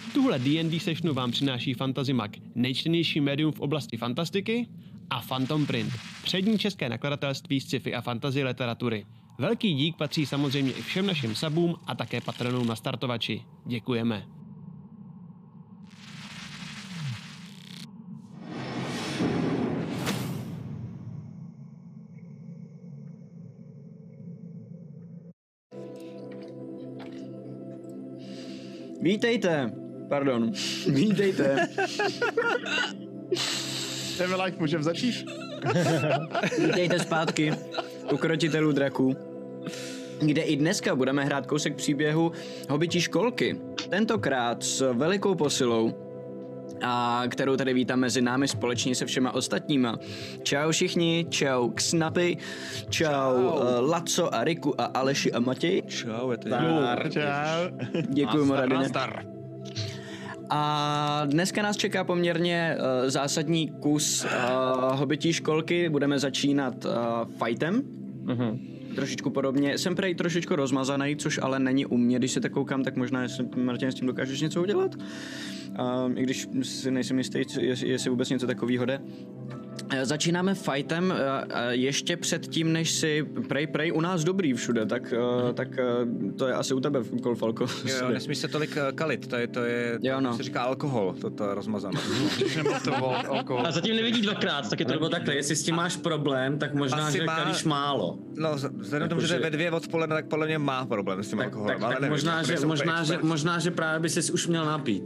Tuhle D&D sessionu vám přináší Fantazimak, nejčtenější médium v oblasti fantastiky, a Phantom Print, přední české nakladatelství sci-fi a fantasy literatury. Velký dík patří samozřejmě i všem našim subům a také patronům na startovači. Děkujeme. Vítejte. Pardon. Vítejte. Jdeme live, můžeme začít? Vítejte zpátky u Krotitelů draků, kde i dneska budeme hrát kousek příběhu Hobití školky. Tentokrát s velikou posilou, a kterou tady vítám mezi námi společně se všema ostatníma. Čau všichni, čau Ksnapy, čau Laco a Riku a Aleši a Matěj. Čau, je to Čau. Děkuji, Moradine. A dneska nás čeká poměrně zásadní kus Hobití školky. Budeme začínat fightem. Trošičku podobně. Jsem prej trošičku rozmazaný, což ale není u mě. Když se tak koukám, tak možná, jestli Martin s tím dokážeš něco udělat. I když si nejsem jistý, jestli vůbec něco takového jde. Začínáme fightem ještě předtím, než si prej u nás dobrý všude, tak to je asi u tebe, Kolfalko. Jo, nesmí se tolik kalit, to je jo, no. Se říká alkohol, to rozmazané. alkohol. A zatím nevidí dvakrát, tak je to nebo takhle, jestli s tím máš problém, tak možná, asi že kalíš málo. No, vzhledem tomu, že to je ve 2 odpoledne, tak podle mě má problém s tím alkoholem. Tak nevím, možná, že právě by ses už měl napít.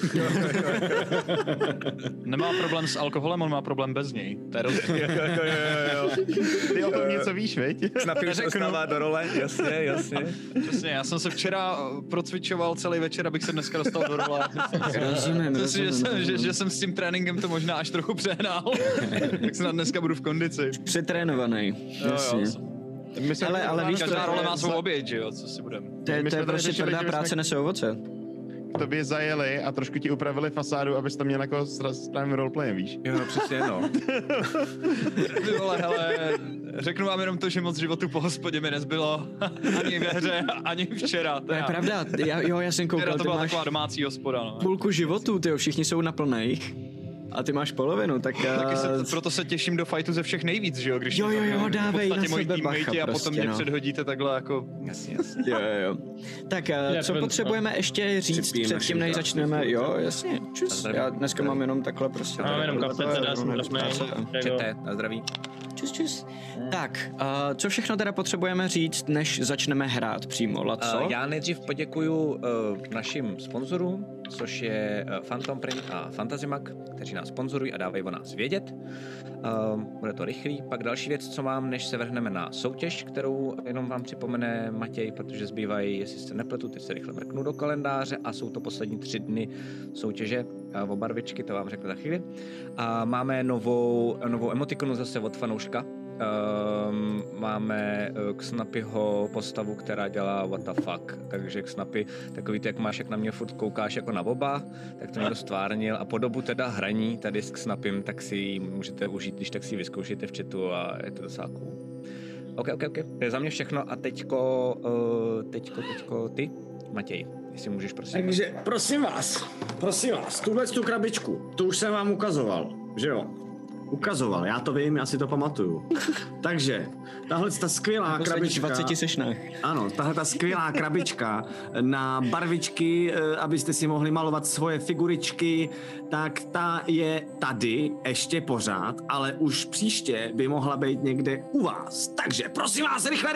Nemá problém s alkoholem, on má problém bez něj. To je rozdíl. Jo. Ty o tom něco víš, veď? Snapy už dostává do role, jasně. Přesně, já jsem se včera procvičoval celý večer, abych se dneska dostal do role. Rozumím. Že jsem s tím tréninkem to možná až trochu přehnal. Tak snad dneska budu v kondici. Přetrénovaný, jasně. Ale víš, každá role má svou oběť, že jo, co si budeme. To je prostě tvrdá práce nese ovoce. K tobě zajeli a trošku ti upravili fasádu, abys to měl jako s právým roleplayem, víš? Jo, přesně, no. Ty vole, hele, řeknu vám jenom to, že moc životu po hospodě mi nezbylo. Ani ve hře, ani včera. To je pravda, já jsem koukal, to ty byla máš taková domácí hospoda, no. půlku životu, tyjo, všichni jsou na plných. A ty máš polovinu, tak... Proto se těším do fightu ze všech nejvíc, že jo? Když dávej na moji sebe teammate bacha a potom prostě, mě no. předhodíte takhle jako... Jasně. Jo. Tak, co potřebujeme ještě říct předtím, než začneme? Jo, jasně, čus. Já dneska mám jenom takhle prostě... Mám jenom kafe, teda jsem Čete, na zdraví. Čus. Tak, co všechno teda potřebujeme říct, než začneme hrát přímo, Laco? Já nejdřív poděkuju našim sponzorům, což je Phantom Print a Fantazimak, kteří nás sponzorují a dávají o nás vědět. Bude to rychlý. Pak další věc, co mám, než se vrhneme na soutěž, kterou jenom vám připomene Matěj, protože zbývají, jestli se nepletu, teď se rychle mrknu do kalendáře a jsou to poslední 3 dny soutěže o barvičky, to vám řeknu za chvíli. A máme novou emotikonu zase od fanouška. Máme Ksnapyho postavu, která dělá what the fuck, takže Ksnapy, takový ty, jak máš, jak na mě furt koukáš jako na oba, tak to někdo stvárnil a po dobu teda hraní tady s Ksnapym, tak si ji můžete užít, když tak si ji vyzkoušíte v chatu a je to docela cool. Ok. To je za mě všechno a teďko ty, Matěj, jestli můžeš prosím. Takže prosím vás, tu krabičku, tu už jsem vám ukazoval, že jo? Ukazoval, já to vím, já si to pamatuju. Takže, tahle ta skvělá krabička... 20 sešnách. Ano, tahle ta skvělá krabička na barvičky, abyste si mohli malovat svoje figuričky, tak ta je tady ještě pořád, ale už příště by mohla být někde u vás. Takže prosím vás, rychle,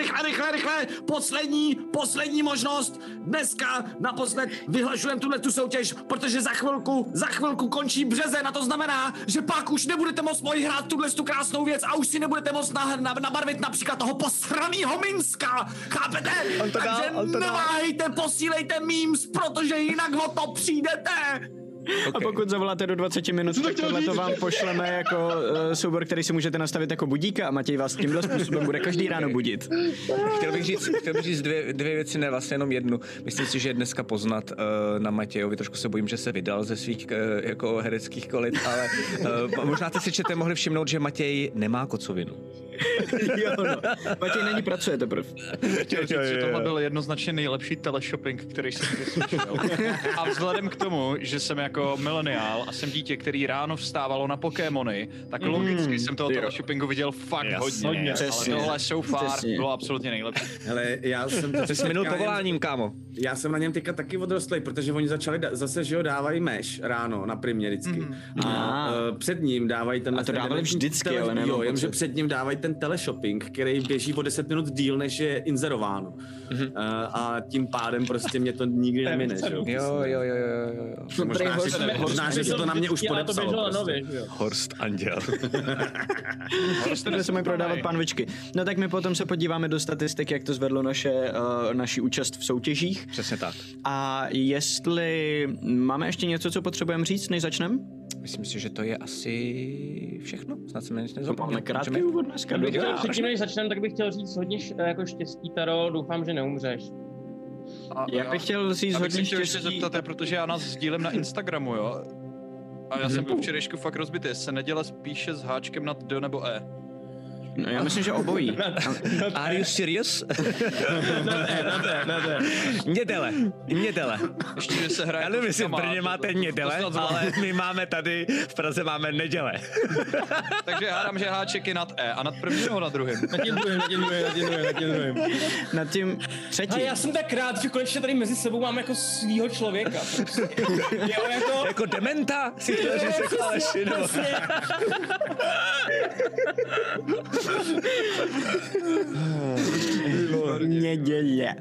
poslední možnost. Dneska naposled vyhlašujem tu soutěž, protože za chvilku končí březen a to znamená, že pak už nebudete moct hrát tu krásnou věc a už si nebudete moct nabarvit například toho posranýho Minska. Chápete? Takže neváhejte, posílejte memes, protože jinak ho to přijdete. Okay. A pokud zavoláte do 20 minut, tak tohle to vám pošleme jako soubor, který si můžete nastavit jako budíka a Matěj vás tímhle způsobem bude každý ráno budit. Chtěl bych říct dvě věci, ne vlastně jenom jednu. Myslím si, že je dneska poznat na Matějovi, trošku se bojím, že se vydal ze svých jako hereckých kolit, ale možná ty si mohli všimnout, že Matěj nemá kocovinu. Jo, no. Matěj na ní pracuje teprve. Chtěl říct, že tohle byl jednoznačně nejlepší teleshopping, který jsem kdy slyšel. A vzhledem k tomu, že jsem jako mileniál a jsem dítě, který ráno vstávalo na Pokémony, tak logicky jsem toho teleshoppingu viděl fakt hodně. Ale tohle so far bylo absolutně nejlepší. Hele, já jsem to... Ty jsi minul povoláním, kámo. Já jsem na něm teďka taky odrostlej, protože oni začali zase, že jo, dávají meš ráno na primě vždycky. A před ním dávají ten... A to dávali vždycky, ale nemám jo, jenže pocit. před ním dávají ten teleshopping, který běží o 10 minut díl, než je inzerováno. A tím pádem prostě mě to nikdy nemine, že jo. Jo. Možná, že se to na mě už podepsalo. Prostě. Horst Anděl. Kde se mají prodávat pánvičky. No tak my potom se podíváme do statistik, jak to zvedlo naši účast v soutěžích. Přesně tak. A jestli máme ještě něco, co potřebujeme říct, než začneme? Myslím si, že to je asi všechno. Snad jsem nic Máme nezapomněl. krátký úvod dneska. Předtím, než začneme, tak bych chtěl říct hodně jako štěstí, Taro, doufám, že neumřeš. Já bych chtěl říct hodně ještě štěstí. zeptat, protože já nás sdílím na Instagramu, jo? A já jsem byl včerejšku fakt rozbitý. Se neděle spíše s háčkem na D nebo E. No, já myslím, že obojí. Are you serious? Na D. Nědele. Ještě, že se hraje... Já nevím, jestli v Brně máte nědele, ale my máme tady, v Praze máme neděle. Takže hádám, že háček je nad E a nad prvním nebo nad druhým? Na tím druhým. Nad tím třetím. A já jsem tak rád, že konečně tady mezi sebou mám jako svýho člověka. Prostě. Jo, Jako dementa? Si to říct, Aleši, no. Neděle.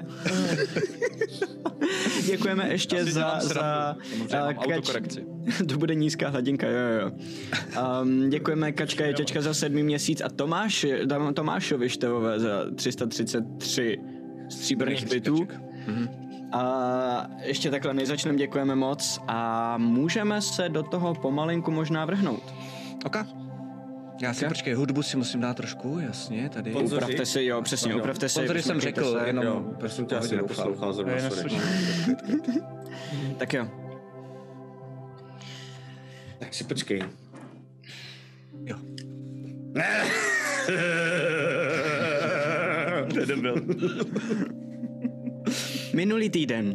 Děkujeme ještě za autokorekci. To bude nízká hladinka, jo. Děkujeme Kačka Ječečka za 7. měsíc a Tomášovi Števové za 333 stříbrných bitů. A ještě takhle než začneme, děkujeme moc a můžeme se do toho pomalinku možná vrhnout. Ok. Já si počkej, hudbu si musím dát trošku, jasně, tady. Upravte si, jo, přesně, upravte si. Sponzory jsem řekl, jenom Jo, prosím tě, asi neposlouchal zrovna, sorry. Tak jo. Tak si počkej. Jo. Minulý týden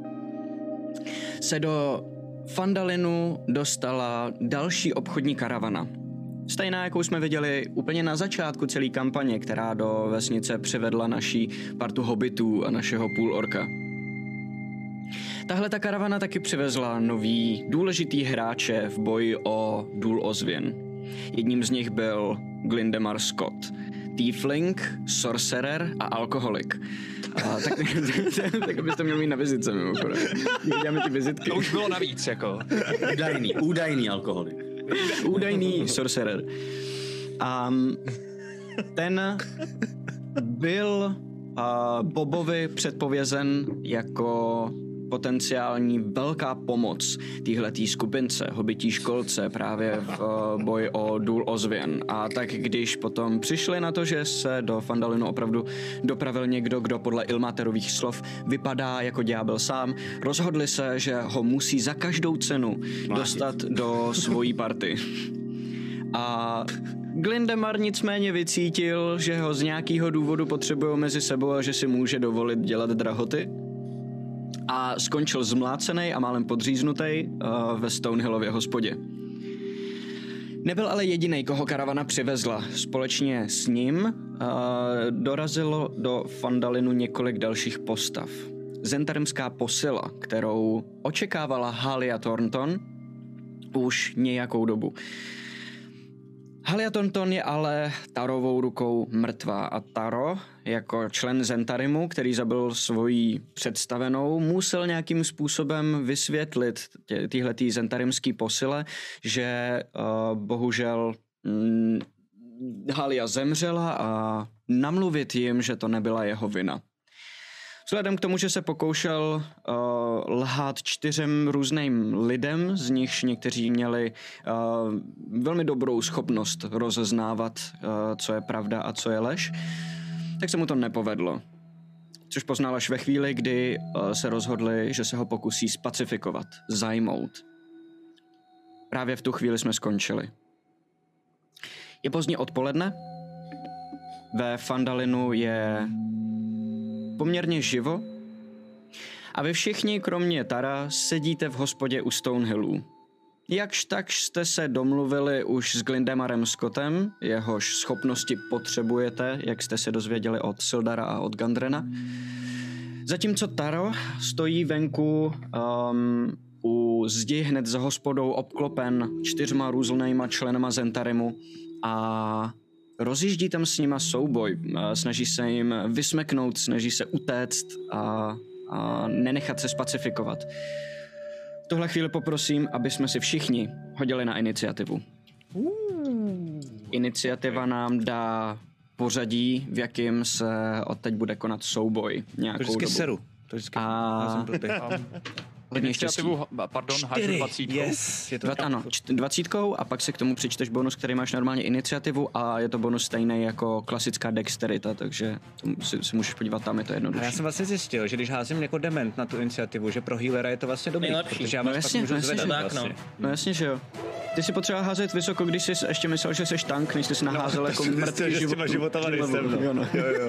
se do Fandalinu dostala další obchodní karavana. Stejná, jakou jsme viděli úplně na začátku celé kampaně, která do vesnice přivedla naší partu hobitů a našeho půlorka. Tahle ta karavana taky přivezla nový důležitý hráče v boji o Důl ozvěn. Jedním z nich byl Glindemar Scott, tiefling, sorcerer a alkoholik. Tak byste měl mít na vizitce mimochodem. Děláme ty vizitky. To už bylo navíc, jako. Údajný alkoholik. Údajný sorcerer. Ten byl Bobovi předpovězen jako potenciální velká pomoc téhletý skupince, hobití školce právě v boji o Důl ozvěn. A tak když potom přišli na to, že se do Fandalinu opravdu dopravil někdo, kdo podle Ilmaterových slov vypadá jako ďábel sám, rozhodli se, že ho musí za každou cenu dostat do svojí party. A Glindemar nicméně vycítil, že ho z nějakého důvodu potřebují mezi sebou a že si může dovolit dělat drahoty. A skončil zmlácenej a málem podříznutej ve Stonehillově hospodě. Nebyl ale jedinej, koho karavana přivezla. Společně s ním dorazilo do Fandalinu několik dalších postav. Zentarimská posila, kterou očekávala Halia Thornton už nějakou dobu. Halia Thornton je ale Tarovou rukou mrtvá a Taro, jako člen Zentarimu, který zabil svoji představenou, musel nějakým způsobem vysvětlit téhletý zentarimský posile, že bohužel Halia zemřela a namluvit jim, že to nebyla jeho vina. Vzhledem k tomu, že se pokoušel lhát 4 různým lidem, z nichž někteří měli velmi dobrou schopnost rozeznávat, co je pravda a co je lež, tak se mu to nepovedlo. Což poznal až ve chvíli, kdy se rozhodli, že se ho pokusí spacifikovat, zajmout. Právě v tu chvíli jsme skončili. Je pozdě odpoledne ve Fandalinu je poměrně živo a vy všichni, kromě Tara, sedíte v hospodě u Stonehillů. Jakž takž jste se domluvili už s Glindamarem Scottem, jehož schopnosti potřebujete, jak jste se dozvěděli od Sildara a od Gandrena. Zatímco Taro stojí venku u zdi hned za hospodou obklopen 4 různýma členama Zentarimu a rozjíždí tam s nima souboj. Snaží se jim vysmeknout, snaží se utéct a nenechat se spacifikovat. V tuhle chvíli poprosím, aby jsme si všichni hodili na iniciativu. Iniciativa nám dá pořadí, v jakým se odteď bude konat souboj nějakou To vždycky dobu. seru. To vždycky Hodně štěstí. Iniciativu, pardon, hážu 20. Yes, je to Ano, 20 a pak si k tomu přičteš bonus, který máš normálně iniciativu a je to bonus stejný jako klasická dexterita, takže si můžeš podívat tam, je to A jednodušší. já jsem vlastně zjistil, že když házím jako dement na tu iniciativu, že pro healera je to vlastně dobrý, Nejlepší. protože já No vás jasně, pak můžu no jasně, zvedat že tak, vlastně. No jasně, že jo. Ty si potřeba házet vysoko, když jsi ještě myslel, že jsi tank, než jsi si naházel jako mrtvý život.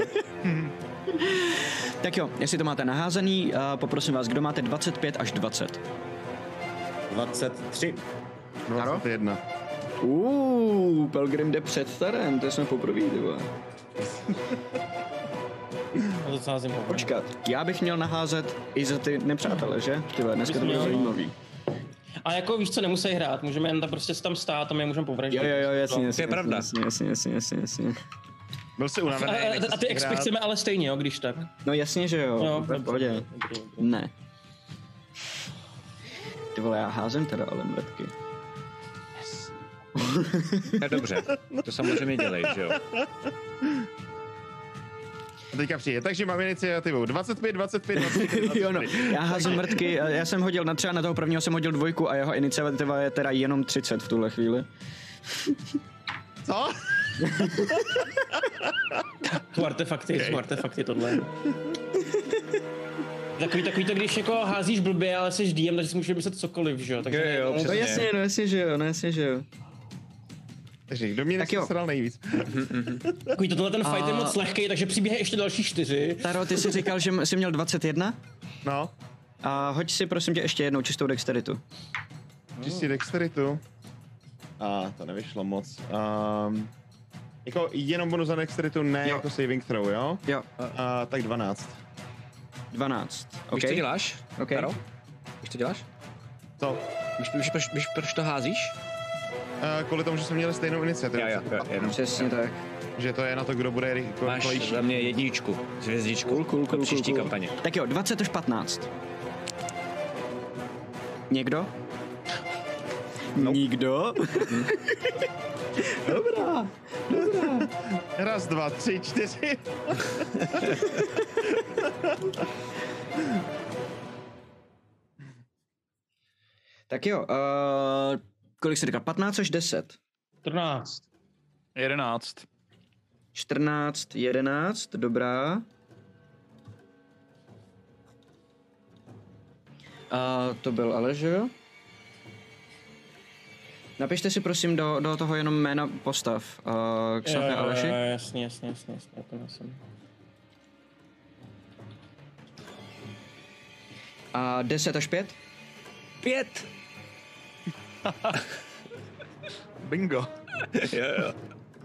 Tak jo, jestli to máte naházený, poprosím vás, kdo máte 25 až 20. 23. 21. Pelgrim jde před Tarem, to jsme poprvé, ty vole. Počkat, já bych měl naházet i za ty nepřátele, že? Ty vole, dneska to bude zajímavý. A jako víš co, nemusí hrát, můžeme jen tam prostě tam stát a my je můžeme povraždit. Jo, jasně. To je pravda. Jasně. Byl jsi unavený. A ty expy chceme ale stejně, jo, když tak. No jasně, že jo. Jo, v pohodě. Ne. Ty vole, já házím teda ale mrtky. Tak dobře, to samozřejmě dělej, že jo. A teďka přijde, takže mám iniciativu 25. Jo no, já házím mrtky, já jsem hodil třeba na toho prvního jsem hodil 2 a jeho iniciativa je teda jenom 30 v tuhle chvíli. Co? Jsou artefakty tohle. Takový to, když jako házíš blbě, ale jsi DM, takže si můžeš myslet cokoliv, že jo? Takže Jo, No jasně, že jo. Takže kdo mě nesral nejvíc? takový tohle ten fight je moc lehký, takže přibíhají ještě další 4. Taro, ty jsi říkal, že jsi měl 21? No, A hoď si prosím tě ještě jednou čistou dexteritu. čistě dexteritu. A to nevyšlo moc. Jako jenom bonus za dexteritu, ne Jo. jako saving throw, jo? Jo, Tak 12. 12. Víš, co OK. děláš? OK. Taro? Víš, co děláš? Co? Víš, proč to házíš? Kvůli tomu, že jsme měli stejnou iniciativu. Jenom. Přesně tak. Že to je na to, kdo bude Máš rychlejší. za mě 1, hvězdičku. Cool. Do příští kampaně. Tak jo, 20 až 15. Někdo? Nikdo? Dobrá. 1, 2, 3, 4. Tak jo, kolik jsi říkal? 15 až 10? 14. 11. 14, 11, dobrá. To byl Aleš, že jo? Napište si prosím do toho jenom jména postav. Kšaté Aleši. Jasně, to jsem. A 10 až 5? 5! Bingo. Jo.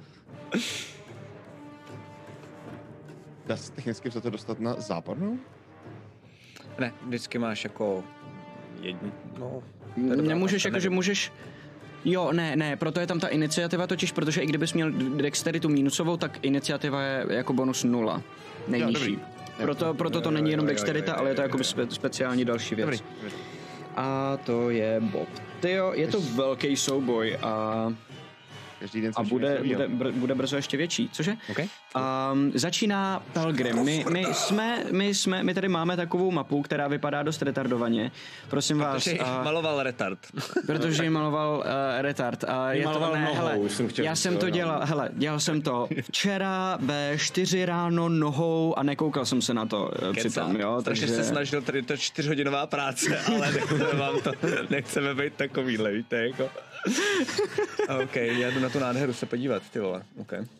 Dá se technicky za to dostat na západnou? Ne, vždycky máš jako no, Nemůžeš, jakože můžeš... Jo, ne, proto je tam ta iniciativa totiž, protože i kdybys měl dexteritu minusovou, tak iniciativa je jako bonus 0. Nejnižší. Proto to není jenom dexterita, ale je to jako speciální další věc. Dobrý. A to je Bob. Tyjo, je to velký souboj a Každý den a bude brzo ještě větší, cože? Okay. Začíná Pelgrim. My tady máme takovou mapu, která vypadá dost retardovaně. Prosím vás. Protože maloval retard. Protože ji maloval retard. A je to, ne, hele, já jsem to dělal jsem to včera ve 4 ráno nohou a nekoukal jsem se na to přitom, jo. Takže se snažil, tady to 4hodinová práce, ale nechceme být takovýhle, víte, jako. OK, já jdu na tu nádheru se podívat, ty vole, OK.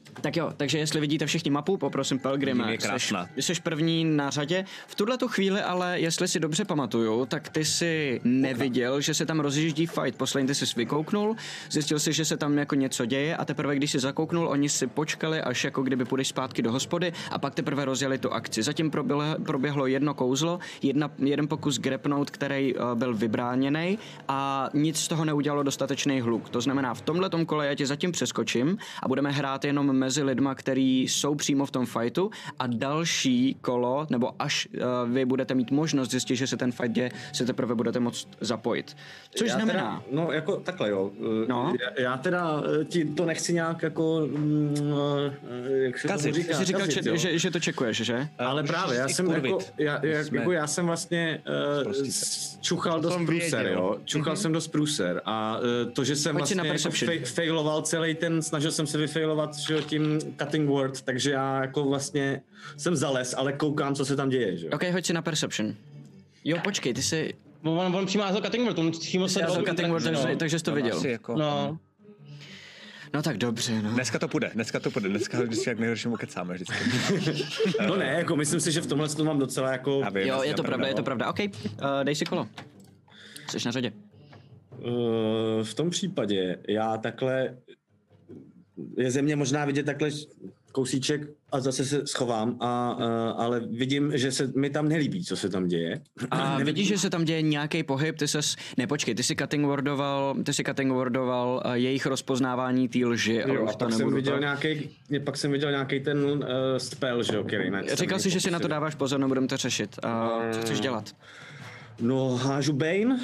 Tak jo, takže jestli vidíte všichni mapu, poprosím Pelgrime, Je krásná. jsi první na řadě. V tuhletu chvíli ale, jestli si dobře pamatuju, tak ty si neviděl, že se tam rozjíždí fight. Poslední ty jsi vykouknul, zjistil si, že se tam jako něco děje a teprve když si zakouknul, oni si počkali, až jako kdyby půjdeš zpátky do hospody a pak teprve rozjeli tu akci. Zatím proběhlo jedno kouzlo, jeden pokus grepnout, který byl vybráněný a nic z toho neudělalo dostatečný hluk. To znamená, v tomhletom kole já tě zatím přeskočím a budeme hrát jenom mezi lidma, kteří jsou přímo v tom fightu a další kolo, nebo až vy budete mít možnost zjistit, že se ten fight děje, se teprve budete moct zapojit. Což znamená... Teda, no jako takhle jo. No. Já teda ti to nechci nějak jako... jak se tomu říká? Ty jsi říkal, kazit, jo. že to čekuješ, že? Ale právě, já jsem jako, já jsem vlastně čuchal do Sprucer, jo. Čuchal jsem do Sprucer a to, že jsem vlastně jako failoval celý ten, snažil jsem se vyfailovat tím cutting word, takže já jako vlastně jsem zales, ale koukám, co se tam děje, že jo. Ok, hoď si na perception. Jo, počkej, ty jsi... On přímo házel cutting word, on přímo se házel cutting word, takže jsi to viděl. Jako, No tak dobře, no. Dneska to půjde, dneska vždycky jak nejhoršímu kecáme vždycky. No ne, jako myslím si, že v tomhle to mám docela jako... Jo, je to pravda, ok, dej si kolo. Jsi na řadě. V tom případě já takhle... Je ze mě možná vidět takhle kousíček a zase se schovám, ale vidím, že se mi tam nelíbí, co se tam děje. A vidíš, že se tam děje nějaký pohyb, ty si cutting wordoval jejich rozpoznávání té lži, ale už to nebudu pak jsem viděl nějaký ten spell, že jo, který říkal jsi, že si na to dáváš pozor, nebudeme to řešit. Co chceš dělat? No, hážu Bane.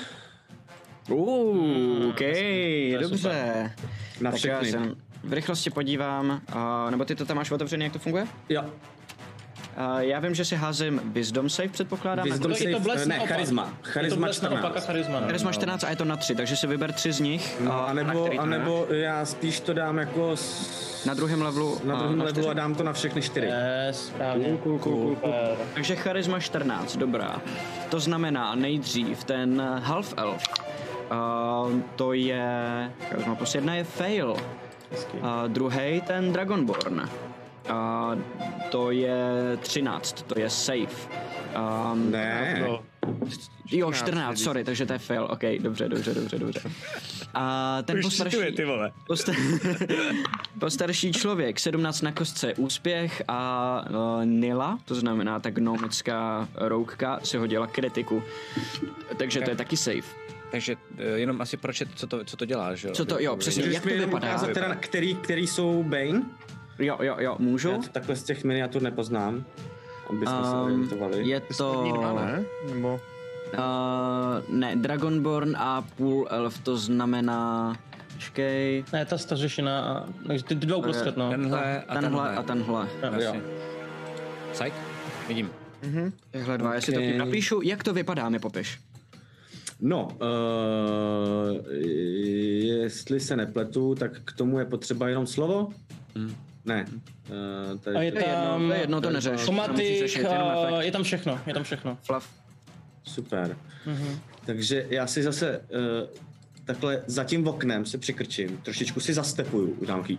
OK, dobře. Na tak já všechny. se v rychlosti podívám, nebo ty to tam máš otevřený, jak to funguje? Jo. Já vím, že si házím Wisdom save, předpokládám. Wisdom save, ne, charisma. Charisma 14. Charisma 14 a je to na 3, takže si vyber 3 z nich. No, anebo já spíš to dám jako... Na druhém levelu. Na druhém levelu a dám to na všechny 4. Správně. Cool. Takže charisma 14, dobrá. To znamená nejdřív ten half elf. To je... Charisma plus 1 je fail. Druhý ten Dragonborn. To je 13, to je safe. Ne. Jo, 14, sorry, takže to je fail. OK, dobře. A ten postarší člověk, 17 na kostce úspěch a Nila, to znamená ta gnomická roukka, si hodila kritiku. Takže to je taky safe. Takže jenom asi pročet, co to dělá, že jo? Co to, jo, přesně, jak to vypadá? Teda, který jsou Bane? Jo, můžu? Já to takhle z těch miniatur nepoznám, aby jsme se orientovali. Je to... Nebo... ne, Dragonborn a Pool Elf, to znamená... Počkej... Ne, ta stařešina, takže ty dva uprostřed, no. Tenhle a tenhle. Jo. Psych? Vidím. Těhle dva, jestli to tím napíšu, jak to vypadá, mi popiš. No, jestli se nepletu, tak k tomu je potřeba jenom slovo? Ne. A je tam... To je jedno, to neřeš. Somatik, je tam všechno. Fluff. Super. Takže já si zase takhle za tím oknem se přikrčím, trošičku si zastepuju, udám takový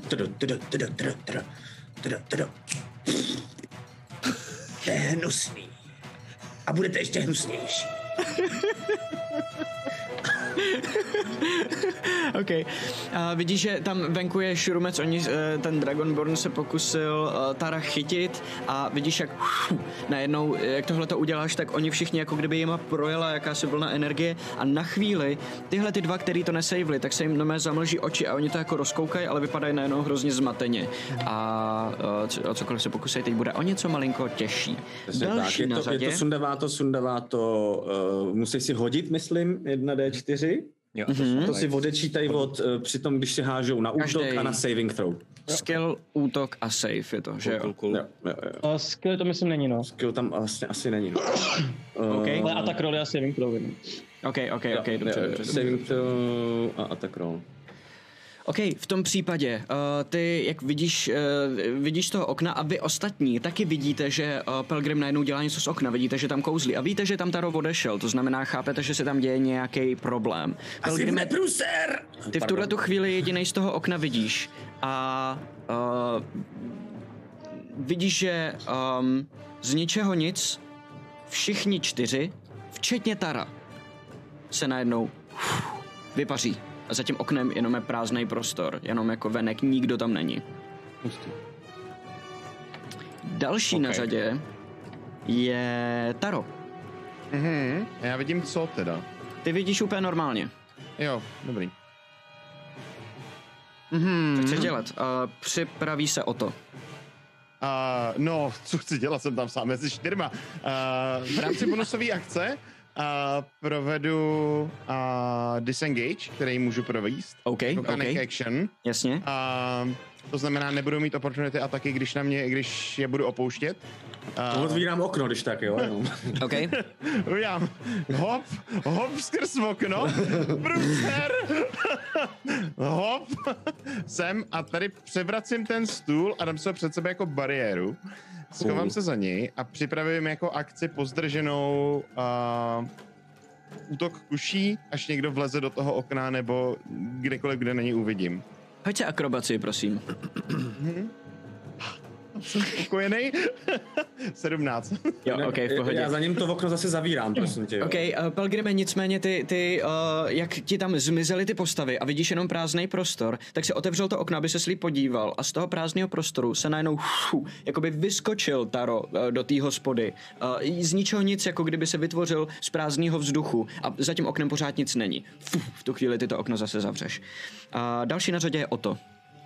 to je hnusný. A budete ještě hnusnější. OK. Vidíš, že tam venku je šurumec, ten Dragonborn se pokusil Tara chytit a vidíš, jak najednou, jak tohle to uděláš, tak oni všichni jako kdyby jima projela jakási vlna energie a na chvíli tyhle ty dva, který to nesejvli, tak se jim normálně zamlží oči a oni to jako rozkoukají, ale vypadají najednou hrozně zmateně. A cokoliv se pokusí, teď bude o něco malinko těžší. Další na řadě. Je to sundavá to, musíš si hodit, myslím, 1d4. Jo, to si odečítají přitom, když se hážou na útok a na saving throw. Skill, útok a save je to, že jo? Jo. A skill to myslím není, no. Skill tam vlastně asi není, no. Okay. Ale attack roll a saving throw. OK, dobře. Saving throw a attack roll. OK, v tom případě, ty, jak vidíš z toho okna a vy ostatní taky vidíte, že Pelgrim najednou dělá něco z okna, vidíte, že tam kouzlí a víte, že tam Taro odešel, to znamená, chápete, že se tam děje nějaký problém. Pelgrime, ty v tuhletu chvíli jedinej z toho okna vidíš a vidíš, že z ničeho nic všichni 4, včetně Tara, se najednou vypaří. A za tím oknem jenom je prázdný prostor, jenom jako venek, nikdo tam není. Další na řadě je Taro. Já vidím co teda. Ty vidíš úplně normálně. Jo, dobrý. Co chceš dělat? Připraví se o to. No, co chci dělat, jsem tam sám mezi 4. V rámci bonusové akce provedu disengage, který můžu provést. OK. Action. Jasně. To znamená, nebudu mít opportunity ataky, když je budu opouštět. Otvírám okno, když tak, jo. OK. Udělám hop skrz okno, průser, hop, sem a tady převracím ten stůl a dám se ho před sebe jako bariéru. Schovám se za něj a připravím jako akci pozdrženou útok kuší, až někdo vleze do toho okna nebo kdekoliv, kde není uvidím. Hoď se akrobaci, prosím. Jsem spokojený. 17. Jo, OK, v pohodě. Já za ním to okno zase zavírám, prosím tě. OK, Pelgrime, nicméně ty jak ti tam zmizely ty postavy a vidíš jenom prázdný prostor, tak si otevřel to okno, aby se líp podíval a z toho prázdného prostoru se najednou jakoby vyskočil Taro do té hospody. Z ničeho nic, jako kdyby se vytvořil z prázdného vzduchu a za tím oknem pořád nic není. V tu chvíli ty to okno zase zavřeš. Další na řadě je Otto.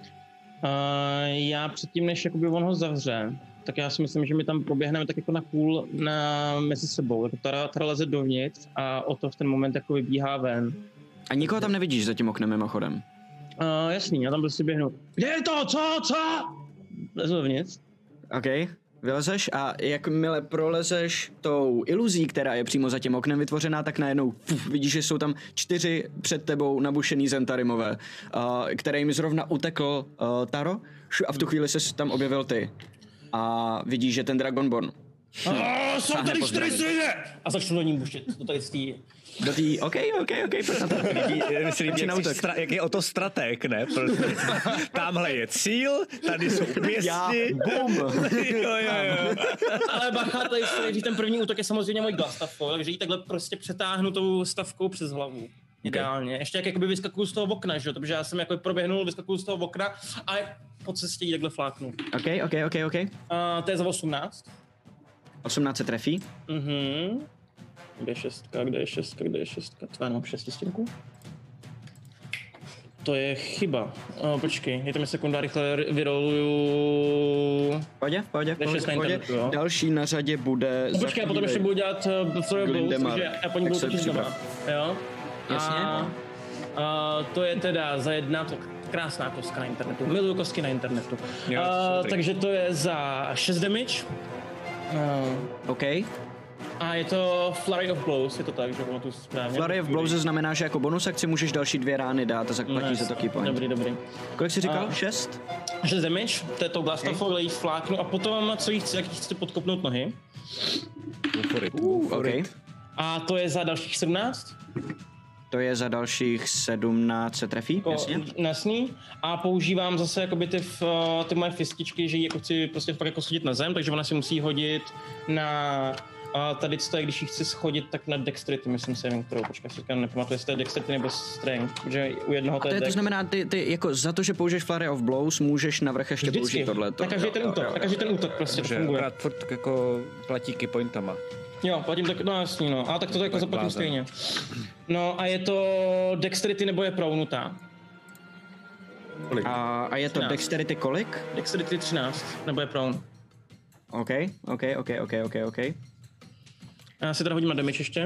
Já předtím, než jakoby on ho zavře, tak já si myslím, že my tam proběhneme tak jako na půl mezi sebou. Jako Tara leze dovnitř a Otto v ten moment jako vybíhá ven. A nikoho tam nevidíš za tím oknem mimochodem? Jasný, já tam prostě běhnu. Kde je to? Co? Lezu dovnitř. OK, vylezeš a jakmile prolezeš tou iluzí, která je přímo za tím oknem vytvořená, tak najednou vidíš, že jsou tam 4 před tebou nabušený Zentarimové, kterým zrovna utekl Taro a v tu chvíli se tam objevil ty. A vidíš, že ten Dragonborn Jsou tady 4 svěže! A začnu do ní bušit, do tady stý. do tý, OK, pojď na to. Myslím, jak je o to strateg, ne? Tamhle je cíl, tady jsou pěsti. Bum! jo. Ale bacha, tady když ten první útok je samozřejmě můj glastavkou, takže ji takhle prostě přetáhnu tou stavkou přes hlavu. Ideálně. Ještě jak jakoby vyskakuju z toho okna, že jo? Protože já jsem jako proběhnul, vyskakuju z toho okna a po cestě jí takhle fláknu. OK. To je za 18. 18 se trefí. Kde je šestka? To já mám 6 stěnku. To je chyba. Počkej, je to mi sekunda, rychle vyroluju. V pohodě. Další na řadě bude... Počkej, a potom ještě budu dělat takže já po ní budu točit znova. Jo? Jasně. To je teda za 1, to krásná kostka na internetu. Miluju kostky na internetu. Takže to je za 6 damage. OK. A je to Flurry of Blows, je to tak, že pamatuju správně. Flurry of Blows znamená, že jako bonus akci můžeš další 2 rány dát a zaplatí se to key point. Dobrý. Kolik jsi říkal? 6? 6 damage, to je to blastafou, okay. Jí fláknu a potom, co jí chci, jak jí chci podkopnout nohy. OK. A to je za dalších 17? To je za dalších 17 se trefí, jasný. A používám zase jakoby ty moje fističky, že ji jako chci prostě fakt jako schodit na zem, takže ona si musí hodit na... A tady to je, když ji chci schodit, tak na dexterity, myslím si, kterou, počkej, si nepamatuji, jestli to je dexterity nebo strength, protože u jednoho to je to znamená, ty jako za to, že použiješ Flurry of Blows, můžeš navrch ještě použít tohleto. Na každý ten útok prostě to funguje. Akorát furt jako platí key pointama. Jo, platím tak, no jasný, no, a tak to jako zaplatím stejně. No a je to dexterity nebo je prounutá? A je to 13. Dexterity kolik? Dexterity 13, nebo je proun. OK. Já si teda hodím na damage ještě.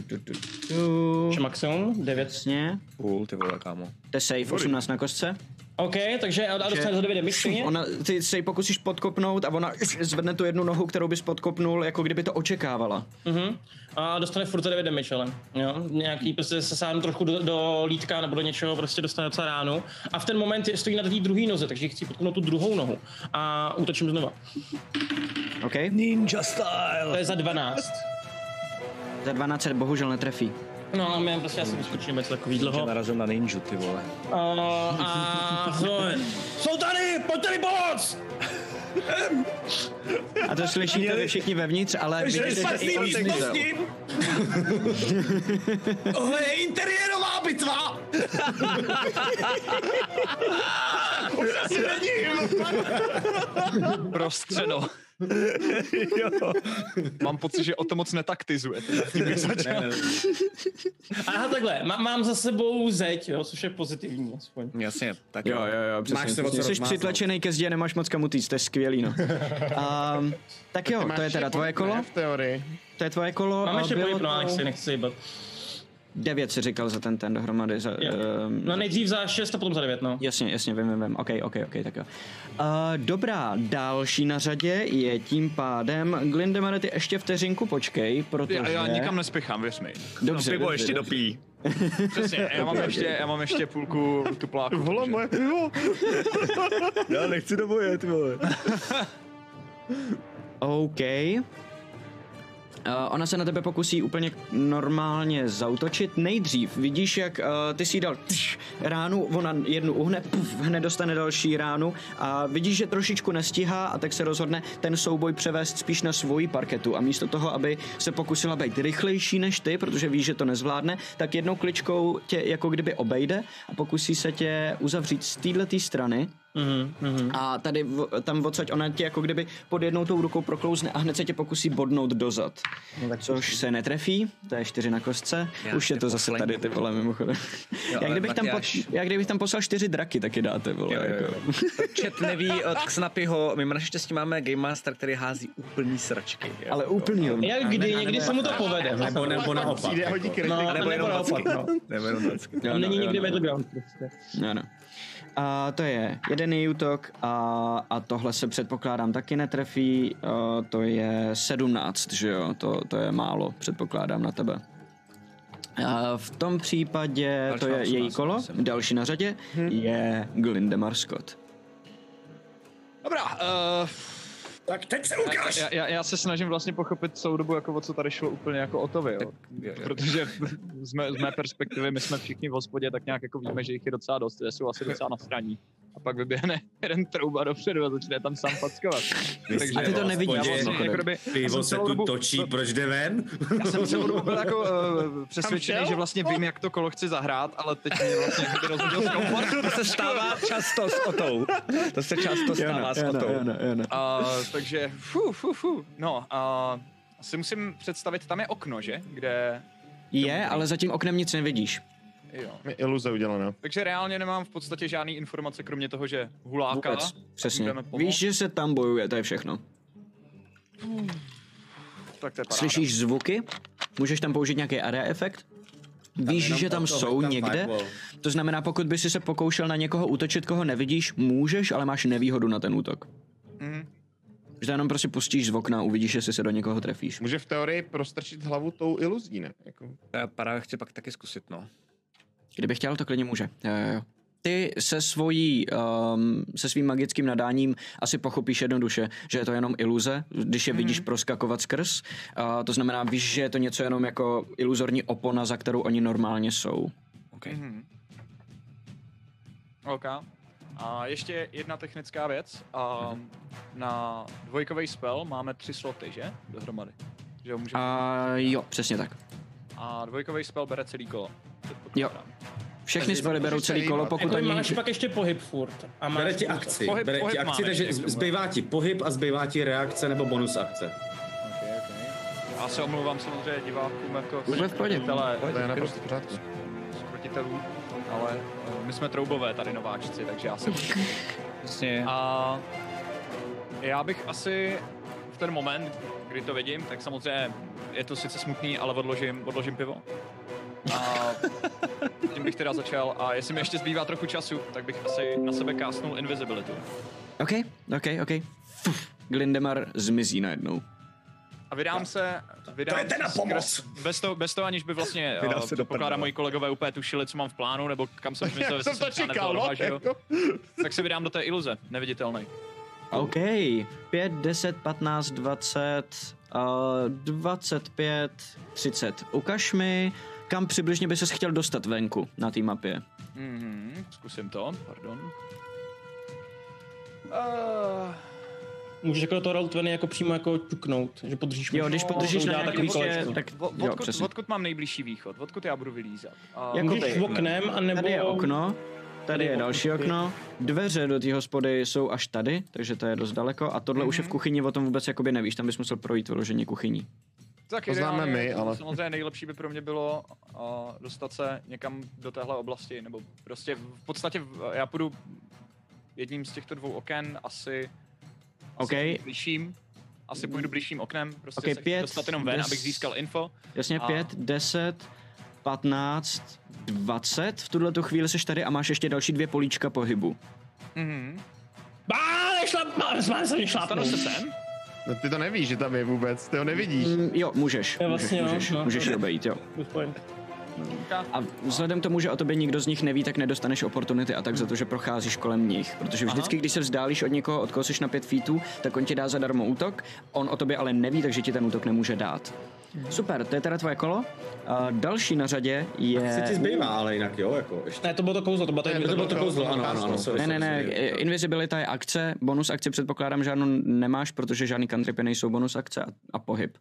Maximum, 9. Jasně. Půl, ty vole, kámo. To je save, 18 na kostce. OK, takže a dostane za 9 damage stejně? Ty se ji pokusíš podkopnout a ona zvedne tu jednu nohu, kterou bys podkopnul, jako kdyby to očekávala. A dostane furt za 9 damage, ale jo, nějaký prostě se sáhnu trošku do lítka nebo do něčeho, prostě dostane docela ránu. A v ten moment stojí na té druhé noze, takže chci podkopnout tu druhou nohu a útočím znova. OK. Ninja style. To je za 12. Za 12 bohužel netrefí. No, já prostě asi vyskočím něco takovýhleho. Narazím na ninju, ty vole. Jsou tady, pojďte mi pomoct! A to slyšíte vy všichni vevnitř, ale vidíte, že i on zmizel. Tohle je interiérová bitva! Už asi není! Prostřeno. Mám pocit, že o to moc netaktizuje. Aha, takhle, mám za sebou zeď, jo, což je pozitivní aspoň. Jasně, tak Jo, přesně. Jsi přitlačenej ke zdě, nemáš moc kam utíct, to je skvělý, no. Tak jo, to je teda tvoje kolo. V teorii. To je tvoje kolo. Mám ještě pohyb, no, to... nechci se jíbat. 9 si říkal za ten dohromady. No nejdřív za 6 a potom za 9, no. Jasně, vím. OK, tak jo. Dobrá, další na řadě je tím pádem Glindemane, ty ještě vteřinku počkej, protože... Já nikam nespěchám, věř mi. Dobře, pivo ještě dopí. Přesně, já mám ještě půlku tupláku. Vole, moje pivo. Já nechci do boje, ty vole. OK. Ona se na tebe pokusí úplně normálně zaútočit. Nejdřív vidíš, jak ty si dal ránu, ona jednu uhne, hned dostane další ránu a vidíš, že trošičku nestíhá a tak se rozhodne ten souboj převést spíš na svoji parketu a místo toho, aby se pokusila být rychlejší než ty, protože víš, že to nezvládne, tak jednou kličkou tě jako kdyby obejde a pokusí se tě uzavřít z této strany. A tady tam odsaď ona tě jako kdyby pod jednou tou rukou proklouzne a hned se tě pokusí bodnout dozad. No, což se netrefí, to je 4 na kostce. Už je to zase tady, ty vole, mimochodem. Jak kdybych tam poslal 4 draky, taky dáte, vole. Jako. Chat neví od Xnapyho, my na naštěstí máme Game Master, který hází úplný sračky. Ale úplný. Jak někdy se mu to povede. Nebo naopak. Nebo jenom naopak, no. Nebo jenom naopak. Není nikdy battleground prostě. No. A to je jeden útok a tohle se předpokládám taky netrefí, to je 17, že jo, to je málo, předpokládám na tebe. A v tom případě to je její kolo, další na řadě je Glindemar Scott. Dobrá, Tak teď se ukáž! já se snažím vlastně pochopit celou dobu, jako o co tady šlo úplně jako o to, jo. Protože z mé perspektivy my jsme všichni v hospodě, tak nějak jako víme, že jich je docela dost, že jsou asi docela nastraní. A pak vyběhne jeden trouba dopředu a začne tam sám packovat. A ty to nevidíš. Pivo se tu točí, proč jde ven? Já jsem celou dobu byl jako přesvědčený, že vlastně vím, jak to kolo chci zahrát, ale teď mě vlastně rozhodil z komfortu. To se stává často s Otou. To se často stává s Otou. Takže, no, asi musím představit, tam je okno, že? Kde... Je, ale za tím oknem nic nevidíš. Jo. Iluze udělané. Takže reálně nemám v podstatě žádný informace, kromě toho, že huláka. Vůbec, přesně. Víš, že se tam bojuje, to je všechno. Tak to je paráda. Slyšíš zvuky? Můžeš tam použít nějaký area efekt? Víš, že tam jsou někde? To znamená, pokud by si se pokoušel na někoho útočit, koho nevidíš, můžeš, ale máš nevýhodu na ten útok. Že jenom prostě pustíš z okna a uvidíš, jestli se do někoho trefíš. Může v teorii prostrčit hlavu tou iluzí, ne? Jako... Já paráda chci pak taky zkusit, no. Kdyby chtěl, to klidně může. Jo. Ty se svým magickým nadáním asi pochopíš jednoduše, že je to jenom iluze, když je vidíš proskakovat skrz. To znamená, víš, že je to něco jenom jako iluzorní opona, za kterou oni normálně jsou. Okay. OK. A ještě jedna technická věc. Na dvojkový spell máme 3 sloty, že? Dohromady. Že ho můžeme... Jo, přesně tak. A dvojkový spell bere celý kolo. Jo. Všechny spely berou celý kolo, pokud jako oni... máš pak ještě pohyb furt. A máš Bere ti akci, pohyb takže zbývá ti pohyb a zbývá ti reakce nebo bonus akce. Okay. Já se omlouvám samozřejmě divákům jako Úplně v pohodě. To je naprosto v pořádku. Skrotitelů, ale my jsme troubové tady nováčci, takže já jsem... A já bych asi v ten moment, kdy to vidím, tak samozřejmě je to sice smutný, ale odložím pivo. A bych teda začal a jestli mi ještě zbývá trochu času, tak bych asi na sebe castnul invisibilitu. OK. Glindemar zmizí najednou. A vydám se To je teda pomoc! bez toho, aniž by vlastně pokládá moji kolegové úplně tušili, co mám v plánu, nebo kam jsem myslel, Já jsem to čekal, no, jako. tak se vydám do té iluze, neviditelnej. OK, 5, 10, 15, 20, 25, 30. Ukaž mi, kam přibližně by ses chtěl dostat venku na té mapě. Zkusím to, pardon. Můžeš jako to roll20 jako přímo jako čuknout, že podržíš Jo, když podržíš na udělá nějaký takový místě, kolečko. tak jo, přesně. Odkud mám nejbližší východ? Odkud já budu vylízat? Můžeš oknem, anebo... Tady je okno, tady je další okno, dveře do té hospody jsou až tady, takže to je dost daleko a tohle už je v kuchyni, o tom vůbec jakoby nevíš, tam bys musel projít vyloženě kuchyní. Tak To známe my, ale... Samozřejmě nejlepší by pro mě bylo dostat se někam do téhle oblasti, nebo prostě v podstatě já půjdu jedním z těchto dvou oken asi blížším. Asi půjdu blížším oknem, prostě Okay, se 5, dostat jenom ven, 10, abych získal info. Jasně, 5, 10, 15, 20, v tuhle chvíli seš tady a máš ještě další 2 políčka pohybu. Stanu se sem? No, ty to nevíš, že tam je vůbec, ty ho nevidíš. Jo, můžeš, vlastně můžeš ji obejít, jo. A vzhledem k tomu, že o tobě nikdo z nich neví, tak nedostaneš opportunity a tak za to, že procházíš kolem nich. Protože vždycky, když se vzdálíš od někoho, od koho jsi na 5 feetů, tak on ti dá zadarmo útok, on o tobě ale neví, takže ti ten útok nemůže dát. Super, to je teda tvoje kolo. Další na řadě je... Se ti zbývá, ale jinak jo, jako ještě. Ne, to bylo to kouzlo, to bylo To kouzlo, ano, sorry. Ne, invisibilita je akce, bonus akce předpokládám žádnou nemáš, protože žádný cantripy nejsou bonus akce a pohyb.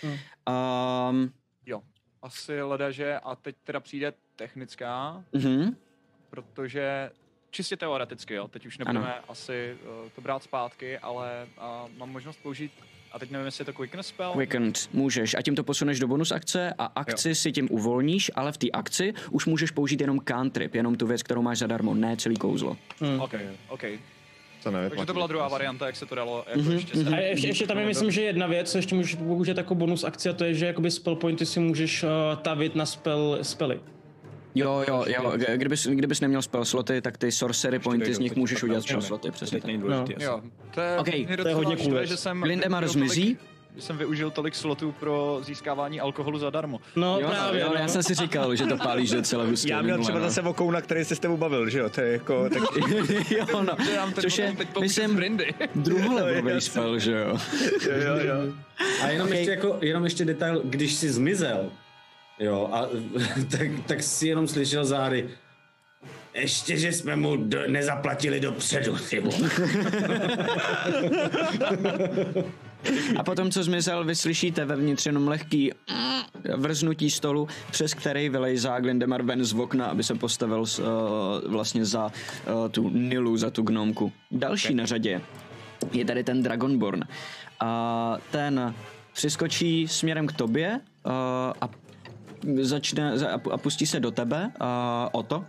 Jo, asi ledaže a teď teda přijde technická, protože čistě teoreticky, jo, teď už nebudeme asi to brát zpátky, ale mám možnost použít, a teď nevím, jestli je to quickness spell. Quickned můžeš a tím to posuneš do bonus akce a akci si tím uvolníš, ale v té akci už můžeš použít jenom cantrip, jenom tu věc, kterou máš zadarmo, ne celý kouzlo. OK. To nevím. Takže to byla druhá varianta, jak se to dalo jako ještě. A ještě tam je, myslím, že jedna věc, co ještě můžeš použít jako bonus akci, a to je, že jakoby spell pointy si můžeš tavit na spely. Jo, kdybys neměl spell sloty, tak ty sorcery pointy z nich můžeš udělat spell sloty, přesně tak. Jo, to je, to je hodně cool. Glindemar zmizí. Že jsem využil tolik slotů pro získávání alkoholu zadarmo. No právě. Já jsem si říkal, že to pálíš docela hustě. Já měl třeba zase vokouna, který se s tebou bavil, že jo? To je jako... Tak... jo, no. Což je, myslím, druholevelový spell, že jo? jo. A jenom ještě detail, když jsi zmizel, jo, a tak si jenom slyšel zády. Ještě, že jsme mu nezaplatili dopředu, ty vole. A potom, co zmizel, vyslyšíte vevnitř jenom lehký vrznutí stolu, přes který vylejzá Glindemar ven z okna, aby se postavil vlastně za tu Nilu, za tu gnomku. Další na řadě je tady ten Dragonborn. A ten přiskočí směrem k tobě a pustí se do tebe, Oto.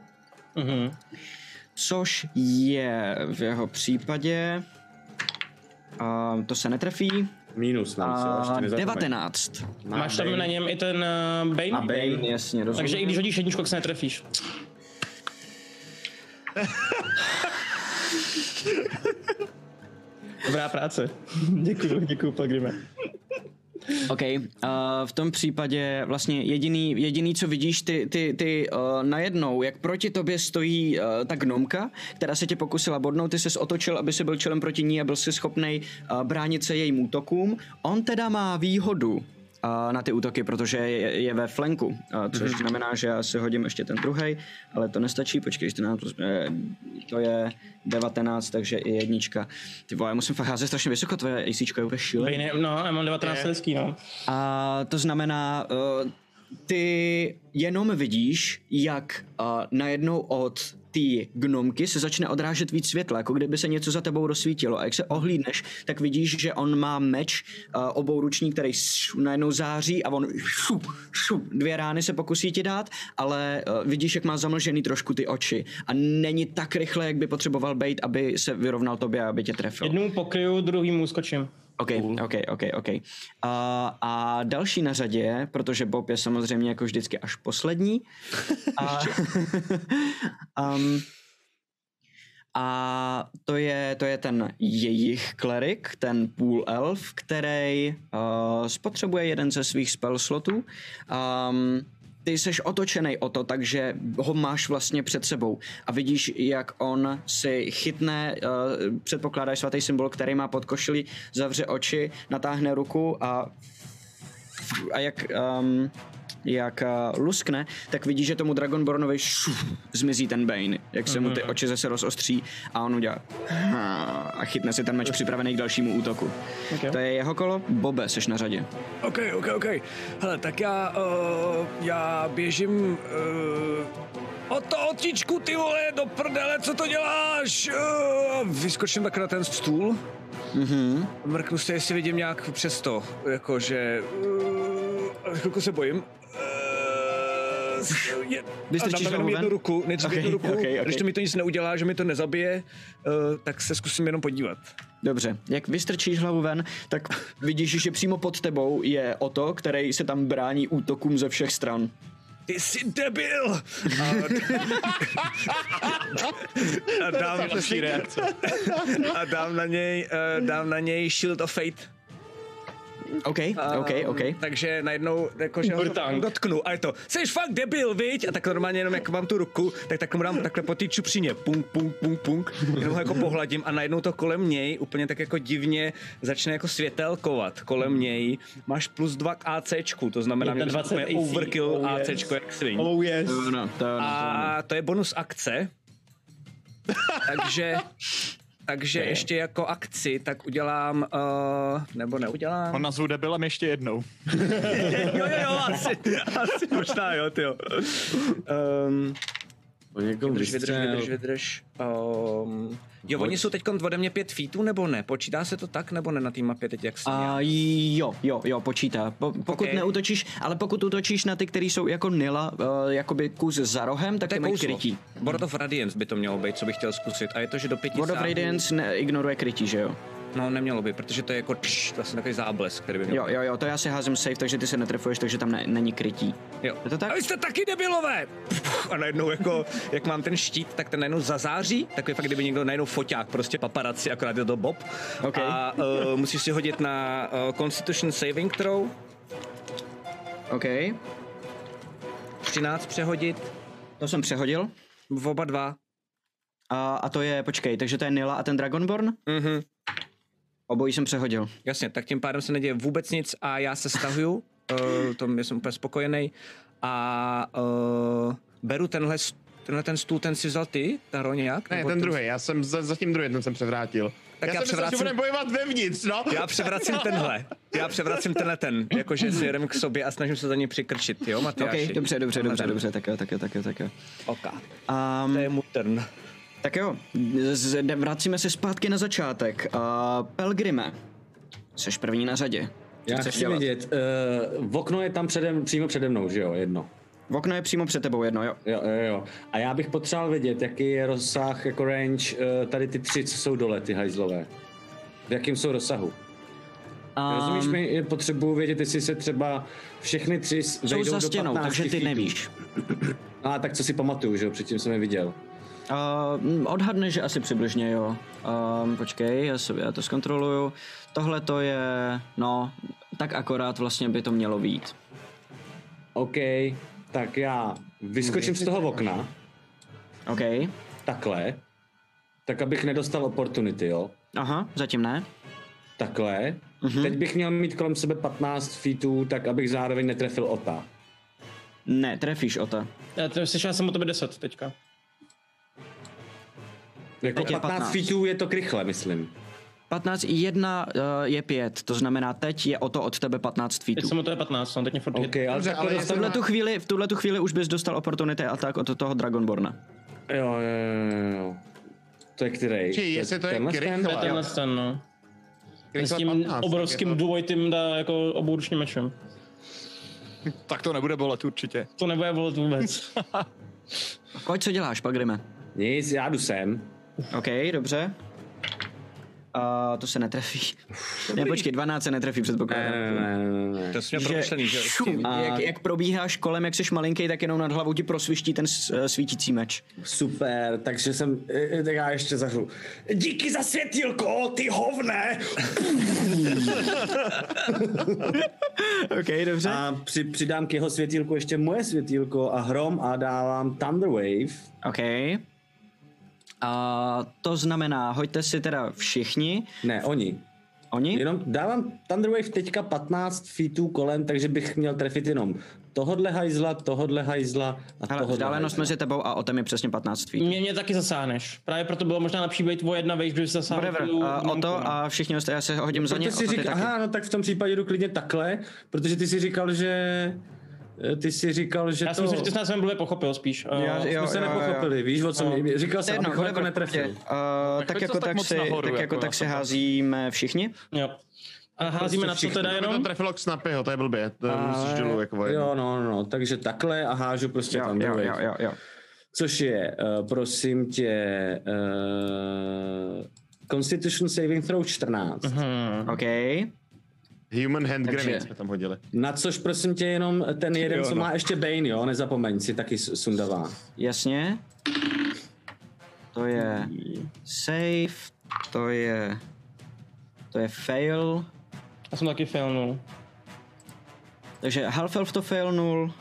Což je v jeho případě... to se netrefí. Minus nám se, ještě 19. Máš tam na něm i ten Bane? A Bane, jasně, rozumím. Takže i když hodíš jedničku, tak se netrefíš. Dobrá práce. Děkuju, Pelgrime. OK, v tom případě vlastně jediný co vidíš, ty najednou, jak proti tobě stojí ta gnomka, která se tě pokusila bodnout, ty ses otočil, aby si byl čelem proti ní a byl si schopnej bránit se jejím útokům. On teda má výhodu na ty útoky, protože je ve flanku, což znamená, že já si hodím ještě ten druhej, ale to nestačí, počkej, to je 19, takže i jednička. Ty vole, já musím fakt házet strašně vysoko, tvoje ACčko je úplně šílené. No, já mám 19 lidský, no. A to znamená, ty jenom vidíš, jak najednou od té gnomky se začne odrážet víc světla, jako kdyby se něco za tebou rozsvítilo. A jak se ohlídneš, tak vidíš, že on má meč obouruční, který najednou září a on 2 rány se pokusí ti dát, ale vidíš, jak má zamlžený trošku ty oči a není tak rychle, jak by potřeboval být, aby se vyrovnal tobě, aby tě trefil. Jednou pokryju, druhýmu skočím. OK. A další na řadě, protože Bob je samozřejmě jako vždycky až poslední. A to je ten jejich klerik, ten půl elf, který spotřebuje jeden ze svých spell slotů. Ty jsi otočený o to, takže ho máš vlastně před sebou a vidíš, jak on si chytne, předpokládáš svatý symbol, který má pod košilí, zavře oči, natáhne ruku a jak luskne, tak vidíš, že tomu Dragonbornovi zmizí ten Bane, jak se mu ty oči zase rozostří a on udělá a chytne si ten meč připravený k dalšímu útoku. Okay. To je jeho kolo. Bobe, seš na řadě. OK. Hele, tak já běžím otičku, ty vole, do prdele, co to děláš? Vyskočím tak na ten stůl. Mrknu se, jestli vidím nějak přesto, jakože chvilku se bojím. Vystrčíš hlavu ven? Jednu ruku, Okay. Když to mi to nic neudělá, že mi to nezabije, tak se zkusím jenom podívat. Dobře, jak vystrčíš hlavu ven, tak vidíš, že přímo pod tebou je Otto, který se tam brání útokům ze všech stran. Ty jsi debil! A dám na něj Shield of Fate. OK. Takže najednou jakože ho dotknu a je to, seš fakt debil, viď? A tak normálně jenom jak mám tu ruku, tak mu dám takhle po té čupřině, punk, jenom ho jako pohladím a najednou to kolem něj úplně tak jako divně začne jako světelkovat kolem něj. Máš +2 k ACčku, to znamená, že jsme overkill ACčko jak svin. A to je bonus akce. Takže ještě jako akci, tak udělám, nebo neudělám. On nazvu debilem ještě jednou. jo, asi možná, jo, tyjo. Vydrž. Jo, oni jsou teď ode mě 5 feetů, nebo ne? Počítá se to tak, nebo ne na té mapě teď, jak jsem Jo, počítá. Pokud neútočíš, ale pokud útočíš na ty, který jsou jako Nila, jakoby kus za rohem, tak ty mají krytí. Ward of Radiance by to mělo být, co bych chtěl zkusit. A je to, že do 5 Ward of Radiance ignoruje krytí, že jo? No, nemělo by, protože to je jako vlastně takový záblesk, který by měl. Jo, to já si házím safe, takže ty se netrefuješ, takže tam není krytí. Jo. Je to tak? A vy jste taky debilové! A najednou jako, jak mám ten štít, tak ten najednou zazáří, takový fakt, kdyby někdo najednou foťák, prostě paparazzi, akorát je to Bob. Okay. A musíš si hodit na Constitution Saving Throw. OK. 13 přehodit. To jsem přehodil. Oba dva. A to je, počkej, takže to je Nila a ten Dragonborn? Obojí jsem přehodil. Jasně, tak tím pádem se neděje vůbec nic a já se stahuju, to jsem úplně spokojený a beru tenhle ten stůl, ten si vzal ty, Taro, nějak? Ne, ten druhý, já jsem za tím druhý, ten jsem převrátil. Tak já jsem myslel, že budeme bojovat vevnitř, no. Já převracím tenhle. Jakože směrem k sobě a snažím se za něj přikrčit, jo, Matyáši? Ok, dobře, tak jo. Ok, to je můj turn. Tak jo, vracíme se zpátky na začátek. Pelgrime, seš první na řadě. Já chci vědět, okno je tam přímo přede mnou, že jo, jedno. Okno je přímo před tebou, jedno, jo. Jo. A já bych potřeboval vědět, jaký je rozsah, jako range, tady ty 3, co jsou dole, ty hajzlové. V jakém jsou rozsahu? Rozumíš mi, potřebuji vědět, jestli se třeba všechny 3 vejdou jsou za stěnou, do 15 takže ty feetů. Nevíš. Tak co si pamatuju, že jo, předtím jsem je viděl. Odhadneš, že asi přibližně, jo. Počkej, já to zkontroluju. Tohle to je, tak akorát vlastně by to mělo být. OK, tak já vyskočím z toho okna. OK. Takhle. Tak abych nedostal opportunity, jo. Aha, zatím ne. Takhle. Teď bych měl mít kolem sebe 15 feetů, tak abych zároveň netrefil Ota. Ne, trefíš Ota. Slyšel jsem o tebe 10 teďka. Jako 15 feetů je to krychle, myslím. 15, 1 je 5, to znamená teď je Otto od tebe 15 feetů. Teď jsem o tebe 15, teď mě furt okay, ale v tuhletu chvíli už bys dostal opportunity attack od toho Dragonborna. Jo. To je který? Či jestli to je krychle. Tenhle ten, no. S tím obrovským dvojitým dá jako obouručním mečem. Tak to nebude bolet určitě. To nebude bolet vůbec. Pojď, co děláš, Pelgrime? Nic, já jdu sem. OK, dobře. To se netrefí. Ne, počkej, 12 se netrefí, předpokládám. Ne. To jsi měl promyšlený, že jo? Jak probíháš kolem, jak jsi malinký, tak jenom nad hlavou ti prosviští ten svítící meč. Super, takže tak já ještě zařu. Díky za světýlko, ty hovne! OK, dobře. A přidám k jeho světýlku ještě moje světýlko a hrom a dávám Thunder Wave. OK. To znamená, hoďte si teda všichni. Ne, oni. Oni? Jenom dávám Thunder Wave teďka 15 feetů kolem, takže bych měl trefit jenom tohodle hajzla a Hele, tohodle vzdálenost hajzla. mezi tebou a Otem je přesně 15 feet. Mě taky zasáhneš. Právě proto bylo možná lepší být o jedna vejš, protože zasáhnu. Whatever. Oto a všichni ostatní, já se hodím za ně. Protože si říkal, aha, no tak v tom případě jdu klidně takhle, protože ty si říkal, že Já si myslím, že ty jsi nás blbě pochopil spíš. jsme se nepochopili, víš, o co mě říkal jsem, abych ho jako whatever, netrefil. Tak jako tak se házíme všichni. Jo. A házíme na co teda To jenom? trefilo k Snappyho, to je blbě. To musíš dolů jako vojet. Jo, no, takže takhle a hážu prostě tam Jo. Což je, prosím tě, Constitution Saving Throw 14. OK. Human hand Takže- grenade jsme tam hodili. Na což prosím tě jenom ten jeden, co má ještě Bane, jo, nezapomeň si, taky sundavá. Jasně. To je save, to je fail. Já jsem taky failnul. Takže half elf to failnul.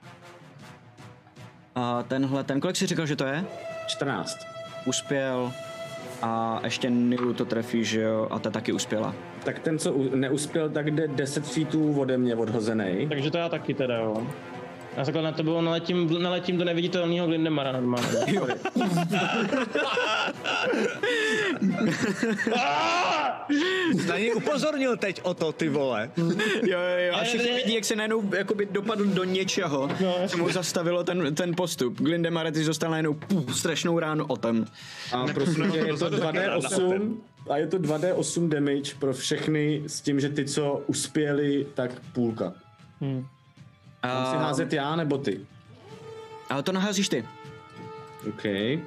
A ten kolik si říkal, že to je? 14. Uspěl. A ještě Nilu to trefí, že jo? A ta taky uspěla. Tak ten, co neuspěl, tak jde 10 feetů ode mě odhozený. Takže to já taky teda, jo. Já takhle na to bylo, naletím do neviditelného Glindemara normálně. Na něj upozornil teď o to, ty vole. Jo. A všichni vidí, jak se najednou jakoby dopadl do něčeho, co mu zastavilo ten postup. Glindemar, ty dostal najednou strašnou ránu o tom. A prosím tě, je to 2D8 a je to 2D8 damage pro všechny s tím, že ty, co uspěli, tak půlka. Mám si házet já nebo ty? Ale to naházíš ty. OK.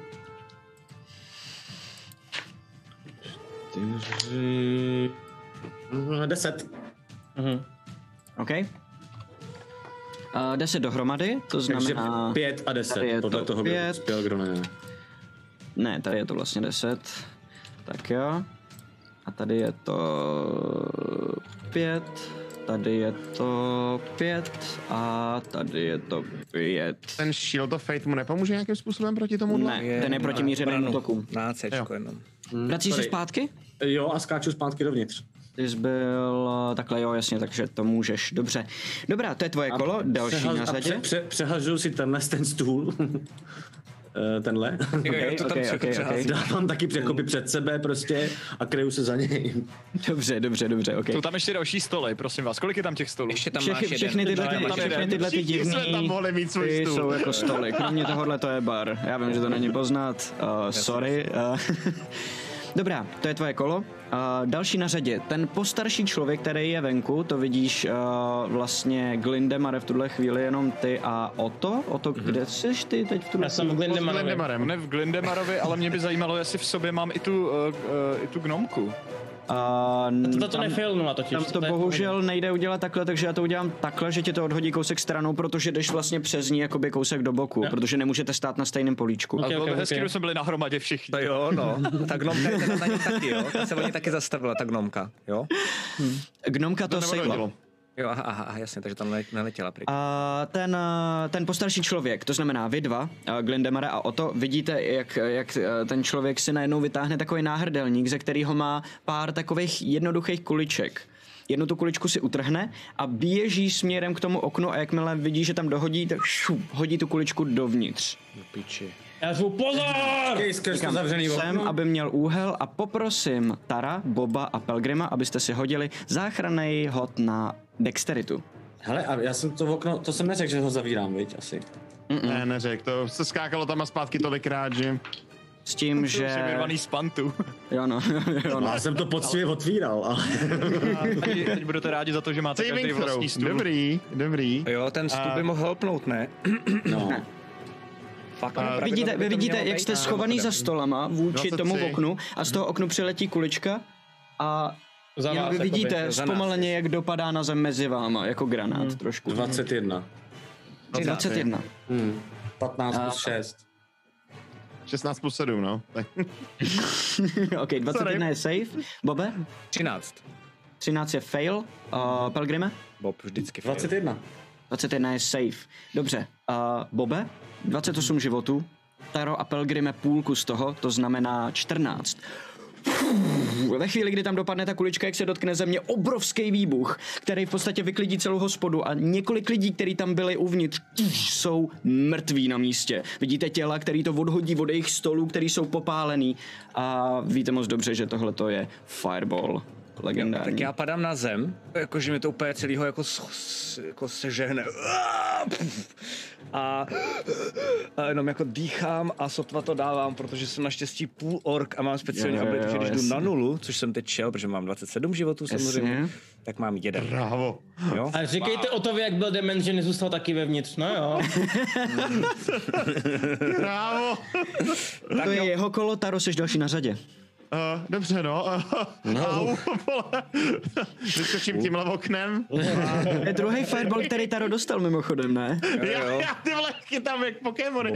4... 10. OK. 10 dohromady, to Takže znamená... 5 a 10, tady je podle to toho, kdo 5. uspěl, kdo ne. Ne, tady je to vlastně 10. Tak jo. A tady je to 5. Tady je to 5. A tady je to 5. Ten Shield of Fate mu nepomůže nějakým způsobem proti tomu? Ne, ten je proti mířeným útokům. Na Cčko jenom. Vracíš se zpátky? Jo, a skáču zpátky dovnitř. Ty jsi byl takhle, jo, jasně, takže to můžeš. Dobře. Dobrá, to je tvoje kolo, další na řadě. Přehažuju si ten stůl. Tenhle. Okay. Dávám taky překopy před sebe prostě a kryju se za něj. Dobře, ok. Jsou tam ještě další stoly, prosím vás. Kolik je tam těch stolů? Ještě tam máš jeden. Všechny tyhle ty divný, jsme tam mohli mít svůj ty stůl. jsou jako stoly. Kromě tohohle to je bar. Já vím, že to není poznat. Sorry. Dobrá, to je tvoje kolo. Další na řadě. Ten postarší člověk, který je venku, to vidíš vlastně Glindemare v tuhle chvíli jenom ty a Oto, kde jsi ty teď v tuhle Já jsem v Glindemarovi. Ne v Glindemarovi, ale mě by zajímalo, jestli v sobě mám i tu gnomku. To nefailnula totiž. Tam to bohužel nejde udělat takhle, takže já to udělám takhle, že ti to odhodí kousek stranou, protože jdeš vlastně přes ní jakoby kousek do boku, protože nemůžete stát na stejném políčku. Ale bylo by hezky, kdyby jsme byli na hromadě všichni. To jo, no. Ta gnomka je teda na něm taky, jo. Ta se o ní taky zastavila, ta gnomka, jo. Gnomka to sejla. Jo, aha, jasně, takže tam neletěla pryč. A ten postarší člověk, to znamená vy dva, Glindemare a Oto, vidíte, jak ten člověk si najednou vytáhne takový náhrdelník, ze kterého má pár takových jednoduchých kuliček. Jednu tu kuličku si utrhne a běží směrem k tomu oknu a jakmile vidí, že tam dohodí, tak hodí tu kuličku dovnitř. Do piči. Já řvu pozor! Jsem, aby měl úhel a poprosím Tara, Boba a Pelgrima, abyste si hodili záchranný hod na dexteritu. Hele, a já jsem to okno, to jsem neřekl, že ho zavírám, viď, asi. Ne, neřek, to se skákalo tam a zpátky tolikrát, že... S tím, že... Už je vyrvaný z pantu. Jo no. Já jsem to poctivě otvíral, ale... Teď budete rádi za to, že máte každý Saving throw, vlastní stůl. dobrý. Jo, ten stůl by mohl helpnout, ne? No. Fakt, Vy vidíte, jak jste schovaný za stolama vůči 23. tomu oknu a z toho oknu přiletí kulička a Za jenom vás, vy vidíte jakoby, za nás, zpomaleně, jak dopadá na zem mezi váma, jako granát trošku. 21. 21. 15 plus 6. 16 plus 7, no. Tak. OK, 21 je safe. Bobe? 13. 13 je fail. Pelgrime? Bob vždycky fail. 21. 21 je safe. Dobře. Bobe? 28 životů. Taro a Pelgrime půlku z toho, to znamená 14. Ve chvíli, kdy tam dopadne ta kulička, jak se dotkne země, obrovský výbuch, který v podstatě vyklidí celou hospodu a několik lidí, kteří tam byli uvnitř, jsou mrtví na místě. Vidíte těla, který to odhodí od jejich stolů, který jsou popálený a víte moc dobře, že tohle to je Fireball. Legendární. Tak já padám na zem, jakože mi to úplně celýho jako sežehne. A jenom jako dýchám a sotva to dávám, protože jsem naštěstí půl ork a mám speciální ability, že když jdu na nulu, což jsem teď šel, protože mám 27 životů samozřejmě, tak mám 1. Bravo. Jo? A říkejte o to, jak byl dement, že nezůstal taky vevnitř, no jo. Bravo. To je jeho kolo, Taro, seš další na řadě. Dobře, no. Au, vole. Vyskočím tímhle oknem. Je druhý fireball, který Taro dostal mimochodem, ne? Já ty vole chytám jak Pokémony.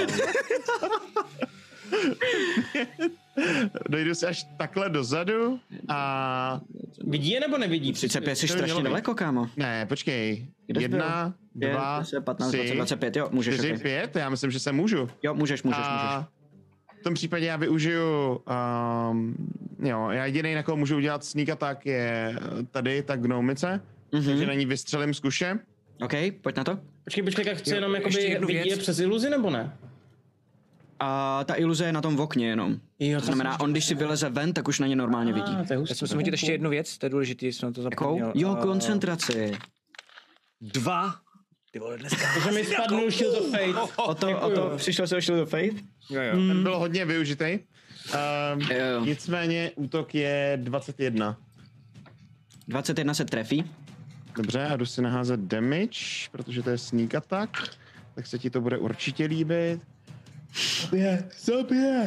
Dojdu si až takhle dozadu a... Vidí je nebo nevidí? 35 jsi strašně daleko, kámo. Ne, počkej. Kde jsi 1, 2, 15, 3, 20, 25, jo, můžeš. 4, 5, já myslím, že se můžu. Jo, můžeš. V tom případě já využiju, já jedinej, na koho můžu udělat sneak attack, je tady ta gnomice, takže na ní vystřelím z kuše. OK, pojď na to. Počkej, jak chci jenom jakoby vidět je přes iluzi nebo ne? A ta iluze je na tom v okně jenom. Jo, to znamená, on když si vyleze ven, tak už na ně normálně vidí. Já jsem hodit ještě jednu věc, to je důležité, jsem na to zapomněl. Jo, koncentraci. 2. Ty vole, dneska. Takže mi spadnul Shield of Fate. O to přišel se o Shield of Faith? Jo. Ten byl hodně využitý. Nicméně útok je 21. 21 se trefí. Dobře, a jdu si naházet damage, protože to je sneak attack, tak se ti to bude určitě líbit. Zabije.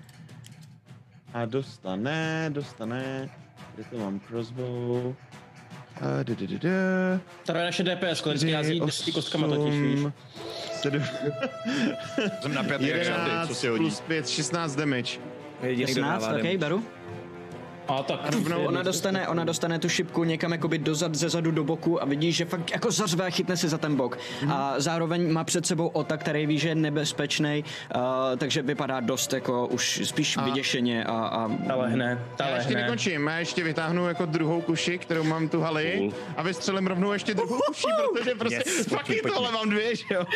A dostane. Kde to mám? Crossbow. To je naše DPS, který jází 10 kostkama totiž, víš. 7. Jsem napjatý jak žádný, co si hodí. Plus 5, 16 damage. 16, OK, beru. A tak. Ona dostane tu šipku někam jakoby dozad, zezadu do boku a vidíš, že fakt jako zařve a chytne si za ten bok. A zároveň má před sebou Ota, který ví, že je nebezpečný, takže vypadá dost jako už spíš vyděšeně a Ta lehne. Já ještě nekončím, já ještě vytáhnu jako druhou kuši, kterou mám tu halii a vystřelím rovnou ještě druhou kuši, protože prostě fakt tohle mám 2, že jo?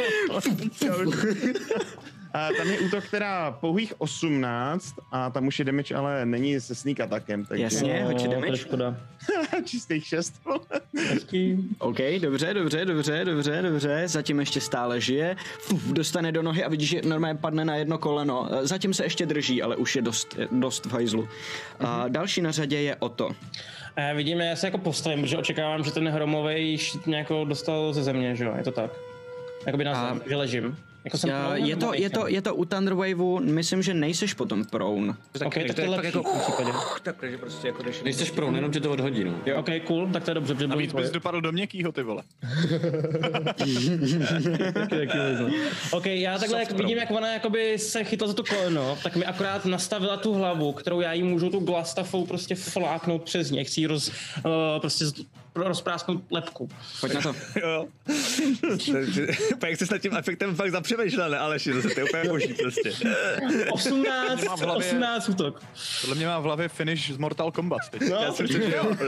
A tam je útok teda pouhých 18 a tam už je damage, ale není se sneak attackem, takže... Jasně, hoď si To je damage. škoda. Čistých 6. OK, dobře, zatím ještě stále žije, dostane do nohy a vidíš, že normálně padne na jedno koleno, zatím se ještě drží, ale už je dost v hajzlu. A další na řadě je Otto. Vidíme, já se jako postavím, protože očekávám, že ten hromovej štít nějak dostal ze země, že jo, je to tak? Jakoby na zem, že ležím. Jako jsem Je to u Thunderwaveu, myslím, že nejseš potom prone. OK, tak to je lepší v případě. Takže prostě jako jdeš... Nejseš pro, jenom tě to odhodí, no. OK, cool, tak to je dobře, protože Navíc bys dopadl do měkkýho, ty vole. OK, já takhle jak vidím, jak ona jakoby se chytla za to koleno, tak mi akorát nastavila tu hlavu, kterou já jí můžu tu glastafou prostě fláknout přes ní, chci jí prostě rozprásknout lepku. Pojď na to. Jo. Jak jsi s tím efektem fakt zapřemýšlel, ne Aleši, to je úplně boží prostě. 18 útok. Podle mě má v hlavě finish z Mortal Kombat teď. No. Já si myslím, že jo.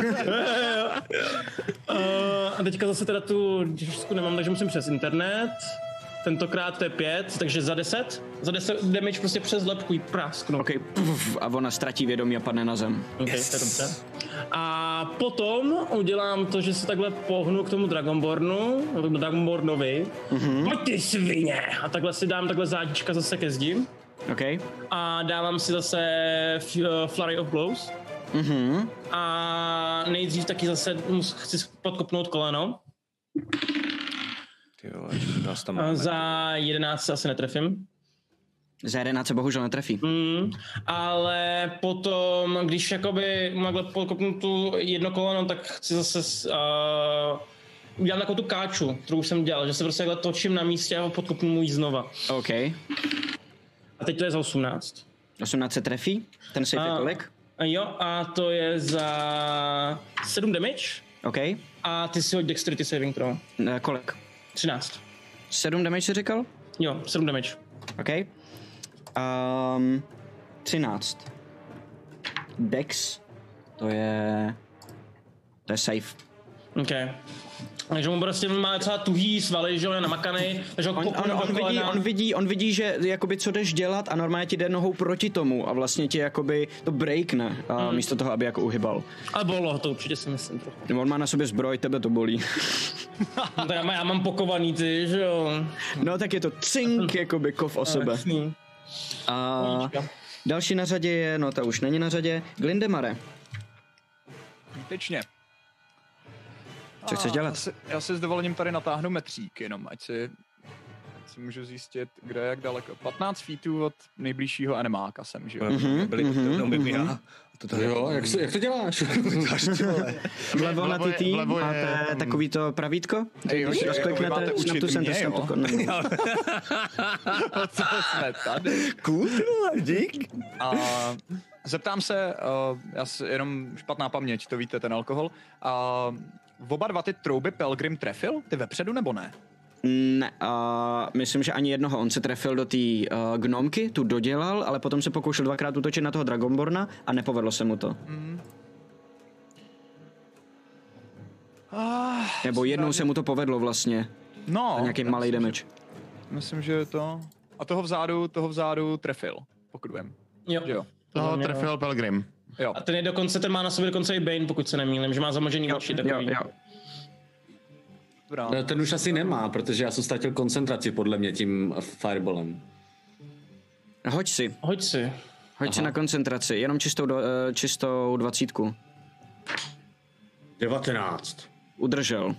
A teďka zase teda tu děžku nemám, takže musím přes internet. Tentokrát to je 5, takže za 10. Za 10 damage prostě přes lepku jí prásknu. OK, a ona ztratí vědomí a padne na zem. OK, to je dobře. A potom udělám to, že se takhle pohnu k tomu Dragonbornovi. Pojď ty svině! A takhle si dám takhle zádička zase ke zdi. OK. A dávám si zase Flurry of Blows. A nejdřív taky zase chci podkopnout koleno. Ty vole, nás tam Za 11 se asi netrefím. Za 11 bohužel netrefí. Ale potom, když jakoby takhle podkopnu tu jedno koleno, tak chci zase udělám takovou tu káču, kterou jsem dělal, že se prostě takhle točím na místě a podkopnu mu jí znova. OK. A teď to je za 18. 18 se trefí? Ten save je kolik? Jo, a to je za 7 damage. OK. A ty si hoď dexterity saving throw. Kolik? 13. 7 damage jsi říkal? Jo, 7 damage. OK. 13. Dex. To je safe. OK. Takže mu prostě má docela tuhý svaly, že je namakaný, takže ho on vidí, že jakoby co jdeš dělat a normálně ti jde nohou proti tomu a vlastně ti jakoby to breakne místo toho, aby jako uhybal. Ale bolelo to určitě si myslím trochu. On má na sobě zbroj, tebe to bolí. No tak já mám pokovaný ty, že jo. No tak je to cink, jakoby kov o sebe. A další na řadě je, no ta už není na řadě, Glindemare. Výtečně. Co chceš dělat? Já si s dovolením tady natáhnu metřík jenom, ať si můžu zjistit, kde jak daleko. 15 feetů od nejbližšího enemáka jsem, že jo? Byli Jo, jak to děláš? Vlevo na ty tý, máte takový to pravítko? Když rozkliknete, snaptu center, snaptu corner. Co jsme tady? Cool, ty vole, dík. A zeptám se, jenom špatná paměť, to víte, ten alkohol. Oba dva ty trouby Pelgrim trefil? Ty vepředu nebo ne? Ne, myslím, že ani jednoho. On se trefil do té gnomky, tu dodělal, ale potom se pokoušel dvakrát útočit na toho Dragonborna a nepovedlo se mu to. Nebo jednou se mu to povedlo vlastně. No. Nějaký malý damage. Myslím, že to... A toho vzadu trefil, pokud vím. Jo. Toho trefil Pelgrim. Jo. A ten má na sobě dokonce i Bane, pokud se nemýlím, že má zamlžený oči takový. Jo. Ten už asi nemá, protože já jsem ztratil koncentraci podle mě tím fireballem. Hoď si na koncentraci, jenom čistou 20. 19. Udržel.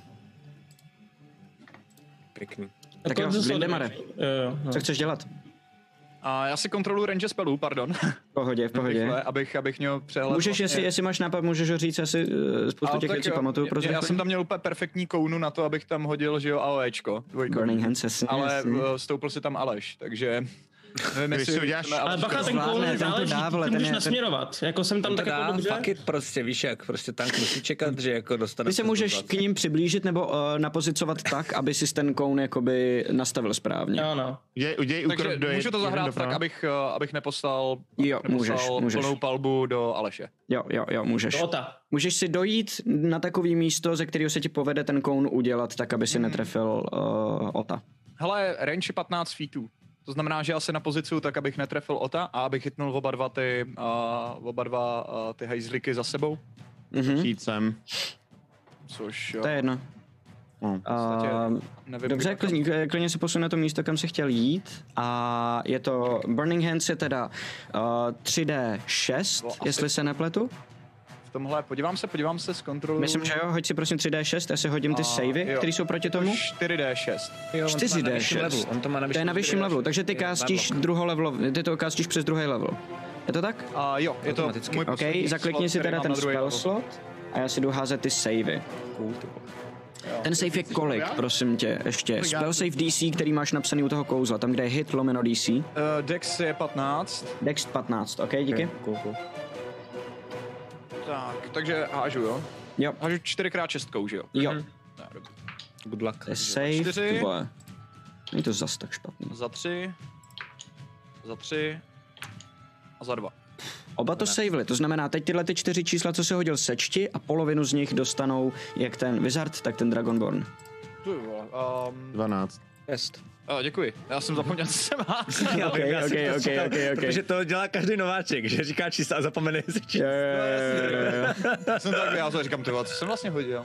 Pěkný. Tak jo, Glindemare, co chceš dělat? A já si kontroluji range spellů, pardon. V pohodě. Rychle, abych měl přehled. Můžeš, vlastně... jestli máš nápad, můžeš ho říct, asi spoustu těch věcí pamatuju pro Já jsem tam měl úplně perfektní kounu na to, abych tam hodil, že jo, AOEčko. Burning Hands, jasně. Ale stoupil si tam Aleš, takže... Když si uděláš... Ale bacha, ten koul záleží, ty můžeš nasměrovat. Jako jsem tam tak jako dobře. Fuck it, prostě, víš jak, prostě tank musí čekat, že jako dostane... Ty se můžeš k ním přiblížit nebo napozicovat tak, aby si ten koun jakoby nastavil správně. Ano. Uděj úkrok do můžu to zahrát tak, abych neposlal můžeš. plnou palbu do Aleše. Jo, můžeš. Můžeš si dojít na takový místo, ze kterého se ti povede ten koun udělat, tak aby si netrefil Ota. Hele, range je 15 feetů. To znamená, že já se napozicuju tak, abych netrefil Ota a abych hitnul oba dva ty hajzliky za sebou. Jít sem. Což jo. To je jedno. Dobře, klidně se posune na to místo, kam se chtěl jít. A je to Burning Hands je teda 3D6, jestli se nepletu. V tomhle, podívám se, zkontroluji. Myslím, že jo, hoď si prosím 3D6, já si hodím ty savey, které jsou proti tomu. 4D6. 4D6, to je na vyšším levelu, takže ty kástíš ty to kástíš přes druhý level. Je to tak? Jo, je to můj OK, zaklikni si teda ten spell slot a já si jdu házet ty savey. Ten save je kolik, prosím tě, ještě? Spell save DC, který máš napsaný u toho kouzla, tam kde je hit lomeno DC. Dex je 15. Dex 15, OK, díky. Cool. Tak, takže hážu, jo? Jo. Hážu 4x6, že jo? Jo. Good luck. To je save, 4. Není to zas tak špatný. Za 3 a za 2. Oba to savely, to znamená teď tyhle ty 4 čísla, co se hodil, sečti a polovinu z nich dostanou jak ten Wizard, tak ten Dragonborn. 12. Jest. Děkuji, já jsem zapomněl, co jsem házel. OK. Protože to dělá každý nováček, že říká čísla a zapomene si čísla. Jsem tak já říkám, co jsem vlastně hodil.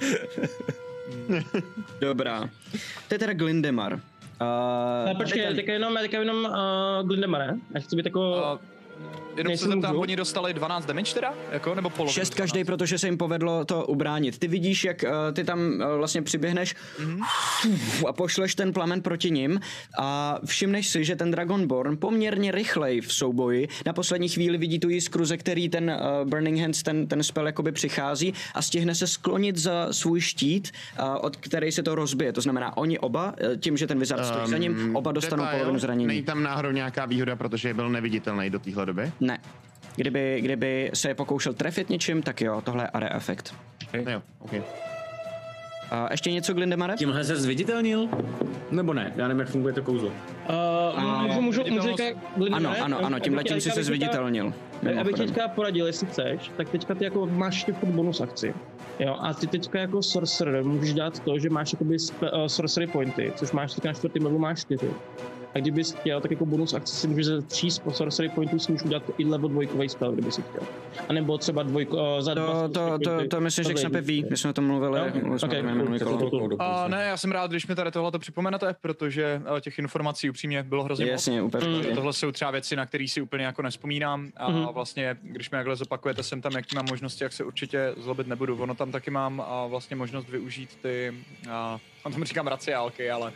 Dobrá. To je teda Glindemar. Počkej, teďka jenom Glindemar, ne? Já chci být jako... Jenom se Jestli zeptám, můžu? oni dostali 12 damage teda? Jako, nebo polovinu? 6 každý, protože se jim povedlo to ubránit. Ty vidíš, jak ty tam vlastně přiběhneš a pošleš ten plamen proti nim a všimneš si, že ten Dragonborn poměrně rychlej v souboji na poslední chvíli vidí tu jiskru, ze který ten Burning Hands, ten spell jakoby přichází a stihne se sklonit za svůj štít, od který se to rozbije. To znamená, oni oba, tím, že ten wizard stojí za ním, oba dostanou polovinu zranění. Není tam náhodou nějaká výhoda, protože byl neviditelný do téhle doby? Ne. Kdyby se je pokoušel trefit něčím, tak jo, tohle je area efekt. Jo, okay. A ještě něco, Glindemare? Tímhle se zviditelnil? Nebo ne? Já nevím, jak funguje to kouzlo. Můžu Ano, tímhletím si se zviditelnil. Abych teďka poradil, jestli chceš, tak teďka ty jako máš ty bonus akci. Jo, a ty teďka jako sorcerer můžeš dát to, že máš jakoby sorcery pointy, což máš teďka na 4. levelu máš 4. A kdybys chtěl, tak jako bonus akci si můžeš za 3 sorcery pointů si můžeš udělat i level 2 spell, kdyby si chtěl. A nebo třeba za 2. To myslím, že Xnapi ví, my jsme o tom mluvili. Ne, já jsem rád, když mi tady tohle to připomenete, protože těch informací upřímně bylo hrozně moc. Jasně, úplně. Tohle jsou třeba věci, na které si úplně jako nespomínám a vlastně, když mi jakhle zopakujete sem tam, jaký mám možnosti, jak se určitě zlobit nebudu. Ono tam taky mám vlastně možnost využít ty, on tomu říkám raciálky, ale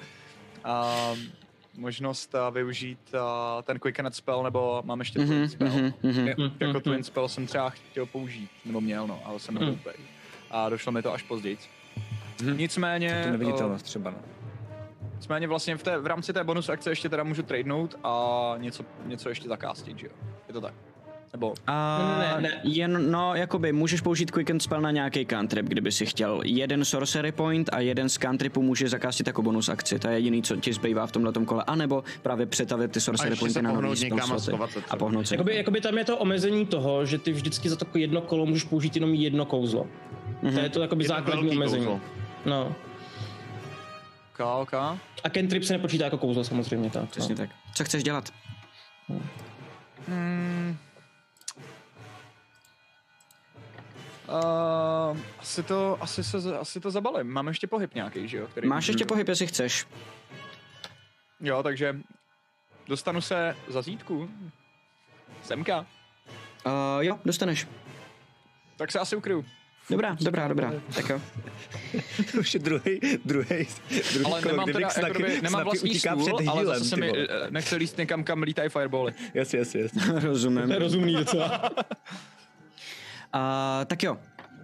možnost využít ten Quick Net spell, nebo mám ještě Twin spell. Jako Twin spell jsem třeba chtěl použít, nebo měl, no, ale jsem nebyl úplně. A došlo mi to až později. Nicméně... To neviditelnost třeba, no. Nicméně vlastně v rámci té bonus akce ještě teda můžu tradenout a něco ještě zakástit, že jo? Je to tak? Nebo... Ne. Jakoby můžeš použít Quick and Spell na nějaký cantrip, kdyby si chtěl. Jeden sorcery point a jeden z cantripů můžeš zakástit jako bonus akci. To je jediný, co ti zbývá v tomhletom kole. A nebo právě přetavit ty sorcery pointy na nový spell sloty. A pohnout se. Jakoby tam je to omezení toho, že ty vždycky za takové jedno kolo můžeš použít jenom jedno kouzlo. To je to jakoby základní omezení. Kouzlo. No. OK. A cantrip se nepočítá jako kouzlo samozřejmě. Tak, přesně tak. Co chceš dělat? Asi to zabalím. Mám ještě pohyb nějaký, že jo? Máš ještě pohyb, jestli chceš. Jo, takže dostanu se za zítku. Semka. Jo, dostaneš. Tak se asi ukryju. Dobrá. Tak jo. To už je druhý ale kolo, nemám teda, nemám vlastní stůl, ale zase se mi nechce líst někam, kam lítají firebally. Yes. Rozumím. To je rozumný docela. Tak jo.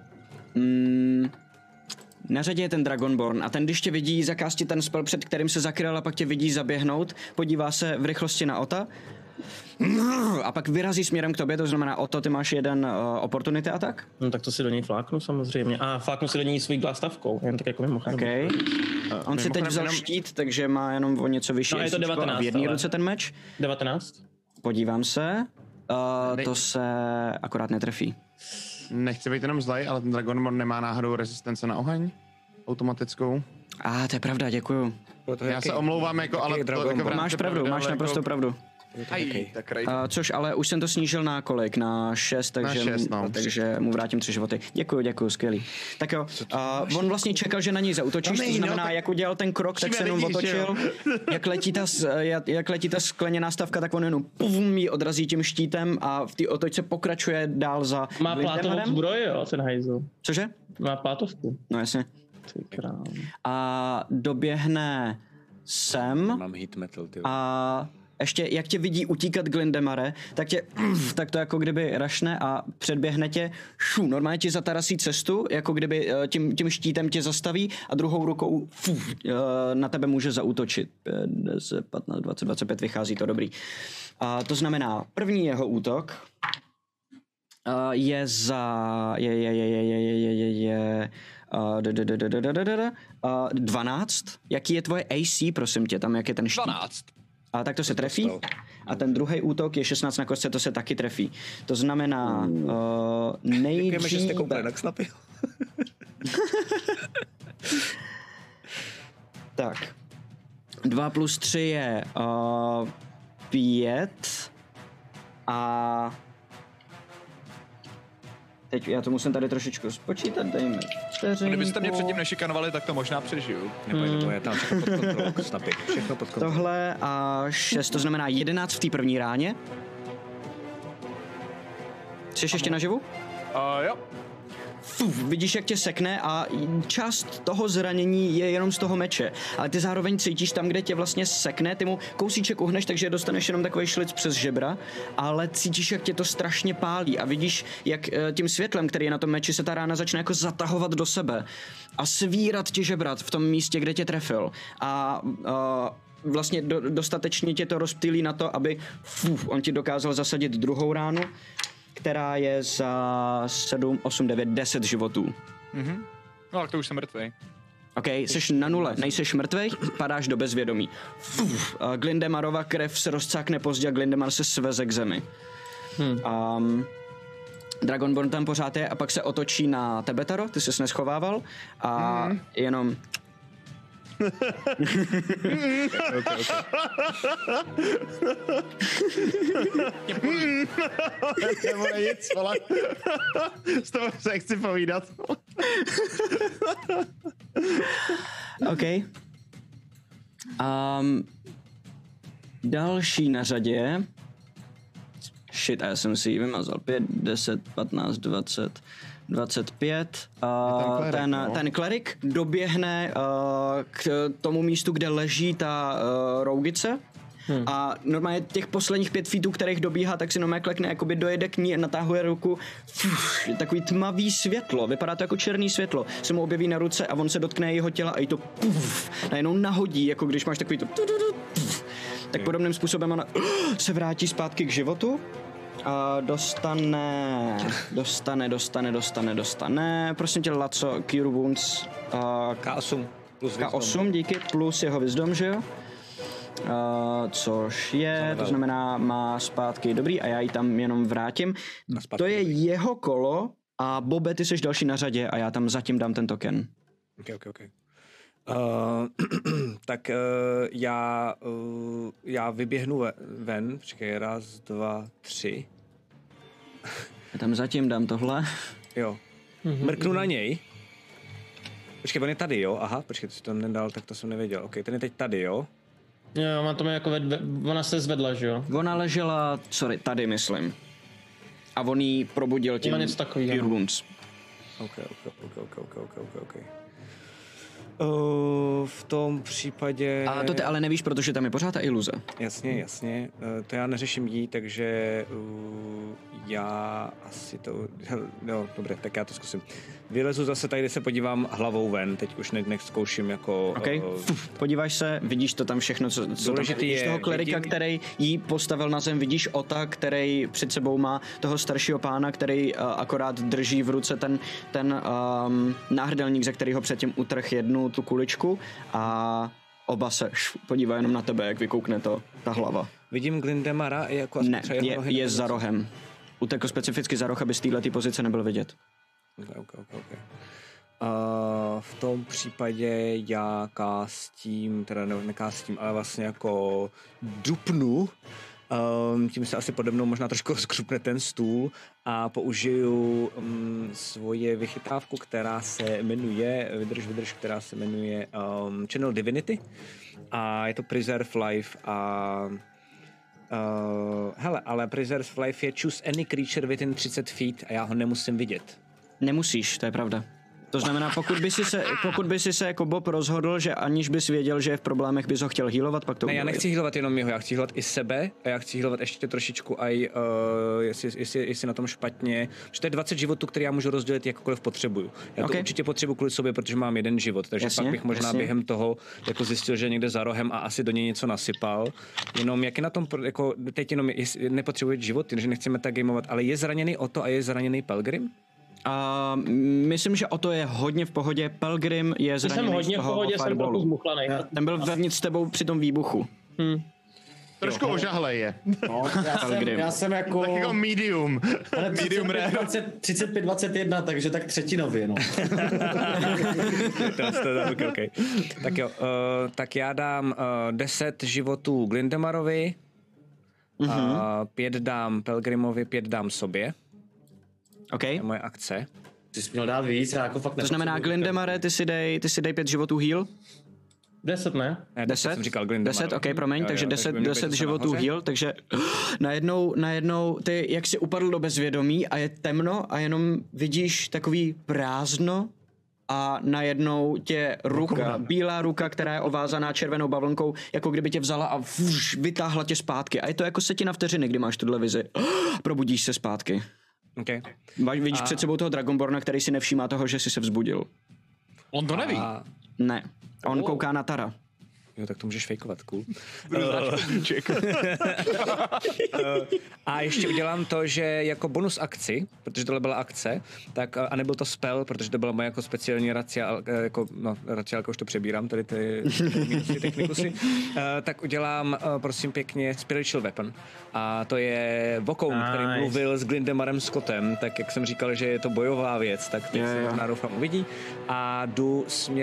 Na řadě je ten Dragonborn a ten, když tě vidí zakástit ten spell, před kterým se zakryl a pak tě vidí zaběhnout, podívá se v rychlosti na Ota a pak vyrazí směrem k tobě, to znamená Oto, ty máš jeden opportunity attack? No tak to si do něj fláknu samozřejmě. A fláknu si do něj svou glastavkou, jen tak jako mimochodem. Okay. On si teď vzal štít, takže má jenom o něco vyšší. No, je to 19, a v jedné ruce ten meč. 19. Podívám se. To se akorát netrefí. Nechci být jenom zlej, ale ten Dragonborn nemá náhodou rezistence na oheň? Automatickou? To je pravda, děkuju. Já se omlouvám, jako, ale to, jako máš pravdu, máš naprosto pravdu. Což ale už jsem to snížil na kolik? Na 6, takže, takže mu vrátím 3 životy. Děkuju, skvělý. Tak jo, on vlastně čekal, že na něj zaútočíš, to znamená, jak udělal ten krok, tak se jenom otočil. Jak letí ta skleněná stavka, tak on jenom ji odrazí tím štítem a v té otočce pokračuje dál za Má plátovou zbroj, jo, ten hajzl. Cože? Má plátovku. No jasně. A doběhne sem. Mám hit metal, ty. A ještě, jak tě vidí utíkat Glindemare, tak to jako kdyby rašne a předběhne tě, normálně ti zatarasí cestu, jako kdyby tím štítem tě zastaví a druhou rukou na tebe může zaútočit. 10, 15, 20, 25 vychází to dobrý. To znamená, první jeho útok je za... 12. Jaký je tvoje AC, prosím tě, tam jak je ten štít? 12. A tak to se trefí. A ten druhý útok je 16 na kostce, to se taky trefí. To znamená nejdříve... Děkujeme, že jste koupili na Xnapi. Tak. 2 plus 3 je 5 a teď já to musím tady trošičku spočítat, dejme vteřinku. Kdybyste mě předtím nešikanovali, tak to možná přežiju. Nebojte, to je tam všechno pod kontrolou, Xnapi. Všechno pod kontrolou. Tohle a 6, to znamená 11 v té první ráně. Jsi ještě naživu? Jo. Vidíš, jak tě sekne a část toho zranění je jenom z toho meče. Ale ty zároveň cítíš tam, kde tě vlastně sekne, ty mu kousíček uhneš, takže dostaneš jenom takový šlic přes žebra, ale cítíš, jak tě to strašně pálí a vidíš, jak tím světlem, který je na tom meči, se ta rána začne jako zatahovat do sebe a svírat ti žebra v tom místě, kde tě trefil. A vlastně dostatečně tě to rozptýlí na to, aby on ti dokázal zasadit druhou ránu, která je za 7, 8, 9, 10 životů. No, tak to už jsem mrtvej. OK, jsi na nule, nejseš mrtvej, padáš do bezvědomí. Glindemarova krev se rozcákne pozdě a Glindemar se sveze k zemi. Dragonborn tam pořád je a pak se otočí na tebe, Taro, ty ses neschovával a jenom... Nebude nic, vole. S tobou se chci povídat. OK. Další na řadě. Shit, já jsem si ji vymazal. 5, 10, 15, 20, 25. Ten klerik doběhne k tomu místu, kde leží ta rougice. A normálně těch posledních 5 feetů, kterých dobíhá, tak si normálně klekne, jakoby dojede k ní, natahuje ruku. Takový tmavý světlo, vypadá to jako černý světlo, se mu objeví na ruce a on se dotkne jeho těla a jí to najednou nahodí, jako když máš takový to tak podobným způsobem ona se vrátí zpátky k životu. Dostane. Prosím tě, Laco, Cure Wounds. K8 plus K8, díky, plus jeho wisdom, že jo? Což je, to znamená, má zpátky dobrý a já ji tam jenom vrátím. To je jeho kolo a Bobe, ty jsi další na řadě a já tam zatím dám ten token. Ok. Tak já vyběhnu ven, počkej, 1, 2, 3. Já tam zatím dám tohle. Jo. Mrknu na něj. Počkej, on je tady, jo? Aha, počkej, ty jsi to nedal, tak to jsem nevěděl. Ok, ten je teď tady, jo? Jo, má to jako ona se zvedla, že jo? Ona ležela, tady myslím. A on jí probudil tím Cure Wounds. Ok. V tom případě... A to ty ale nevíš, protože tam je pořád ta iluze. Jasně. To já neřeším jí, takže já asi to... Jo, dobré, tak já to zkusím. Vylezu zase tady, kde se podívám hlavou ven, teď už nezkouším jako... Ok, podíváš se, vidíš to tam všechno, co tam vidíš toho klerika, který jí postavil na zem, vidíš Ota, který před sebou má toho staršího pána, který akorát drží v ruce ten náhrdelník, ze kterého předtím utrh jednu tu kuličku a oba se podívá jenom na tebe, jak vykoukne ta hlava. Vidím Glindemara jako... Ne, je za rohem. Utekl specificky za roh, aby z této pozice nebyl vidět. Ok. V tom případě já kástím, teda nekástím, ale vlastně jako dupnu. Tím se asi pode mnou možná trošku rozkřupne ten stůl a použiju svoje vychytávku, která se jmenuje, která se jmenuje Channel Divinity a je to Preserve Life a hele, ale Preserve Life je choose any creature within 30 feet a já ho nemusím vidět. Nemusíš, to je pravda. To znamená, pokud by si se jako Bob rozhodl, že aniž bys věděl, že je v problémech, bys ho chtěl healovat, pak to ne, já nechci healovat jenom jeho, já chci healovat i sebe a já chci healovat ještě trošičku aj, jestli na tom špatně, že to je 20 životů, které já můžu rozdělit jakkoliv potřebuju. Já to určitě potřebuji kvůli sobě, protože mám 1 život, takže pak bych možná během toho jako zjistil, že je někde za rohem a asi do něj něco nasypal. Jenom jak je na tom, jako teď jenom nepotřebuje život, že nechceme tak gameovat, ale je zraněný Otto a je zraněný Pelgrim? Myslím, že Otto je hodně v pohodě. Pelgrim je zraněný jsem hodně z toho v pohodě, jsem trochu zmuchlanej. Ten byl vevnitř s tebou při tom výbuchu. Trošku ožahlej je. No, já jsem jako... Tak jako medium. Ale 35-21, takže tak třetinově, no. Okay. Tak jo, tak já dám 10 životů Glindemarovi, 5 dám Pelgrimovi, 5 dám sobě. OK. To je moje akce. Ty jsi měl dát víc, já jako fakt to znamená, Glindemare, ty si dej 5 životů heal. 10, ne? 10? Jsem říkal 10, ok, promiň, takže 10 životů heal, takže najednou ty, jak si upadl do bezvědomí a je temno a jenom vidíš takový prázdno a najednou tě bílá ruka, která je ovázaná červenou bavlnkou, jako kdyby tě vzala a vytáhla tě zpátky. A je to jako setina vteřiny, kdy máš tuhle vizi. Probudíš se zpátky. Okay. Vidíš před sebou toho Dragonborna, který si nevšímá toho, že jsi se vzbudil. On to neví. Ne, on kouká na Tara. Jo, tak to můžeš fejkovat, cool. A ještě udělám to, že jako bonus akci, protože tohle byla akce, tak, a nebyl to spell, protože to byla moje jako speciální raciálka, už to přebírám, tady ty technikusy, tak udělám, prosím pěkně, Spiritual Weapon. A to je vokoun, který mluvil s Glindemarem Scottem, tak jak jsem říkal, že je to bojová věc, tak teď se možná doufám uvidí. A jdu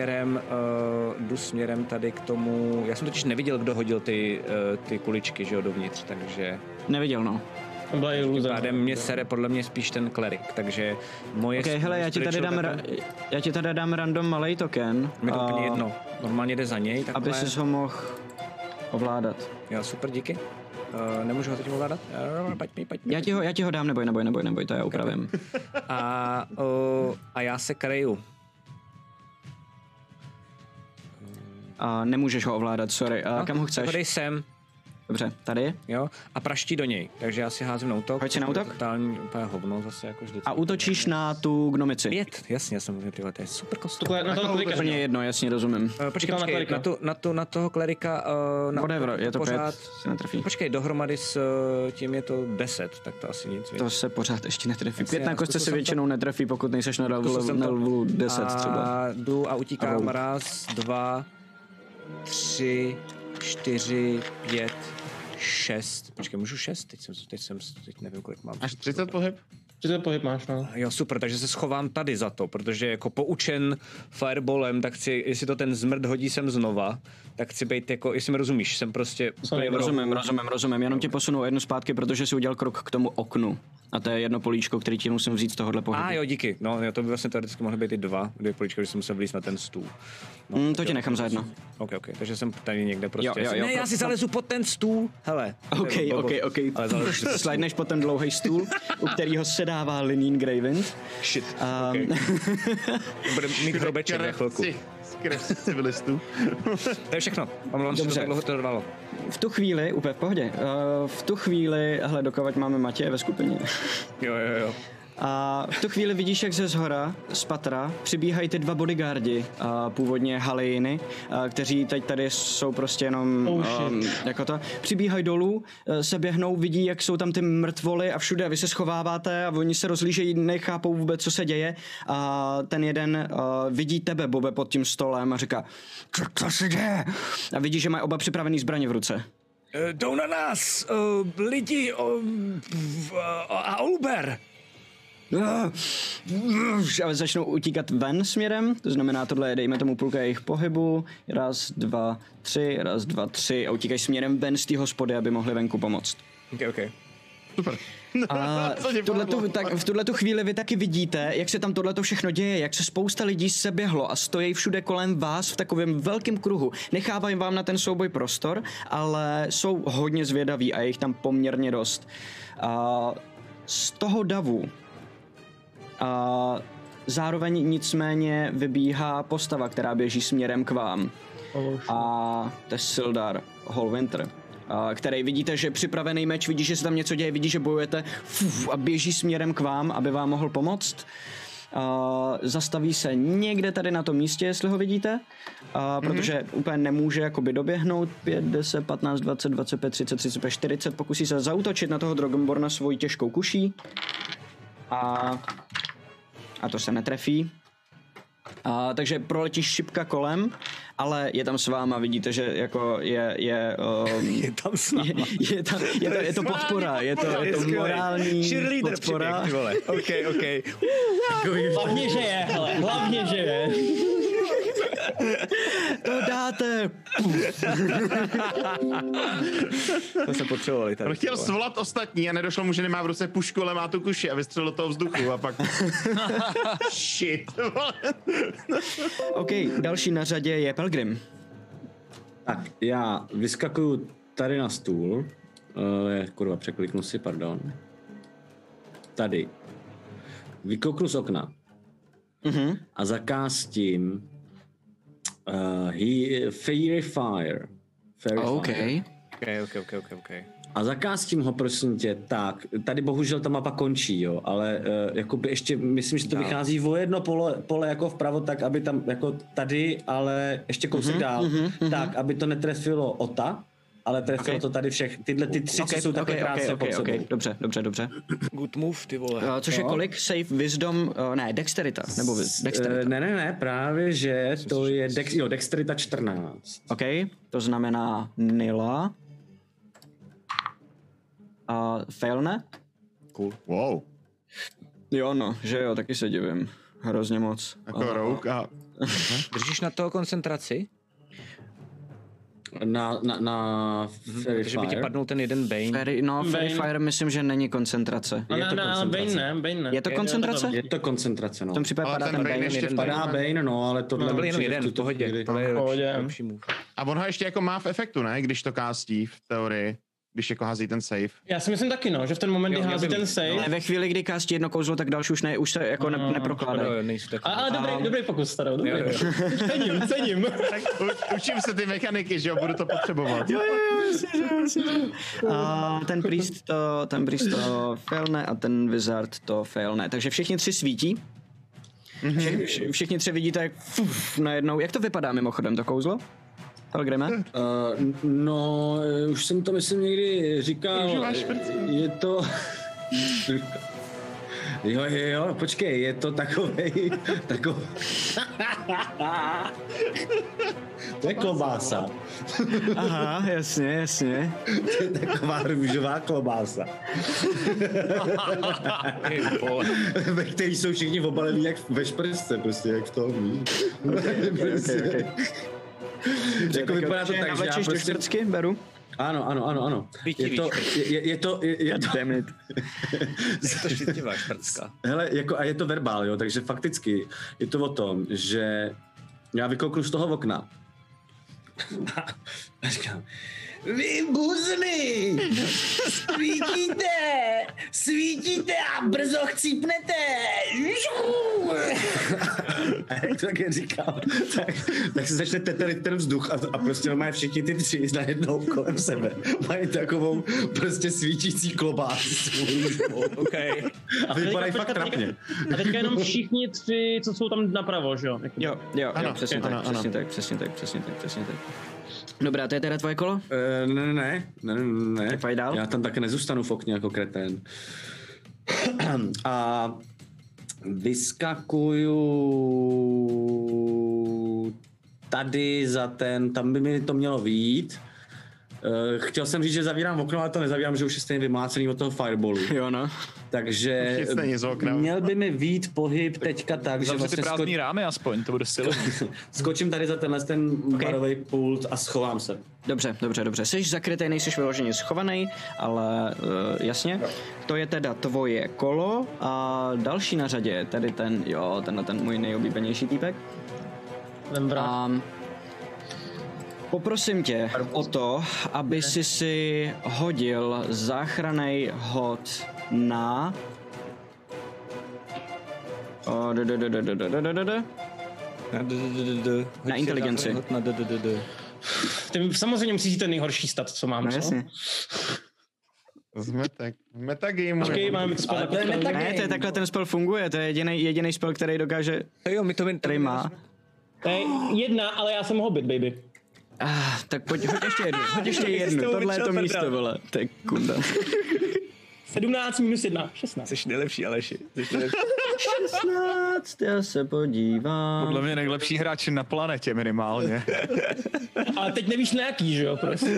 směrem tady k tomu. Já jsem totiž neviděl, kdo hodil ty kuličky, že jo, dovnitř, takže... Neviděl, no. Byla iluze. Pádem mě sere podle mě spíš ten klerik, takže moje... Ok, hele, já ti tady dám random malej token. Mi to úplně jedno. Normálně jde za něj, takhle. Aby jsi ho mohl ovládat. Jo, super, díky. Nemůžu ho teď ovládat? Pojď mi. Já ti ho dám, neboj, to já upravím. A já se kryju. Nemůžeš ho ovládat, sorry. Kam ho chceš? Tady jsem. Dobře, tady. Jo, a praští do něj, takže já si házím na útok. Hoď si na útok. Totální úplně hovno zase jako vždycky. A útočíš na tu gnomici. 5, jasně, já jsem mluvil, to je super kost. Na toho klerika. Úplně jedno, jasně, rozumím. Počkej, na toho klerika. Whatever, je to pořád, 5, se netrefí. Počkej, dohromady s tím je to 10, tak to asi nic. To se pořád ještě netrefí. 5 na kostce se většinou netrefí, pokud nejseš na levelu 10 třeba. A jdu a utíkám 1, 2, 3, 4, 5, 6. Počkej, můžu 6? Teď nevím, kolik mám. Až 30 pohyb? 30 pohyb máš, no. Jo, super, takže se schovám tady za to, protože jako poučen fireballem, tak chci, jestli to ten zmrt hodí sem znova, tak chci být jako, jestli mi rozumíš, jsem prostě... Rozumím, jenom tě posunu jednu zpátky, protože si udělal krok k tomu oknu. A to je jedno políčko, který ti musím vzít z tohohle pohybu. Jo, díky. No, to by vlastně teoreticky mohly být i dvě políčka, když jsem musel vlízt na ten stůl. No, to ti nechám za jedno. OK, takže jsem tady někde prostě... Jo, já si zalezu pod ten stůl, hele. OK. Slidneš pod ten dlouhý stůl, u kterého se dává Linín Graven. Shit, okay. Bude mít hrobeček na chvilku. Civilistů. To je všechno. Omlouvám se, že to dlouho to trvalo. V tu chvíli, úplně v pohodě, dokovat máme Matěje ve skupině. Jo. A v tu chvíli vidíš, jak ze zhora, z patra, přibíhají ty 2 bodyguardi, původně Halejiny, kteří teď tady jsou prostě jenom jako to. Přibíhají dolů, se běhnou, vidí, jak jsou tam ty mrtvoly a všude, a vy se schováváte a oni se rozlížejí, nechápou vůbec, co se děje. A ten jeden vidí tebe, Bobe, pod tím stolem a říká, co se děje? A vidí, že mají oba připravený zbraně v ruce. Jdou na nás, lidi a Olber. A začnou utíkat ven směrem, to znamená, tohle je, dejme tomu, půlka jejich pohybu, 1, 2, 3 a utíkají směrem ven z té hospody, aby mohli venku pomoct. OK. Super. A v tuhletu chvíli vy taky vidíte, jak se tam tohleto všechno děje, jak se spousta lidí seběhlo a stojí všude kolem vás v takovém velkém kruhu. Nechávají vám na ten souboj prostor, ale jsou hodně zvědaví a je jich tam poměrně dost. A z toho davu zároveň nicméně vybíhá postava, která běží směrem k vám. A to je Sildar Hallwinter, který vidíte, že připravený meč, vidí, že se tam něco děje, vidí, že bojujete a běží směrem k vám, aby vám mohl pomoct. Zastaví se někde tady na tom místě, jestli ho vidíte, protože úplně nemůže jakoby doběhnout. 5, 10, 15, 20, 25, 30, 35, 40, pokusí se zaútočit na toho Dragonborna svojí těžkou kuší. A to se netrefí. Takže proletíš šipka kolem, ale je tam s váma, vidíte, že jako je tam s náma. Je to podpora, je to morální podpora. OK. Hlavně, že je. To dáte. To se potřebovali tady. On chtěl svolat ostatní a nedošlo mu, že nemá v ruce pušku, ale má tu kuši a vystřelil do toho vzduchu a pak... Shit. OK, další na řadě je Pelgrim. Tak, já vyskakuju tady na stůl. Kurva, překliknu si, pardon. Tady. Vykouknu z okna. A zakástím Fairy Fire. OK. A zakástím ho, prosím tě, tak, tady bohužel ta mapa končí, jo, ale jakoby ještě, myslím, že to vychází o jedno pole jako vpravo, tak aby tam, jako tady, ale ještě kousek dál, tak, aby to netrefilo Ota, ale trefilo to tady tyhle ty tři, co jsou takhle krásně pod sebou. Dobře. Good move, ty vole. Což je kolik? Save, wisdom, ne, dexterita, nebo dexterita. Ne, právě, že to je, dexterita 14. OK, to znamená nila. Fail, ne? Cool. Wow. Jo, no, že jo, taky se divím. Hrozně moc. Jako rouk a... Držíš na toho koncentraci? Na Fairy Že by ti Fire. padnul ten jeden Bane. Fairy Fire myslím, že není koncentrace. Bane ne. Je to koncentrace? Je to koncentrace, no. V tom případě Ale padá ten ten Bane Bane. ještě Padá Bane, no, ale tohle To byl jenom určitě jeden, v pohodě. To je lepší move. A on ho ještě jako má v efektu, ne? Když to kástí v teorii. Když jako hází ten save. Já si myslím taky, no, že v ten moment, kdy hází ten save... Ne, ve chvíli, kdy kástí jedno kouzlo, tak další už se jako neprokládá. Ale dobrý pokus, Starou, dobrý. Cením. Tak učím se ty mechaniky, že jo, budu to potřebovat. Jo, a ten priest to failne a ten wizard to failne. Takže všichni tři svítí. Všichni tři vidíte, jak najednou... Jak to vypadá mimochodem, to kouzlo? Pelgrime? No, už jsem to myslím někdy říkal, je to... Jo, počkej, je to takovej... To je klobása. Aha, jasně. To je taková růžová klobása. Ve který jsou všichni obalení jak ve šprysce, prostě, jak v tom. Okay. Jako vypadá to tak, že já prostě... beru. Ano. Je to... Damn it. Je to štěstivá šprcka. Hele, jako, a je to verbál, jo, takže fakticky je to o tom, že já vykouknu z toho okna. A říkám, vy buzny, svítíte a brzo chcípnete. A jak to také říkám, tak se začne tetelit ten vzduch a prostě mají všichni ty tři najednou kolem sebe. Mají takovou prostě svítící klobásu. Okay. A vypadají fakt trapně. A teďka jenom všichni tři, co jsou tam napravo, že jo? Jo, přesně tak. Dobrá, to je teda tvoje kolo? Ne. Tak pojď dál. Já tam také nezůstanu v okně jako kretén. A vyskakuju tady za ten, tam by mi to mělo vyjít. Chtěl jsem říct, že zavírám okno, ale to nezavírám, že už je stejně vymlácený od toho fireballu. Jo, no. Takže měl by mi vyjít pohyb teďka tak, že vlastně ty prázdný rámy aspoň, to bude silný. Skočím tady za ten barový pult a schovám se. Dobře. Jsi zakrytej, nejsi vyloženě schovaný, ale jasně. To je teda tvoje kolo a další na řadě je tady tenhle ten můj nejoblíbenější týpek. Poprosím tě o to, aby si hodil záchranný hod na... Na inteligenci. Ty samozřejmě musíš jít ten nejhorší stat, co mám, co? Jasně. Zmetek. Metagame. Počkej, mám spell. Ne, to je takhle ten spell funguje, to je jediný spell, který dokáže... Který má. To je 1, ale já jsem hobbit, baby. Tak hoď ještě jednu, tohle je to místo, vole, to je kunda. 17 minus 1, 16. Jsi nejlepší, Aleši. 16, já se podívám. Podle mě nejlepší hráč na planetě minimálně. Ale teď nevíš na jaký, že jo, prostě.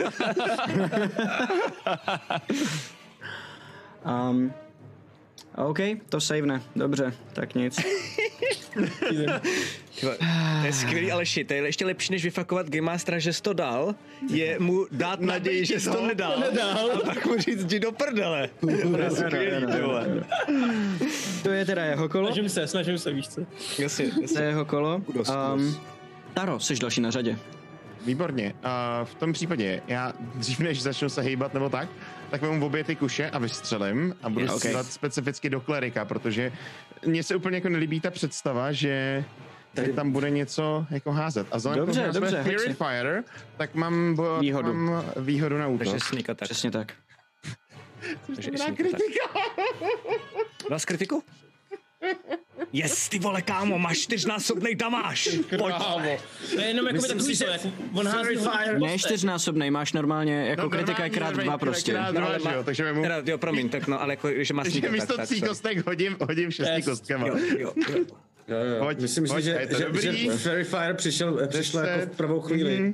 OK, to savene, dobře, tak nic. To je skvělý, Aleši, to je ještě lepší, než vyfakovat Game Mastera, že jsi to dal, je mu dát naději, že jsi to nedal. A pak mu říct, jdi do prdele. To je teda jeho kolo. Snažím se, víš co. Jasně. To je jeho kolo. Taro, jsi další na řadě. výborně. V tom případě, já dřív než začnu se hejbat nebo tak vemu obě ty kuše a vystřelím a budu střílet specificky do klerika, protože mně se úplně jako nelíbí ta představa, že tam bude něco jako házet. A vzhledem dobře, Fury Fire, tak mám výhodu na útok. Přesně tak. Takže kritika. Dal jsi kritiku? Yes, ty vole, kámo, máš 4násobnej damáž. Pojď. To je jenom jako takový to, jako on hází fire. Ne 4násobnej, máš normálně, jako kritika je krát 2 prostě. Takže mu... Teda, jo, promiň, tak no, ale jako, že má sníka, místo 3 kostek hodím 6 kostkama. Jo. Pojď, myslím si, že Fairy Fire přišlo jako v pravou chvíli.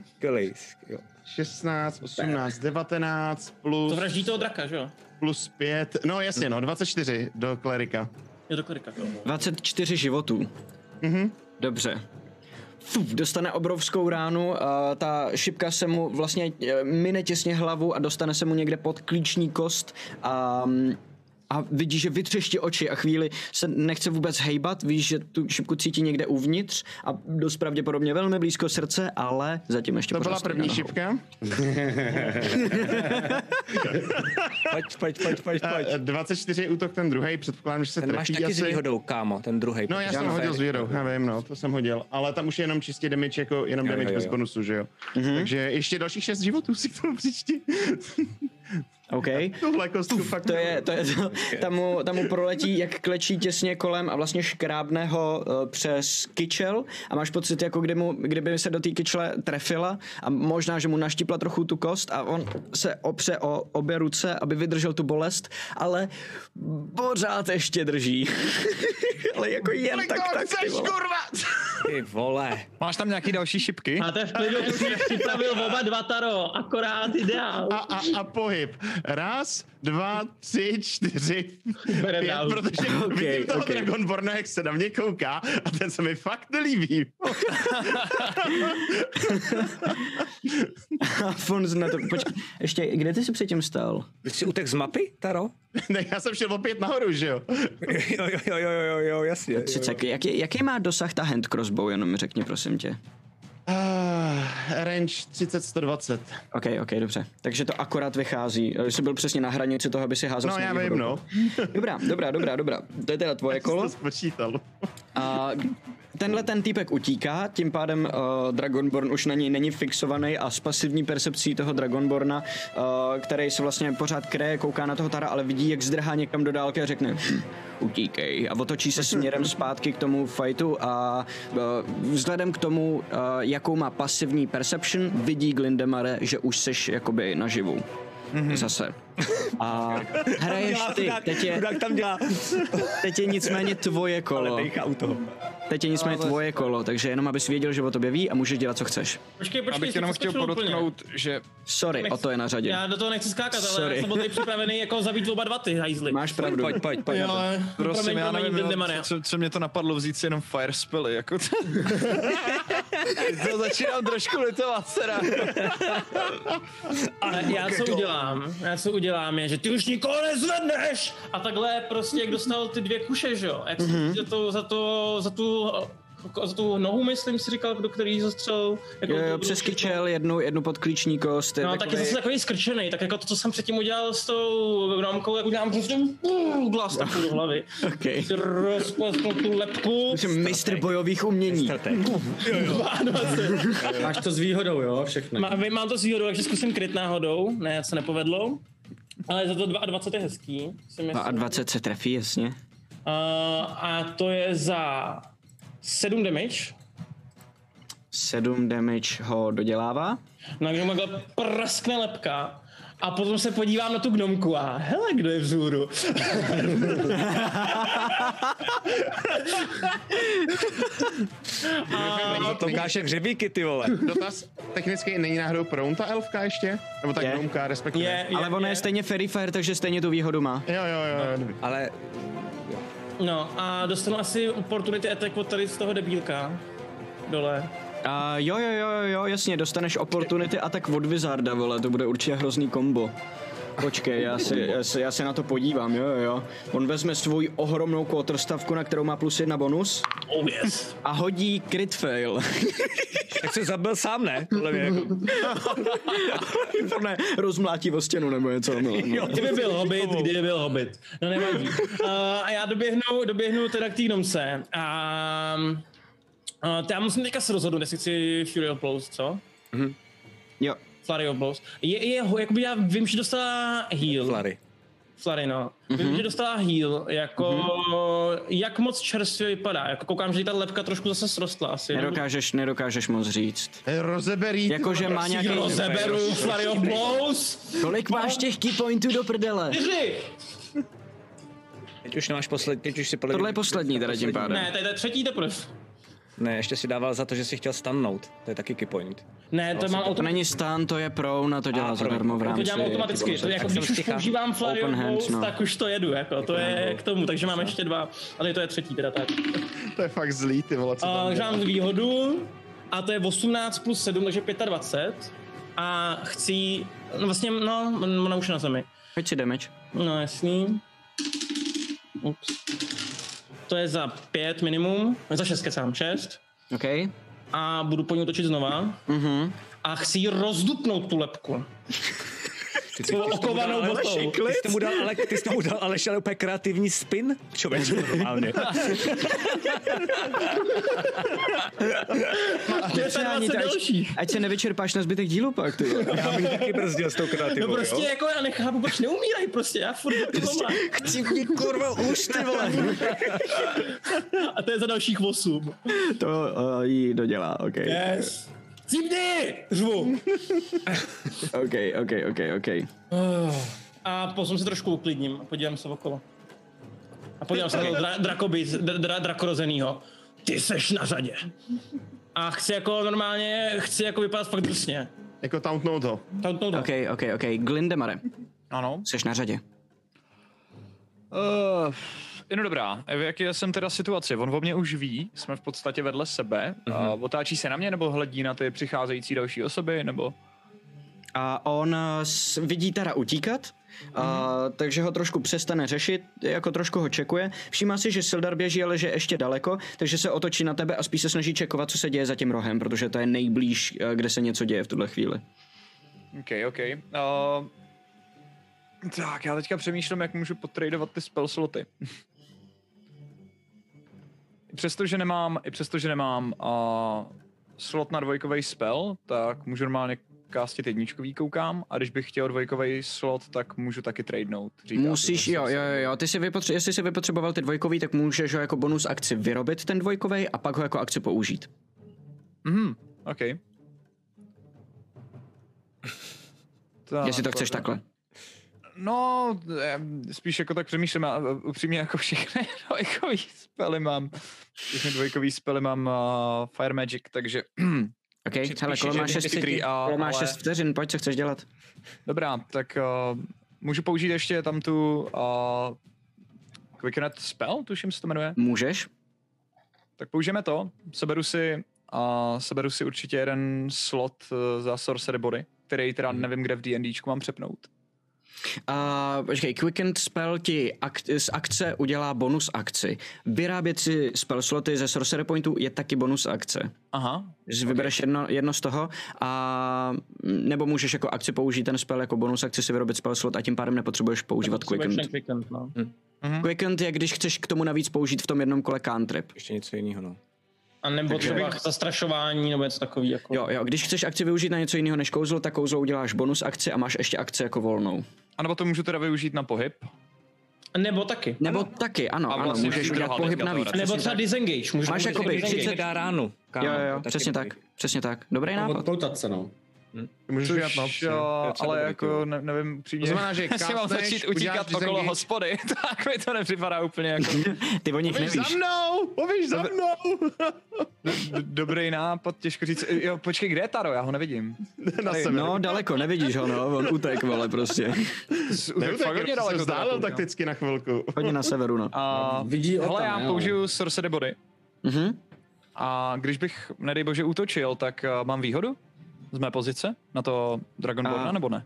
16, 18, 19 plus... To vraždí toho draka, že jo? Plus 5, no jasně, 24 do klerika. Je do klerika, jo. 24 životů. Dobře. Dostane obrovskou ránu, ta šipka se mu vlastně mine těsně hlavu a dostane se mu někde pod klíční kost a vidí, že vytřeští oči a chvíli se nechce vůbec hejbat, víš, že tu šipku cítí někde uvnitř a dost pravděpodobně velmi blízko srdce, ale zatím ještě to byla první šipka. Pojď. 24 útok ten druhý, předpokládám, že se ten trefí máš taky asi... s výhodou, kámo, ten druhý. No já jsem hodil s výhodou, já vím, no, to jsem hodil, ale tam už je jenom čistě damage, jako jenom damage bez bonusu, že jo. Takže ještě dalších 6 životů si k tomu přičti. OK. Tohle kostku fakt... Tam mu proletí, jak klečí těsně kolem a vlastně škrábne ho přes kyčel a máš pocit, jako kdyby se do té kyčle trefila a možná, že mu naštipla trochu tu kost a on se opře o obě ruce, aby vydržel tu bolest, ale pořád ještě drží. Ale jako jen tak, Ty vole. Máš tam nějaký další šipky? A to je v klidu, už mě připravil oba 2 taro, akorát ideál. A pohyb. 1, 2, 3, 4, 5, protože vidím toho Dragonborna, jak se na mě kouká a ten se mi fakt nelíbí. Fons na to, počkej, ještě, kde ty jsi předtím stál? Ty jsi utek z mapy, Taro? Ne, já jsem šel opět nahoru, že jo? Jo, jasně. Jaký má dosah ta hand crossbow, jenom mi řekni, prosím tě. Range 30-120. OK, dobře. Takže to akorát vychází. Jsi byl přesně na hranici toho, aby si házel. No já vím, no. Dobrá. To je teda tvoje kolo. To spočítal. A ten týpek utíká, tím pádem Dragonborn už na něj není fixovaný a s pasivní percepcí toho Dragonborna, který se vlastně pořád kreje, kouká na toho Tara, ale vidí, jak zdrhá někam do dálky a řekne utíkej a otočí se směrem zpátky k tomu fightu a vzhledem k tomu, jakou má pasivní perception, vidí Glindemare, že už seš jakoby naživu. Zase. A hraješ ty, teď je nicméně tvoje kolo. Teď je nicméně tvoje kolo, takže jenom abys věděl, že o tobě ví a můžeš dělat, co chceš. Počkej, abych jenom chtěl podotknout, že... Sorry, o to je na řadě. Já do toho nechci skákat, ale já jsem byl tady připravený jako zabít oba 2 ty hajzly. Máš pravdu. Pojď. Prosím, já nevím, co mě to napadlo vzít si jenom fire spelly, jako to... to začínám trošku litovat, teda. Já co udělám je, že ty už nikoho nezvedneš! A takhle prostě, jak dostal ty 2 kuše, že jo? Jak za tu nohu, myslím, si říkal, do který zastřelil. Jako jo, přes kyčel, jednu podklíční kost. No, tak je zase takový skrčený, tak jako to, co jsem předtím udělal s tou gnomkou, jak udělám prostě blast do hlavy. Okay. Rozplasknu tu lepku. Jsem mistr bojových umění. Máš to s výhodou, jo, všechno. Mám to s výhodou, takže zkusím kryt náhodou, ne, se nepovedlo. Ale za to 22 je hezký. 22 se trefí, jasně. A to je za 7 damage. 7 damage ho dodělává. No, takže mu praskne lepka. A potom se podívám na tu gnomku a hele, kdo je vzhůru. To ukáž jak hřebíky, ty vole. Dotaz, technicky není náhodou prone ta elfka ještě? Nebo ta gnomka, respektive? Je, ale ona je stejně Fairy Fire, takže stejně tu výhodu má. Jo. Ale... No a dostanu asi opportunity attack od tady z toho debílka. Dole. Jo, jasně, dostaneš opportunity attack od Wizarda, vole, to bude určitě hrozný kombo. Počkej, já se na to podívám, jo. On vezme svou ohromnou quarterstavku, na kterou má +1 bonus. Oh yes. A hodí crit fail. Tak se zabil sám, ne? Podle mě jako... Ne, rozmlátí o stěnu nebo něco. No. Kdyby byl Hobbit. No nevadí. A já doběhnu teda k té gnomce. Já musím teďka se rozhodnout, jestli chci Fury of Blows, co? Jo. Flurry of Blows. Jakoby já vím, že dostala heal. Flurry, no. Vím, že dostala heal, jako jak moc čerstvě vypadá, jako koukám, že ta lepka trošku zase srostla asi. Nedokážeš moc říct. Rozeberý. Jakože má nějaký... Rozeberu Flurry of Blows. Kolik máš těch key pointů do prdele? 4. Teď už nemáš teď už si podle... Tohle je poslední teda tím pádem. Ne, to je třetí teprve. Ne, ještě si dával za to, že si chtěl stannout. To je taky key point. Ne, to mám To není stun, to je prone a to dělá zadarmo v rámci. To dělám automaticky, to jako když už používám Flurry of Blows, tak už to jedu, jako, to je k tomu, takže mám ještě 2, ale to je třetí teda tak. To je fakt zlý, ty vole, co tam Takže mám výhodu a to je 18 plus 7, takže 25 a chci, no vlastně, ona už je na zemi. Hoď si damage. No jasný. Ups. To je za 5 minimum, za 6 kecám, 6. OK. A budu po ní útočit znova. A chci jí rozdupnout tu lepku. Svou okovanou botou. Ty jsi tomu dal Aleš, ale úplně kreativní spin? Člověče, normálně. Ať se nevyčerpáš na zbytek dílu pak, ty. Já bych taky brzdil s tou kreativou, No prostě jako já nechápu, proč neumírají prostě, já furt doma. Chci mě kurva už, ty vole. A to je za dalších 8. To jí dodělá, OK. Yes. Cípni! Řvu. OK. A potom se trošku uklidním a podívám se okolo. A podívám se na toho drakorozenýho. Ty seš na řadě. A chci jako vypadat fakt drsně. Jako tauntnout ho. OK. Glindemare. Ano. Seš na řadě. No dobrá, v jaké jsem teda situaci? On o mě už ví, jsme v podstatě vedle sebe. Otáčí se na mě, nebo hledí na ty přicházející další osoby, nebo... A on vidí teda utíkat, takže ho trošku přestane řešit, jako trošku ho čekuje. Všímá si, že Sildar běží, ale že ještě daleko, takže se otočí na tebe a spíš se snaží čekovat, co se děje za tím rohem, protože to je nejblíž, kde se něco děje v tuhle chvíli. OK. Tak, já teďka přemýšlím, jak můžu potradovat ty spell sloty. I přestože nemám slot na dvojkový spell, tak můžu normálně castit jedničkový, koukám, a když bych chtěl dvojkový slot, tak můžu taky tradenout. Musíš, jo. Jestli si vypotřeboval ty dvojkový, tak můžeš ho jako bonus akci vyrobit ten dvojkový a pak ho jako akci použít. OK. Jestli to chceš takhle. No, spíš jako tak přemýšlím, a upřímně jako všechny dvojkový spely mám. Fire Magic, takže... OK, hele, kolo máš 6 vteřin, pojď, co chceš dělat. Dobrá, tak můžu použít ještě tam tu Quickenet spell, tuším se to jmenuje. Můžeš. Tak použijeme to, seberu si určitě jeden slot za Sorcery Body, který teda nevím, kde v D&Dčku mám přepnout. Počkej, Quickened Spell ti z akce udělá bonus akci. Vyrábět si spell sloty ze Sorcery Pointu je taky bonus akce. Aha. Že vybereš jedno z toho a nebo můžeš jako akci použít ten spell jako bonus akci si vyrobit spell slot a tím pádem nepotřebuješ používat Quickened. Quickened je, když chceš k tomu navíc použít v tom jednom kole cantrip. Ještě něco jiného, no. A nebo třeba zastrašování nebo něco takový jako. Jo, když chceš akci využít na něco jiného než kouzlo, tak kouzlo uděláš bonus akci a máš ještě akci jako volnou. A nebo to můžu teda využít na pohyb? Nebo taky. Ano, vlastně můžeš udělat pohyb navíc. Nebo třeba disengage. Máš jakoby 30 dá ránu. Jo, přesně tak. Dobrý nápad. Odpoutat se, no. Což, ale jako nevím přímě. To znamená, že jestli mám začít utíkat okolo hospody, tak mi to nepřipadá úplně jako... Ty o nich nevíš. Povíš za mnou! Dobrý nápad, těžko říct. Jo, počkej, kde je Taro? Já ho nevidím. No, daleko, nevidíš ho, no, on utek, vole, prostě. Neutek, se vzdálil takticky na chvilku. Hodně na severu, no. Vidí o hele, tam, já použiju Sorcery Body. A když bych, nedej bože, útočil, tak mám výhodu z mé pozice na to Dragonborna, nebo ne?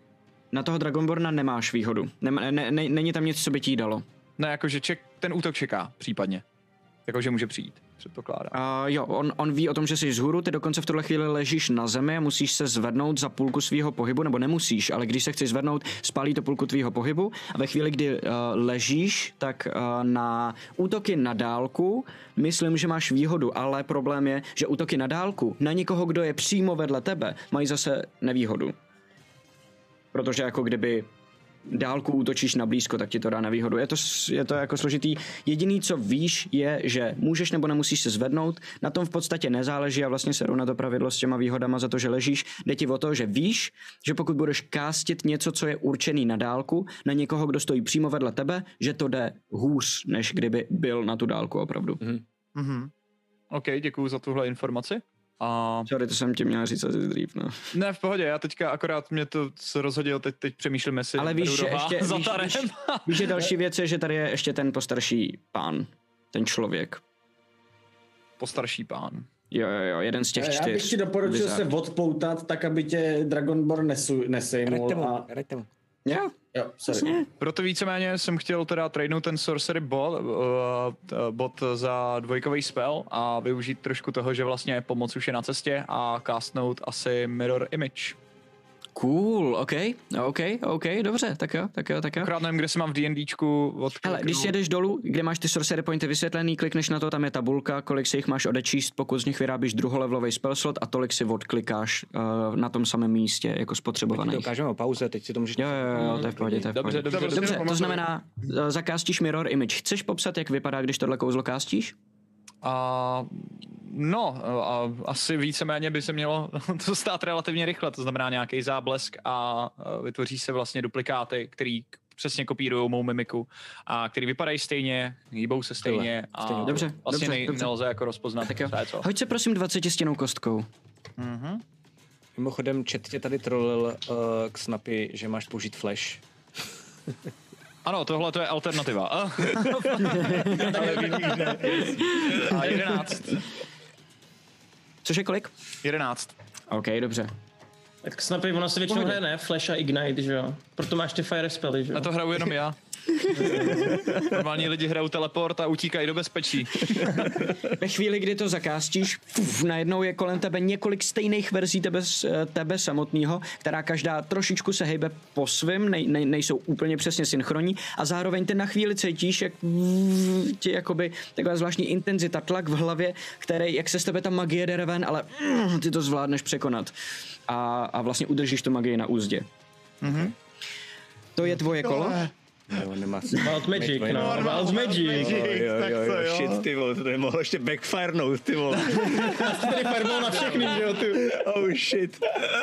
Na toho Dragonborna nemáš výhodu. Není tam nic, co by ti dalo. Ne, jakože ten útok čeká případně. Jakože může přijít, předpokládám. Jo, on ví o tom, že jsi vzhůru, ty dokonce v tuhle chvíli ležíš na zemi a musíš se zvednout za půlku svého pohybu, nebo nemusíš, ale když se chceš zvednout, spálí to půlku tvýho pohybu a ve chvíli, kdy ležíš, tak na útoky na dálku myslím, že máš výhodu, ale problém je, že útoky na dálku na někoho, kdo je přímo vedle tebe, mají zase nevýhodu. Protože jako kdyby dálku útočíš na blízko, tak ti to dá nevýhodu. Je to jako složitý. Jediný, co víš, je, že můžeš nebo nemusíš se zvednout. Na tom v podstatě nezáleží a vlastně se rovná to pravidlo s těma výhodama za to, že ležíš. Jde ti o to, že víš, že pokud budeš kástit něco, co je určený na dálku, na někoho, kdo stojí přímo vedle tebe, že to jde hůř, než kdyby byl na tu dálku opravdu. Mm-hmm. OK, děkuju za tuhle informaci. Sorry, to jsem ti měl říct asi dřív, no. Ne, v pohodě, já teďka akorát mě to rozhodil, teď přemýšlím, jestli ale víš, že ještě, víš, že další věc je, že tady je ještě ten postarší pán, ten člověk. Postarší pán. Jo, jeden z těch 4. Já bych ti doporučil se odpoutat, tak aby tě Dragonborn nesejmul. Hrajte mu. Jo, sorry. Proto víceméně jsem chtěl teda tradenout ten Sorcery bot za dvojkový spell a využít trošku toho, že vlastně pomoc už je na cestě a castnout asi Mirror Image. Cool, OK, dobře, tak jo. Akorát nevím, kde se mám v D&Dčku hele, když jedeš dolů, kde máš ty sorcery pointy vysvětlený, klikneš na to, tam je tabulka, kolik si jich máš odečíst, pokud z nich vyrábíš druholevelový spell slot a tolik si odklikáš na tom samém místě, jako spotřebovaný. Teď to ukážeme o pauze, teď si to můžeš... Jo, to je v pohodě, Dobře, to znamená, zakástíš Mirror Image. Chceš popsat, jak vypadá, když tohle kouzlo kástíš? Asi víceméně by se mělo to stát relativně rychle, to znamená nějaký záblesk a vytvoří se vlastně duplikáty, který přesně kopírují mou mimiku a který vypadají stejně, hýbou se stejně a dobře, vlastně nelze jako rozpoznat. Tak jo. Hoď se prosím 20 kostkou. Mhm. Mimochodem, chat tě tady trolil k Snappy, že máš použít flash. Ano, tohle to je alternativa. Ale ne. A 11. Což je kolik? 11. OK, dobře. Tak Snappy, ono se většinou hraje, ne? Flash a Ignite, že jo? Proto máš ty fire spelly, že jo? Na to hraju jenom já. Normální lidi hrajou teleport a utíkají do bezpečí. Ve chvíli, kdy to zakástíš, najednou je kolem tebe několik stejných verzí tebe samotného, která každá trošičku se hejbe po svým, nejsou úplně přesně synchronní a zároveň ty na chvíli cítíš, jak ti jakoby taková zvláštní intenzita, tlak v hlavě, který, jak se z tebe ta magie jde ven, ale ty to zvládneš překonat a vlastně udržíš tu magii na úzdě. Mm-hmm. To je tvoje kolo? Jo, nemá Wild Magic, no. Wild Magic. Jo, shit, ty vole, to nemohlo ještě backfirenout, ty vole. Já jsi tady fireball na všechny, že jo, ty. Oh shit.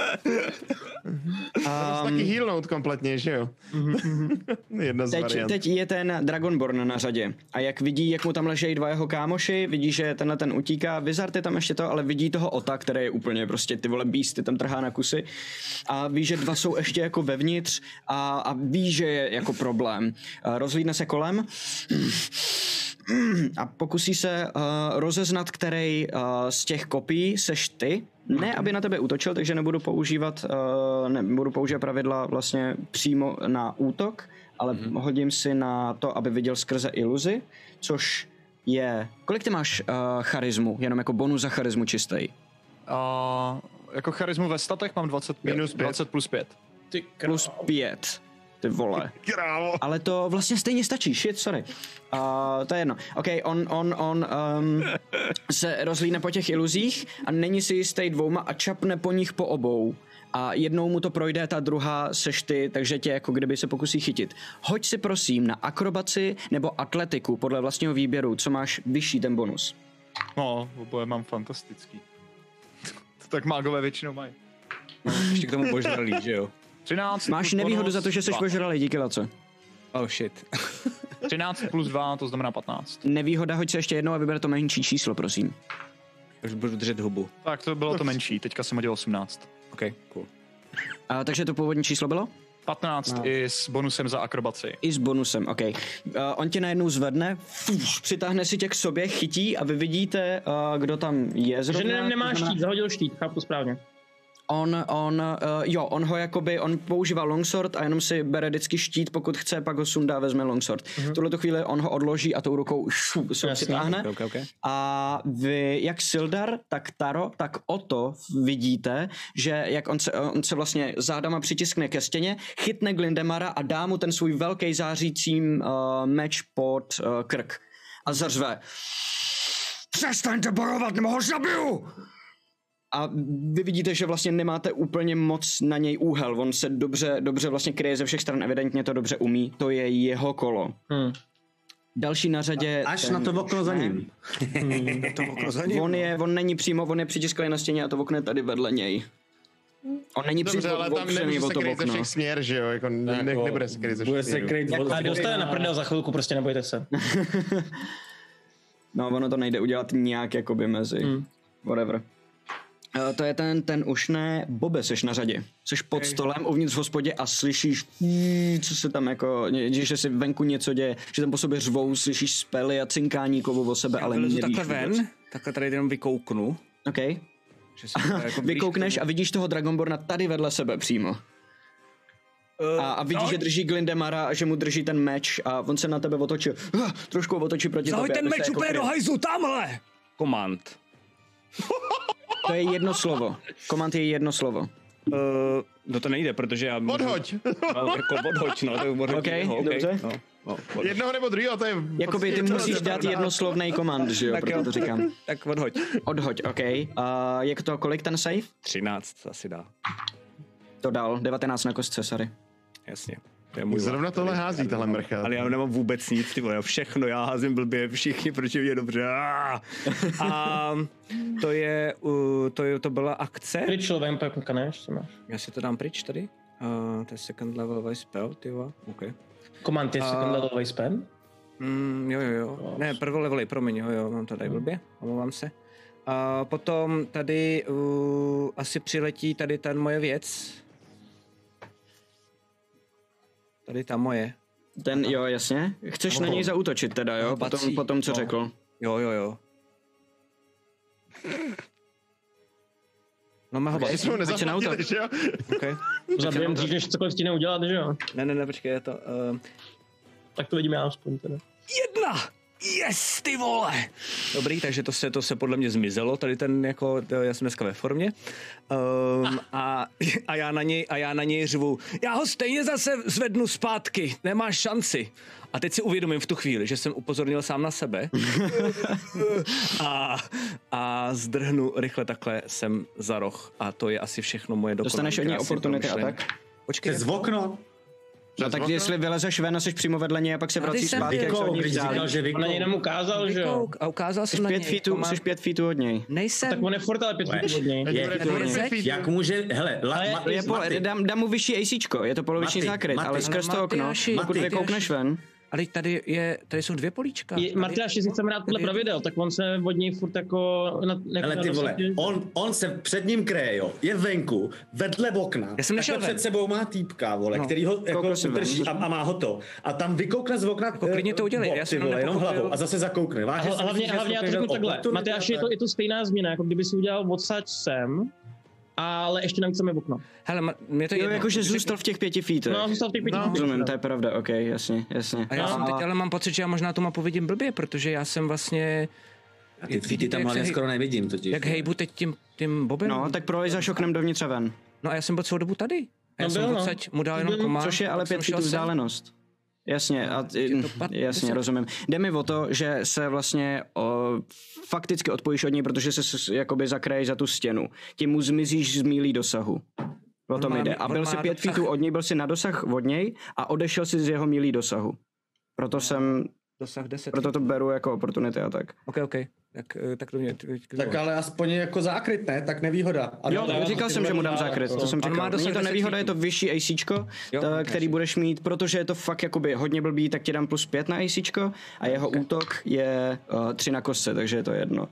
Taky healnout kompletně, že jo? Jedna z variant. Teď je ten Dragonborn na řadě a jak vidí, jak mu tam ležejí dva jeho kámoši, vidí, že tenhle ten utíká, Wizard je tam ještě to, ale vidí toho Ota, který je úplně prostě ty vole beasty, tam trhá na kusy a ví, že dva jsou ještě jako vevnitř a ví, že je jako problém. Rozhlídne se kolem a pokusí se rozeznat, který z těch kopií seš ty. Ne, aby na tebe útočil, takže nebudu používat pravidla vlastně přímo na útok, ale hodím si na to, aby viděl skrze iluzi, což je... Kolik ty máš charismu? Jenom jako bonus za charismu čistý. Jako charismu ve statech mám 25. Minus 5. 20 plus 5. Plus 5. Ty vole. Krávo. Ale to vlastně stejně stačí, sorry. To je jedno. OK, on se rozhlídne po těch iluzích a není si jistý dvouma a čapne po nich po obou. A jednou mu to projde, ta druhá seš ty, takže tě jako kdyby se pokusí chytit. Hoď si prosím na akrobaci nebo atletiku podle vlastního výběru, co máš vyšší ten bonus. No, oboje mám fantastický. To tak mágové většinou mají. Ještě k tomu božralý, že jo? 13 máš nevýhodu za to, že jsi božralý, díky Laco. Oh shit. 13 plus 2, to znamená 15. Nevýhoda, hoď se ještě jednou a vyber to menší číslo, prosím. Už budu držet hubu. Tak to bylo to menší, teďka jsem hodil 18. OK, cool. Takže to původní číslo bylo? 15 i s bonusem za akrobaci. I s bonusem, OK. On tě najednou zvedne, přitáhne si tě k sobě, chytí a vy vidíte, kdo tam je zrovna. Takže nemáš štít, zahodil štít, chápu správně. On ho jakoby, on používá longsword a jenom si bere vždycky štít, pokud chce, pak ho sundá, vezme longsword. V tuhletu chvíli on ho odloží a tou rukou se ho přitáhne. Okay. A vy, jak Sildar, tak Taro, tak Otto vidíte, že jak on se vlastně zádama přitiskne ke stěně, chytne Glindemara a dá mu ten svůj velký zářící meč pod krk. A zařve. Přestaňte bojovat, nebo ho zabiju! A vy vidíte, že vlastně nemáte úplně moc na něj úhel. On se dobře vlastně kryje ze všech stran, evidentně to dobře umí. To je jeho kolo. Další na řadě... Až na to okno za ním. On není přímo, on je přitisklý na stěně a to okno je tady vedle něj. On není Dobře, přímo ale tam nemůže se kryt ze všech směr, že jo? Jako nebude se kryt ze všech směrů. A dostane na prdel za chvilku, prostě nebojte se. No, ono to nejde udělat nějak jakoby mezi. Whatever. To je ten už ne, Bobe, seš na řadě. Seš pod stolem uvnitř v hospodě a slyšíš, co se tam jako, že se venku něco děje, že tam po sobě řvou, slyšíš spely a cinkání kovů o sebe, ale nevíš takhle ven, takhle tady jenom vykouknu. OK. Jako vykoukneš a vidíš toho Dragonborna tady vedle sebe přímo. A vidíš, že drží Glindemara a že mu drží ten meč a on se na tebe otočí. Trošku otočí proti tobě. Zahoď ten meč úplně do hajzlu, tamhle! Komand. To je jedno slovo. Komand je jedno slovo. No to nejde, protože já... Odhoď! Jako odhoď, no. To odhoď, okay, dobře. No, jednoho nebo druhého, to je... Jakoby ty musíš dát jednoslovný komand, že jo, proto to říkám. Tak odhoď. Odhoď, OK. Jak to, kolik ten save? 13 asi dá. To dal, 19 na kostce, sorry. Jasně. To je můj zrovna tohle hází, tahle mrcha. Ale já nemám vůbec nic, ty vole, všechno, já házím blbě, všichni proti mě dobře. A to byla akce. Pryč lovem pepnka, ne? Já si to dám pryč tady. To je second levelový spell, ty vole, OK. Command je second levelový spell? Jo. Ne, prvolevelý, promiň, jo, mám to tady blbě, omlouvám se. A potom tady asi přiletí tady ta moje věc. Tady ta moje. Ten, jo, jasně. Chceš na něj zaútočit teda, jo? Potom co řekl. Jo. No má ho okay. Ať se nautoč. Okay. Zabijem dřív, než cokoliv ti neudělat, že jo? Ne, počkej, je to... Tak to vidíme já aspoň teda. 1! Yes, ty vole! Dobrý, takže to se podle mě zmizelo, tady ten jako, já jsem dneska ve formě. A já na něj řvu, já ho stejně zase zvednu zpátky, nemáš šanci. A teď si uvědomím v tu chvíli, že jsem upozornil sám na sebe a zdrhnu rychle takhle sem za roh a to je asi všechno moje dokonalé. Dostaneš od něj oportunity a tak? Počkej. Přes okno? No tak jestli vylezeš ven a jsi přímo vedle něj a pak se vrací zpátky, jak se od něj vzdálí. On na něj nám ukázal, že jo? A ukázal jsem na něj. Jsi 5 feetů od něj. Nejsem. Tak on je furt ale 5 feetů od něj. Jak může, hele, dám mu vyšší ACčko, je to poloviční zákryt, ale skrz to okno, pokud vykoukneš ven. Ale tady jsou 2 políčka. Martyáš, jestli chceme rád podle pravidel, tak on se od něj furt jako... Hele ty vole, on se před ním kryje, jo, je venku, vedle okna. Já jsem nešel před sebou má týpka, vole, který ho jako drží a má ho to. A tam vykoukne z okna, jako klidně to udělej, já jsem jenom hlavou a zase zakoukne. Hlavně já to řeknu takhle, Matyáši, je to stejná změna, jako kdyby si udělal odsaď sem, ale ještě navíc samé okno. Hele, mě to je jedno. Jakože zůstal v těch 5 feetech. No, zůstal v těch 5 feetech. Rozumím, to je pravda, ok, jasně. A já jsem teď ale mám pocit, že já možná tu mapu vidím blbě, protože já jsem vlastně... A ty feety tam hlavně skoro nevidím totiž. Jak hejbu teď tím bobem? No, tak prolejzáš oknem dovnitř a ven. No a já jsem byl celou dobu tady. A já jsem odsaď mu dal jenom komand. Což je ale 5 feetů vzdálenost. Jasně, jasně, rozumím. Jde mi o to, že se vlastně fakticky odpojíš od něj, protože se jakoby zakraješ za tu stěnu. Tím mu zmizíš z mílí dosahu. O tom jde. A byl si 5 feetů od něj, byl si na dosah od něj a odešel si z jeho mílí dosahu. Proto jsem... Dosah 10. Proto to beru jako opportunity a tak. OK. Tak to mě... Tak ale aspoň jako zákryt, ne? Tak nevýhoda. Jo, říkal jsem, že mu dám zákryt, to jsem říkal. Není to nevýhoda, je to vyšší ACčko, který budeš mít, protože je to fakt jakoby hodně blbý, tak ti dám plus 5 na ACčko a jeho útok je 3 na kostce, takže je to jedno.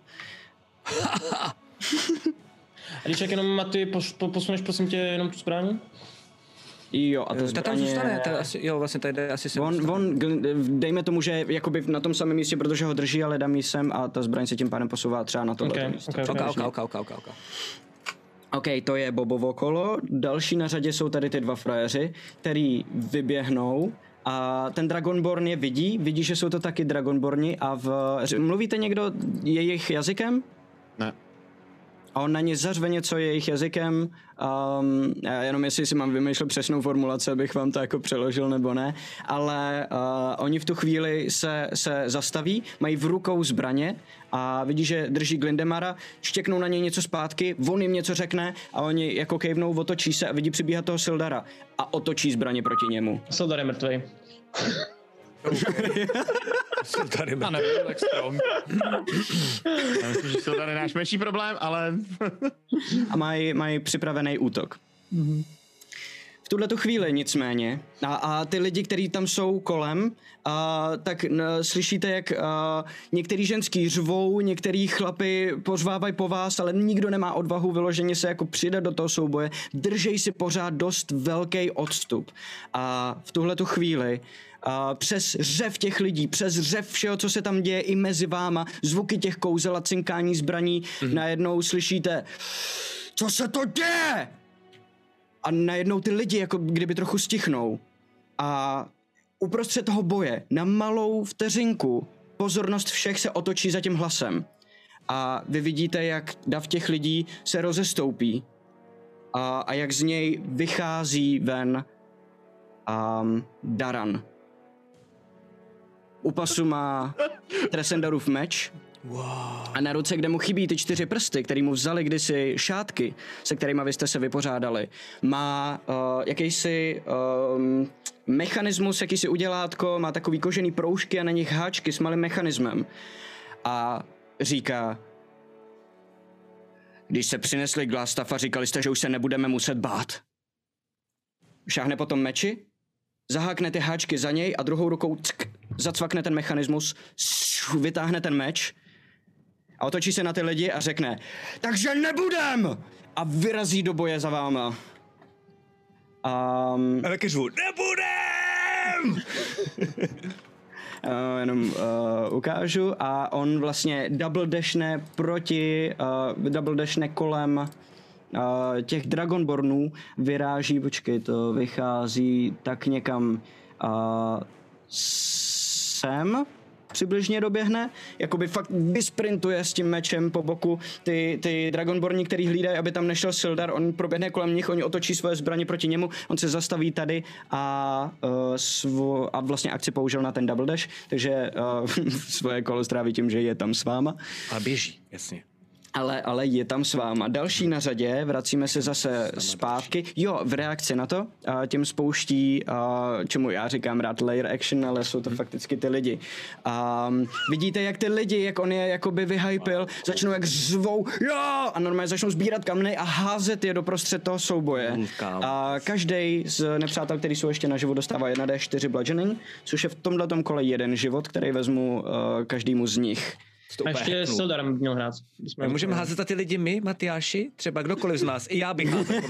A když jak jenom Maty posuneš prosím tě jenom tu zbraň? Jo, a to zbraně... tam zůstane, jo, vlastně tady asi se... Dejme tomu, že jakoby na tom samém místě, protože ho drží, ale dám jí sem a ta zbraň se tím pádem posouvá třeba na tohle místo. OK. OK, to je Bobovo kolo. Další na řadě jsou tady ty dva frajeři, který vyběhnou a ten Dragonborn je vidí, že jsou to taky Dragonborni a mluvíte někdo jejich jazykem? Ne. A on na ně zařve něco jejich jazykem, jenom jestli si mám vymýšlet přesnou formulaci, abych vám to jako přeložil nebo ne, ale oni v tu chvíli se zastaví, mají v rukou zbraně a vidí, že drží Glindemara, štěknou na něj něco zpátky, on jim něco řekne a oni jako kejvnou, otočí se a vidí přibíhat toho Sildara a otočí zbraně proti němu. Sildar je mrtvej. Sildar je A nebyl tak strong. Já myslím, že Sildar je náš menší problém, ale... A mají připravený útok. V tuhletu chvíli nicméně a ty lidi, kteří tam jsou kolem, tak slyšíte, jak některý ženský řvou, některý chlapi pořvávají po vás, ale nikdo nemá odvahu vyloženě se jako přidat do toho souboje. Držej si pořád dost velký odstup. A v tuhletu chvíli přes řev těch lidí, přes řev všeho, co se tam děje i mezi váma, zvuky těch kouzel a cinkání zbraní, najednou slyšíte, co se to děje? A najednou ty lidi jako kdyby trochu stichnou. A uprostřed toho boje, na malou vteřinku, pozornost všech se otočí za tím hlasem. A vy vidíte, jak dav těch lidí se rozestoupí. A jak z něj vychází ven Daran. U pasu má Tresendarův meč. Wow. A na ruce, kde mu chybí ty 4 prsty, který mu vzali kdysi šátky, se kterými vy jste se vypořádali, má jakýsi mechanismus, jakýsi udělátko, má takový kožený proužky a na nich háčky s malým mechanismem. A říká, když se přinesli Glastaff a říkali jste, že už se nebudeme muset bát. Šáhne po tom meči, zahákne ty háčky za něj a druhou rukou zacvakne ten mechanismus, vytáhne ten meč a otočí se na ty lidi a řekne, takže nebudem! A vyrazí do boje za váma. A taky řvu, nebudem! Jenom ukážu a on vlastně double dashne kolem těch Dragonbornů, vyráží, počkej, to vychází tak někam sem, přibližně doběhne, jakoby fakt vysprintuje s tím mečem po boku ty Dragonborní, který hlídají, aby tam nešel Sildar, on proběhne kolem nich, oni otočí svoje zbraně proti němu, on se zastaví tady a vlastně akci použil na ten double dash, takže svoje kolo stráví tím, že je tam s váma. A běží, jasně. Ale je tam s váma. Další na řadě, vracíme se zase zpátky. Jo, v reakci na to tím spouští, čemu já říkám rád layer action, ale jsou to fakticky ty lidi. Vidíte, jak ty lidi, jak on je jakoby vyhypil, začnou jak řvou, jo, a normálně začnou sbírat kameny a házet je doprostřed toho souboje. Každý z nepřátel, který jsou ještě naživu, dostává 1d4 bludgeoning, což je v tomhletom kole 1 život, který vezmu každému z nich. A ještě Sildar měl hrát. Můžeme házet na ty lidi my, Matyáši? Třeba kdokoliv z nás. I já bych házel.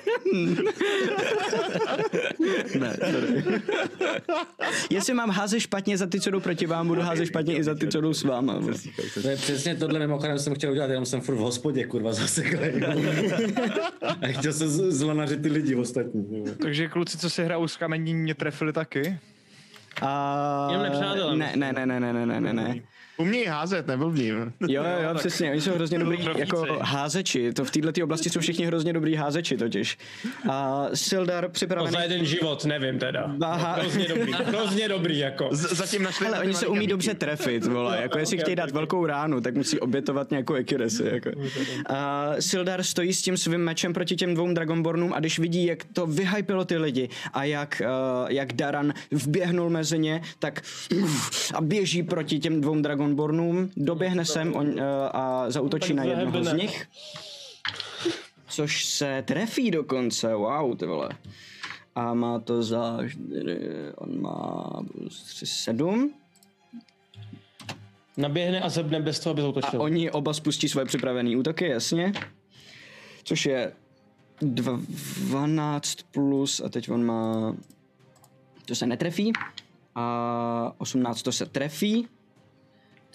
Ne, sorry. Jestli mám házet špatně za ty, co jdou proti vám, budu házet špatně i za ty, co jdou s váma. To je přesně tohle mimochodem jsem chtěl udělat, jenom jsem furt v hospodě, kurva, zaseklej. A chtěl jsem zlanařit ty lidi ostatní. Takže kluci, co si hrajou s kamení, mě trefili taky? Jenom nepřátelé. Ne. Umějí házet, neblbním. Jo, přesně, oni jsou hrozně dobrý jako házeči, to v této oblasti jsou všichni hrozně dobrý házeči totiž. A Sildar připravený... Za 1 život, nevím teda. Hrozně dobrý jako. Zatím našli... Ale oni se umí dobře trefit, vole, jako jestli chtějí dát velkou ránu, tak musí obětovat nějakou accuracy, jako. A Sildar stojí s tím svým mečem proti těm 2 Dragonbornům a když vidí, jak to vyhypilo ty lidi a jak Daran vběhnul mezi ně, tak a běží proti těm 2 Dragonbornům, doběhne sem a zaútočí na jednoho z nich. Což se trefí dokonce, wow, ty vole. A má to on má 7. Naběhne a zebne bez toho, aby zautočil. A oni oba spustí svoje připravené útoky, jasně. Což je 12 plus a teď on má... To se netrefí. A 18 to se trefí.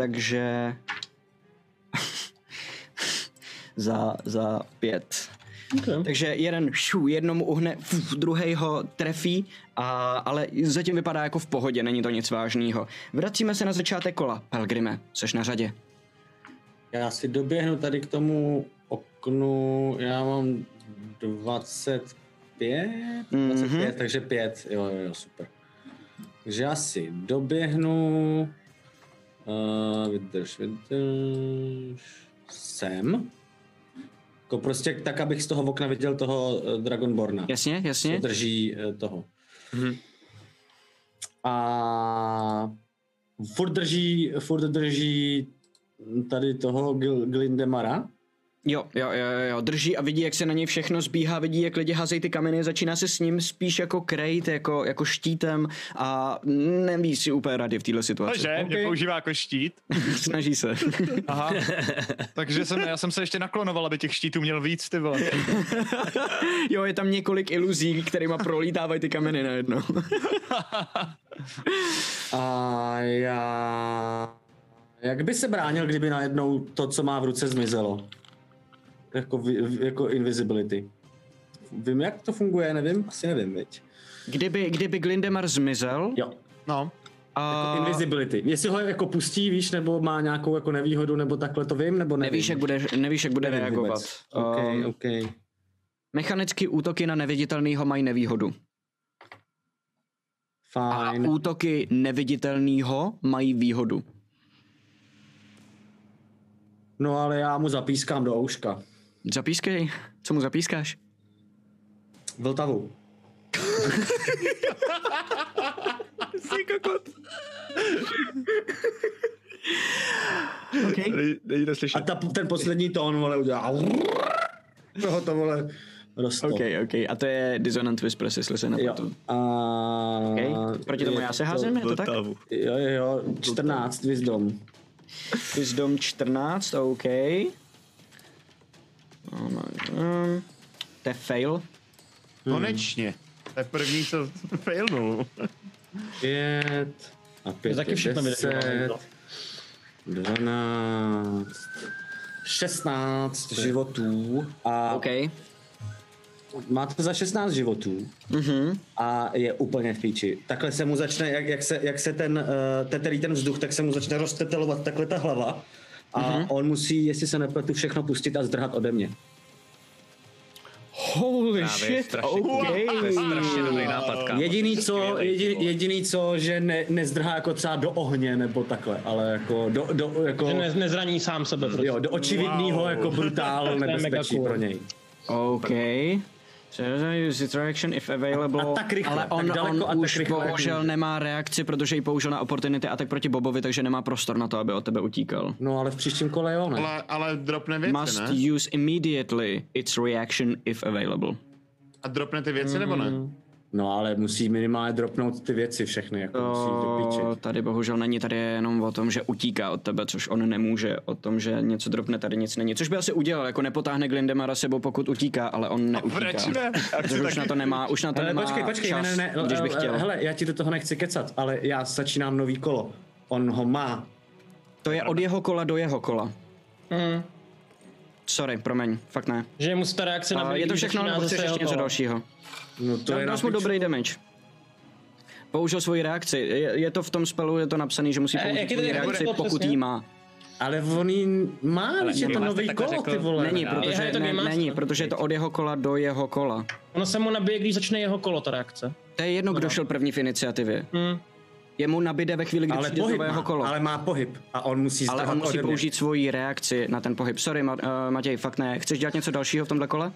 Takže za 5. Okay. Takže jeden jednomu uhne, druhý ho trefí, ale zatím vypadá jako v pohodě, není to nic vážného. Vracíme se na začátek kola. Pelgrime, seš na řadě. Já si doběhnu tady k tomu oknu, já mám 25, 25, takže 5, jo, super. Takže já si doběhnu, vydrž, sem. Jako prostě tak, abych z toho okna viděl toho Dragonborna. Jasně. Co drží toho. A furt drží tady toho Glindemara. Jo, drží a vidí, jak se na něj všechno zbíhá, vidí, jak lidi házejí ty kameny, začíná se s ním spíš jako krejt, jako štítem a neví si úplně rady v této situaci. Takže mě používá jako štít. Snaží se. Aha. Takže já jsem se ještě naklonoval, aby těch štítů měl víc, ty vole. Jo, je tam několik iluzí, kterýma prolítávají ty kameny najednou. A já... Jak by se bránil, kdyby najednou to, co má v ruce, zmizelo? Jako invisibility. Vím, jak to funguje, nevím? Asi nevím, viď? Kdyby Glindemar zmizel... Jo. No. Jako invisibility. Jestli ho jako pustí, víš, nebo má nějakou jako nevýhodu, nebo takhle, to vím, nebo nevím? Nevíš, jak bude reagovat. OK. Mechanické útoky na neviditelného mají nevýhodu. Fajn. A útoky neviditelného mají výhodu. No ale já mu zapískám do ouška. Zapískej. Co mu zapískáš? Vltavu. Jsi kokot. Okay. Není to slyšet. A ten poslední tón, vole, udělá. Toho to, vole, rostlo. OK. A to je Dissonant Whispers, jestli se nepletu. Okay. Proti tomu já se házím, je to tak? Jo. 14 Wisdom. Wisdom 14, OK. To je fail. Konečně. To je první, co failnul. 5 a 5 taky všechno 10, 12, 16 životů a OK. máte za 16 životů a je úplně v píči. Takhle se mu začne, jak se ten vzduch, tak se mu začne roztetelovat takhle ta hlava a on musí, jestli se nepletu, všechno pustit a zdrhat ode mě. Holy shit, OK. To je strašně dobrý nápad, kámo. Jediný co, že nezdrhá jako třeba do ohně nebo takhle, ale jako jako... Že nezraní sám sebe prostě. Jo, do očividného jako brutál nebezpečí pro něj. OK. Use its reaction if available. A tak rychle, ale on tak daleko a už tak rychle, bohužel nemá reakci, protože ji použil na opportunity attack proti Bobovi, takže nemá prostor na to, aby od tebe utíkal. No ale v příštím kole jo, ne? Ale dropne věci, Must ne? use immediately its reaction if available. A dropne ty věci, nebo ne? No ale musí minimálně dropnout ty věci všechny, jako musí do píči. Tady bohužel není, tady je jenom o tom, že utíká od tebe, což on nemůže, o tom, že něco dropne, tady nic není. Což by asi udělal, jako nepotáhne Glindemara sebou, pokud utíká, ale on neutíká. Takže už na to nemá, Počkej, čas, ne, když bych chtěl. Hele, já ti do toho nechci kecat, ale já začínám nový kolo. On ho má. To je od jeho kola do jeho kola. Sorry, promiň, fakt ne. Že mu ta reakce na je to všechno, nebo chceš ještě něco dalšího? No to je dal mu dobrý damage. Použil svoji reakci. Je to v tom spelu, je to napsaný, že musí použít svoji reakci, pokud jí má. Ale on jí má, že to nový kolo, ty vole. Není, protože je to od jeho kola do jeho kola. Ono se mu nabije, když začne jeho kolo, ta reakce. To je jedno, kdo šel první v iniciativě. Jemu nabide ve chvíli, kdy přijde do jeho kolo. Ale má pohyb a on musí ale on musí použít svoji reakci na ten pohyb. Sorry, Matěj, fakt ne. Chceš dělat něco dalšího v tomhle kole?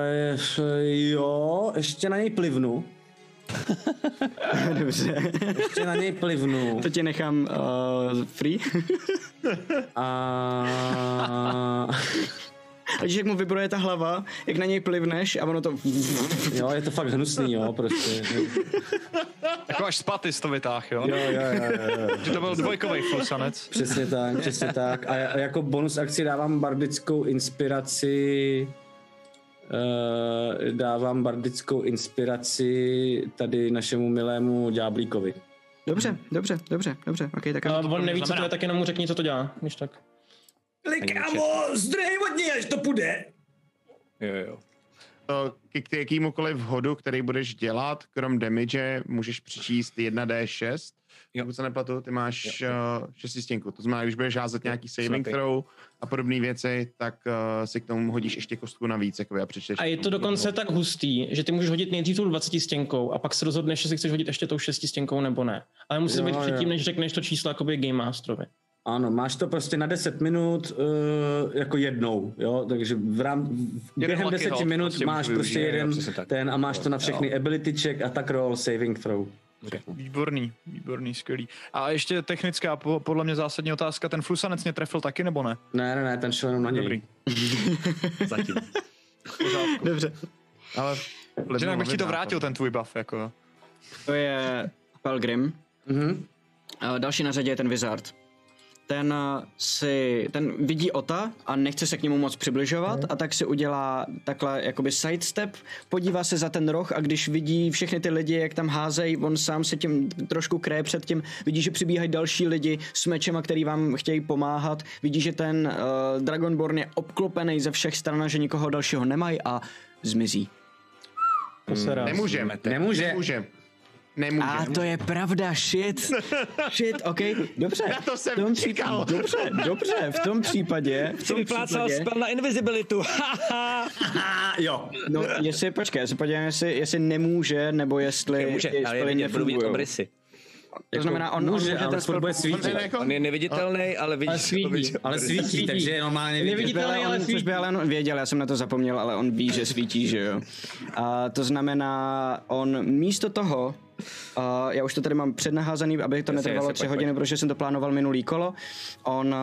Jo, ještě na něj plivnu. Dobře. Ještě na něj plivnu. To ti nechám free. A když jak mu vybroje ta hlava, jak na něj plivneš a ono to... Jo, je to fakt hnusný, jo, prostě. Jako až spaty to vytáh, jo? Jo. Že to byl dvojkovej flusanec. Přesně tak. A jako bonus akci dávám bardickou inspiraci... tady našemu milému ďáblíkovi. Dobře. Okay, tak on neví, co to je, tak jenom mu řekni, co to dělá, když tak. Kámo, zdrhej od něj, až to půjde. Jo. to k jakýmukoliv hodu, který budeš dělat, krom damage, můžeš přičíst 1d6. Pokud se nepletu, ty máš šestistěnku. To znamená, když budeš házet nějaký saving throw a podobné věci, tak si k tomu hodíš ještě kostku navíc a přečteš. A je to dokonce tak hustý, že ty můžeš hodit nejdřív tou 20 stěnkou a pak se rozhodneš, jestli chceš hodit ještě tou 6 stěnkou nebo ne. Ale musí být předtím, než řekneš to číslo jakoby Game Masterovi. Ano, máš to prostě na 10 minut jako jednou, jo, takže během 10 minut máš prostě jeden ten a máš to na všechny ability check, attack roll, saving throw. Výborný, skvělý. A ještě technická, podle mě zásadní otázka, ten flusanec mě trefil taky, nebo ne? Ne, ten šel jenom na něj. Dobrý. Zatím. Dobře. Ale jinak bych ti to vrátil, ten tvůj buff, jako. To je Pelgrim. Další na řadě je ten Wizard. Ten vidí Ota a nechce se k němu moc přibližovat a tak si udělá takhle jakoby sidestep, podívá se za ten roh a když vidí všechny ty lidi, jak tam házejí, on sám se tím trošku kryje před tím, vidí, že přibíhají další lidi s mečema, který vám chtějí pomáhat, vidí, že ten Dragonborn je obklopený ze všech stran, že nikoho dalšího nemají a zmizí. Nemůže. A to je pravda, shit, ok, dobře. Na to jsem čekal. Dobře, v tom případě. Jsi vyplácal spell na invisibilitu, jo. No, počkej, já se podívám, jestli nemůže, nebo jestli... Nemůže, ale nebudu vidět obrysy. To znamená, on může, ale bude svítit. On je neviditelný, ale vidí. Ale svítí, takže je normálně neviditelný, ale svítí. Což by ale on věděl, já jsem na to zapomněl, ale on ví, že svítí, že jo. A to znamená, on místo toho, já už to tady mám přednaházaný, aby to netrvalo 3 hodiny, protože jsem to plánoval minulý kolo, on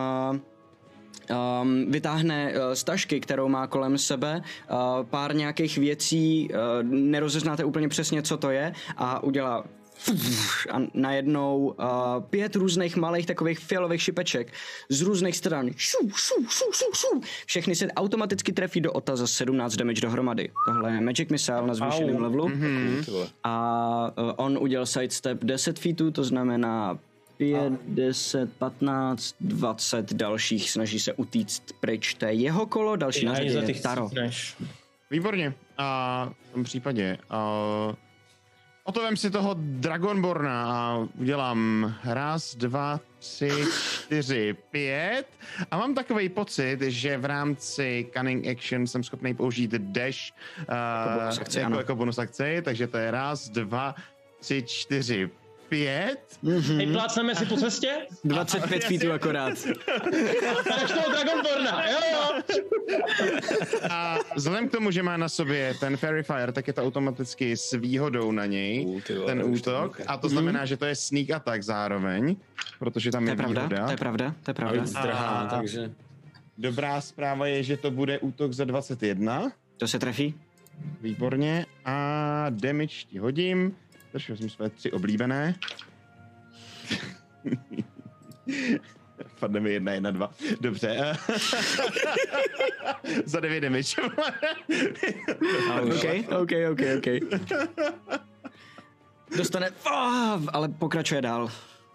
vytáhne z tašky, kterou má kolem sebe, pár nějakých věcí, nerozeznáte úplně přesně, co to je, a udělá a najednou 5 různých malých takových fialových šipeček z různých stran. Všechny se automaticky trefí do Ota za 17 damage dohromady. Tohle je Magic Missile na zvýšeném levelu. A on udělal sidestep 10 feetů, to znamená 5, 10, 15, 20 dalších. Snaží se utíct pryč. To je jeho kolo, další na řadě je Taro. Výborně. A v tom případě... Otovem si toho Dragonborna a udělám 1, 2, 3, 4, 5 a mám takový pocit, že v rámci Cunning Action jsem schopný použít dash jako bonus akci, takže to je 1, 2, 3, 4, 5. Hej, plácneme si po cestě? 25 feetů akorát. Máš toho Dragonborna, jo. A vzhledem k tomu, že má na sobě ten Fairy Fire, tak je to automaticky s výhodou na něj, ten útok. A to znamená, že to je sneak attack zároveň, protože tam je výhoda. To je pravda. Takže... Dobrá zpráva je, že to bude útok za 21. To se trefí. Výborně. A damage ti hodím. Takže vezmu své 3 oblíbené. Padne mi 1, 1, 2. Dobře. Za 9 damage. OK. Dostane... ale pokračuje dál.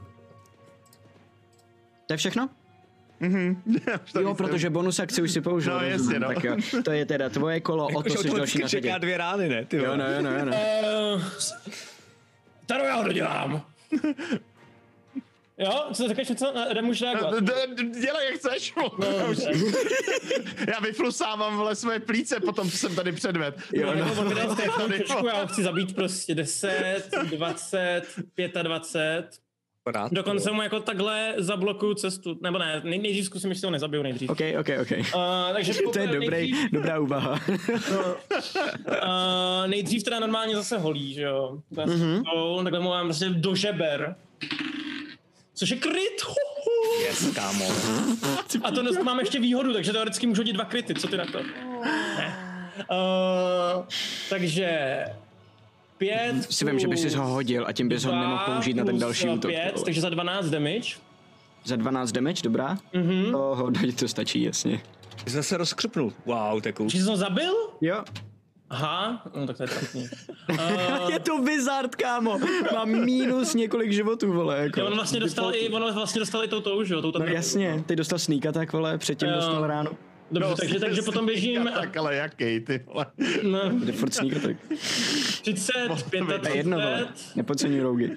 To je všechno? Jo, protože bonus akci už si použil. No jasně, no. Tak jo. To je teda tvoje kolo, o to jsi další na řadě. Čeká 2 rány, ne? Ty jo, no. Taro, já ho dodělám. Jo? Co řekneš něco? Nemůžeš reagovat. Dělej, jak chceš. Já vyflusávám vle své plíce potom, co jsem tady předvedl. Já ho chci zabít prostě 10, 20, 25. Dokonce mu jako takhle zablokuju cestu, nebo ne, nejdřív zkusím, jestli ho nezabiju nejdřív. OK. Takže to je dobrá úvaha. Nejdřív teda normálně zase holí, že jo. Takhle mu mám prostě do žeber. Což je kryt. Yes, kámo. A to mám ještě výhodu, takže teoreticky můžu hodit 2 kryty, co ty na to? Ne. Takže... 5 si vím, že bys si ho hodil a tím bys ho nemohl použít na ten další útok. 5, takže za 12 damage. Za 12 damage, dobrá? To stačí, jasně. Jsi zase rozkřupnul. Wow, to je cool. Jsi ho zabil? Jo. Aha, no tak to je trapný. Je to Wizard, kámo. Má minus několik životů, vole. Jako. Jo, on vlastně dostal i touto, že jo? No jasně, ty dostal sneak attack, vole, předtím dostal ránu. Dobře, takže potom běžím... Tak ale jaký, ty vole. No, Jde furt sníka, tak 30, to je jedno, vole. 35... Nepodceňuj rougy.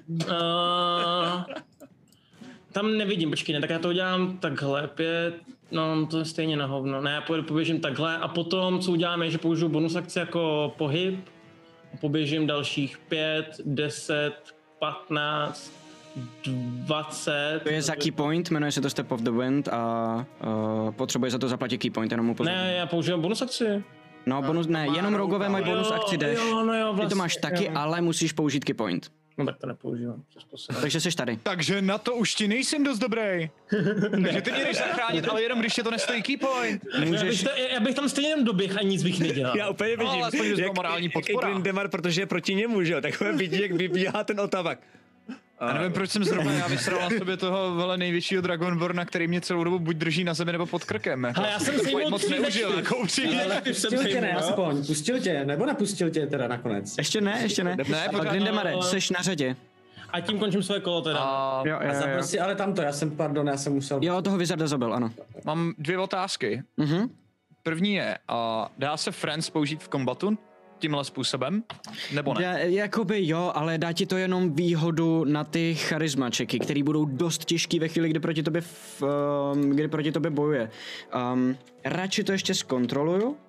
Tam nevidím, počkej, ne, tak já to udělám takhle, 5, no to je stejně na hovno, ne, já poběžím takhle a potom, co uděláme, je, že použiju bonus akci jako pohyb, a poběžím dalších 5, 10, 15, 20. To je za key point, jmenuje se to Step of the Wind a potřebuje za to zaplatit key point, jenom upozorňuji. Ne, já používám bonus akci. No, bonus, ne, jenom rougové mají bonus akci dash. Vlastně, Ty to máš taky, ale musíš použít key point. No tak to nepoužívám. Takže jsi tady. Takže na to už ti nejsem dost dobrý. Takže ty mě jdeš zachránit, ale jenom když tě to nestojí key point. Já bych tam stejně jenom doběh a nic bych nedělal. Já úplně vidím, jak morální podpora. Grindemar, protože je proti němu, že jo, takhle vidí, jak vybíhá ten otavak. Já nevím, proč jsem zrovna já vysral na sobě toho vele největšího Dragonborna, který mě celou dobu buď drží na zemi nebo pod krkem. Ale já jsem si moc neužil, jako upřímně. Pustil tě, ne, aspoň. Pustil tě, nebo nepustil tě teda nakonec? Ještě ne. A Grindemare, jsi na řadě. A tím končím své kolo teda. Jo. Prostě, ale tamto, já jsem musel... Jo, toho Wizarda zabil, ano. Mám 2 otázky. První je, dá se Friends použít v kombatu tímhle způsobem, nebo ne? Jakoby jo, ale dá ti to jenom výhodu na ty charisma checky, který budou dost těžký ve chvíli, kdy proti tobě bojuje. Radši to ještě zkontroluju.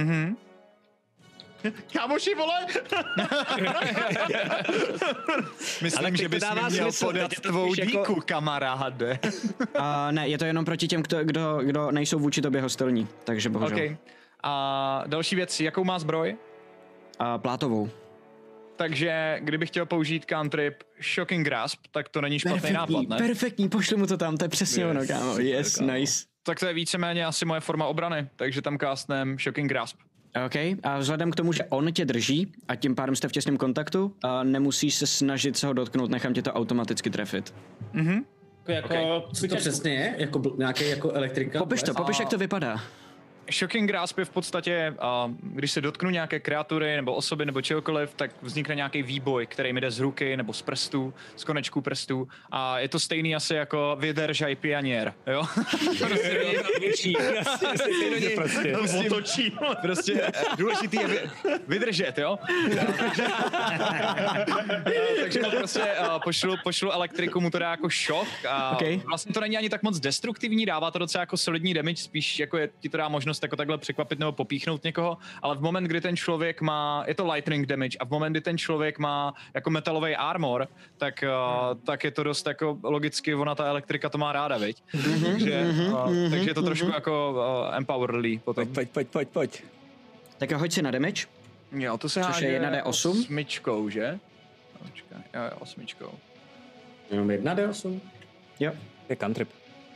Kámoši, vole! Myslím, že bys mi měl podat tvou díku, kamaráde. Ne, je to jenom proti těm, kdo nejsou vůči tobě hostilní, takže bohužel. Okay. A další věc, jakou má zbroj? Plátovou. Takže kdybych chtěl použít cantrip Shocking Grasp, tak to není špatný nápad, ne? Perfektní, pošli mu to tam, to je přesně ono, kámo. Yes, nice. Tak to je víceméně asi moje forma obrany, takže tam castnem Shocking Grasp. OK, a vzhledem k tomu, že on tě drží a tím pádem jste v těsném kontaktu, nemusíš se snažit se ho dotknout, nechám tě to automaticky trefit. Co to přesně je? Jako nějaký jako elektrika? Popiš, jak to vypadá. Shocking Grasp je v podstatě, když se dotknu nějaké kreatury nebo osoby nebo čehokoliv, tak vznikne nějaký výboj, který mi jde z ruky nebo z prstů, z konečků prstů a je to stejný asi jako vydržaj pianier, jo? Prostě důležitý je vydržet, jo? Takže to prostě pošlu elektriku, mu to dá jako šok a vlastně to není ani tak moc destruktivní, dává to docela jako solidní damage, spíš jako ti to dá možnost jako takhle překvapit nebo popíchnout někoho, ale v moment, kdy ten člověk má, je to lightning damage a v moment, kdy ten člověk má jako metalový armor, tak je to dost jako logicky, ona ta elektrika to má ráda, viď? Takže je to trošku jako empowerly potom. Pojď. Tak hoď si na damage. Jo, to se což je 1d8. 8, že? Počkej, jo, 8. Jenom 1d8? Jo. Je cantrip.